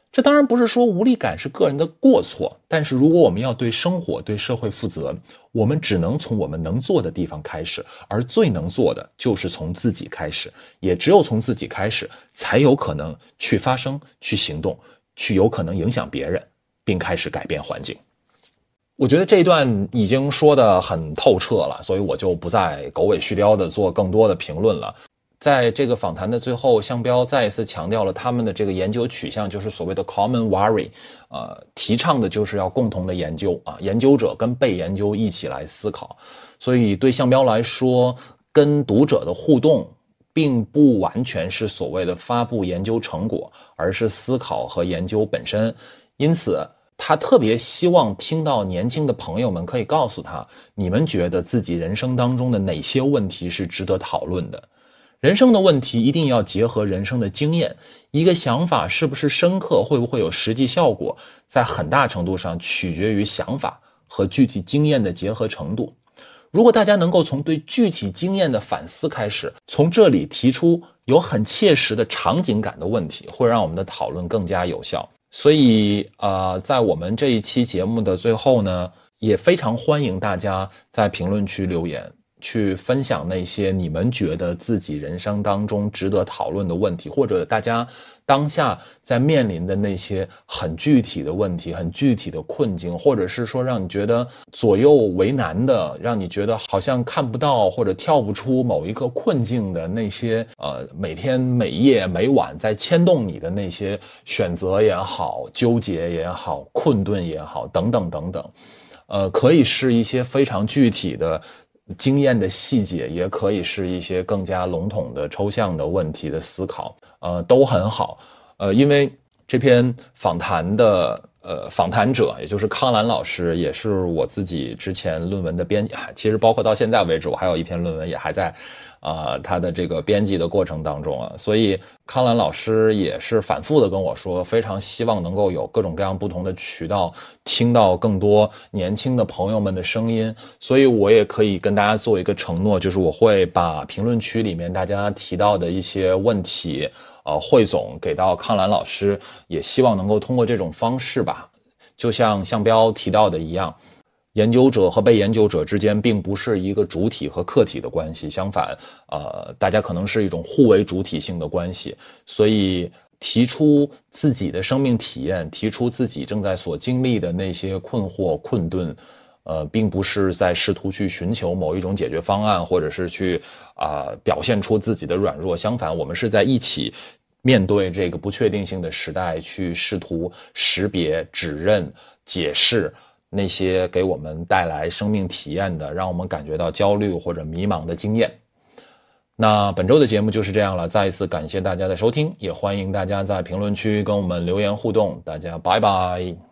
这当然不是说无力感是个人的过错，但是如果我们要对生活、对社会负责，我们只能从我们能做的地方开始，而最能做的就是从自己开始，也只有从自己开始，才有可能去发声、去行动，去有可能影响别人，并开始改变环境。我觉得这一段已经说得很透彻了，所以我就不再狗尾续貂的做更多的评论了。在这个访谈的最后，项彪再一次强调了他们的这个研究取向，就是所谓的 common worry， 呃，提倡的就是要共同的研究啊，研究者跟被研究一起来思考。所以对项彪来说，跟读者的互动并不完全是所谓的发布研究成果，而是思考和研究本身。因此他特别希望听到年轻的朋友们可以告诉他，你们觉得自己人生当中的哪些问题是值得讨论的。人生的问题一定要结合人生的经验，一个想法是不是深刻，会不会有实际效果，在很大程度上取决于想法和具体经验的结合程度。如果大家能够从对具体经验的反思开始，从这里提出有很切实的场景感的问题，会让我们的讨论更加有效。所以呃，在我们这一期节目的最后呢，也非常欢迎大家在评论区留言，去分享那些你们觉得自己人生当中值得讨论的问题，或者大家当下在面临的那些很具体的问题，很具体的困境，或者是说让你觉得左右为难的，让你觉得好像看不到或者跳不出某一个困境的那些呃，每天每夜每晚在牵动你的那些选择也好，纠结也好，困顿也好，等等等等，呃，可以是一些非常具体的经验的细节，也可以是一些更加笼统的抽象的问题的思考，呃，都很好。呃，因为这篇访谈的呃访谈者，也就是康兰老师，也是我自己之前论文的编辑，其实包括到现在为止，我还有一篇论文也还在啊、呃、他的这个编辑的过程当中啊，所以康兰老师也是反复的跟我说，非常希望能够有各种各样不同的渠道听到更多年轻的朋友们的声音，所以我也可以跟大家做一个承诺，就是我会把评论区里面大家提到的一些问题呃汇总给到康兰老师，也希望能够通过这种方式吧，就像项彪提到的一样，研究者和被研究者之间并不是一个主体和客体的关系，相反呃，大家可能是一种互为主体性的关系，所以提出自己的生命体验，提出自己正在所经历的那些困惑困顿，呃，并不是在试图去寻求某一种解决方案，或者是去啊、呃、表现出自己的软弱，相反我们是在一起面对这个不确定性的时代，去试图识别、指认、解释那些给我们带来生命体验的，让我们感觉到焦虑或者迷茫的经验。那本周的节目就是这样了，再一次感谢大家的收听，也欢迎大家在评论区跟我们留言互动，大家拜拜。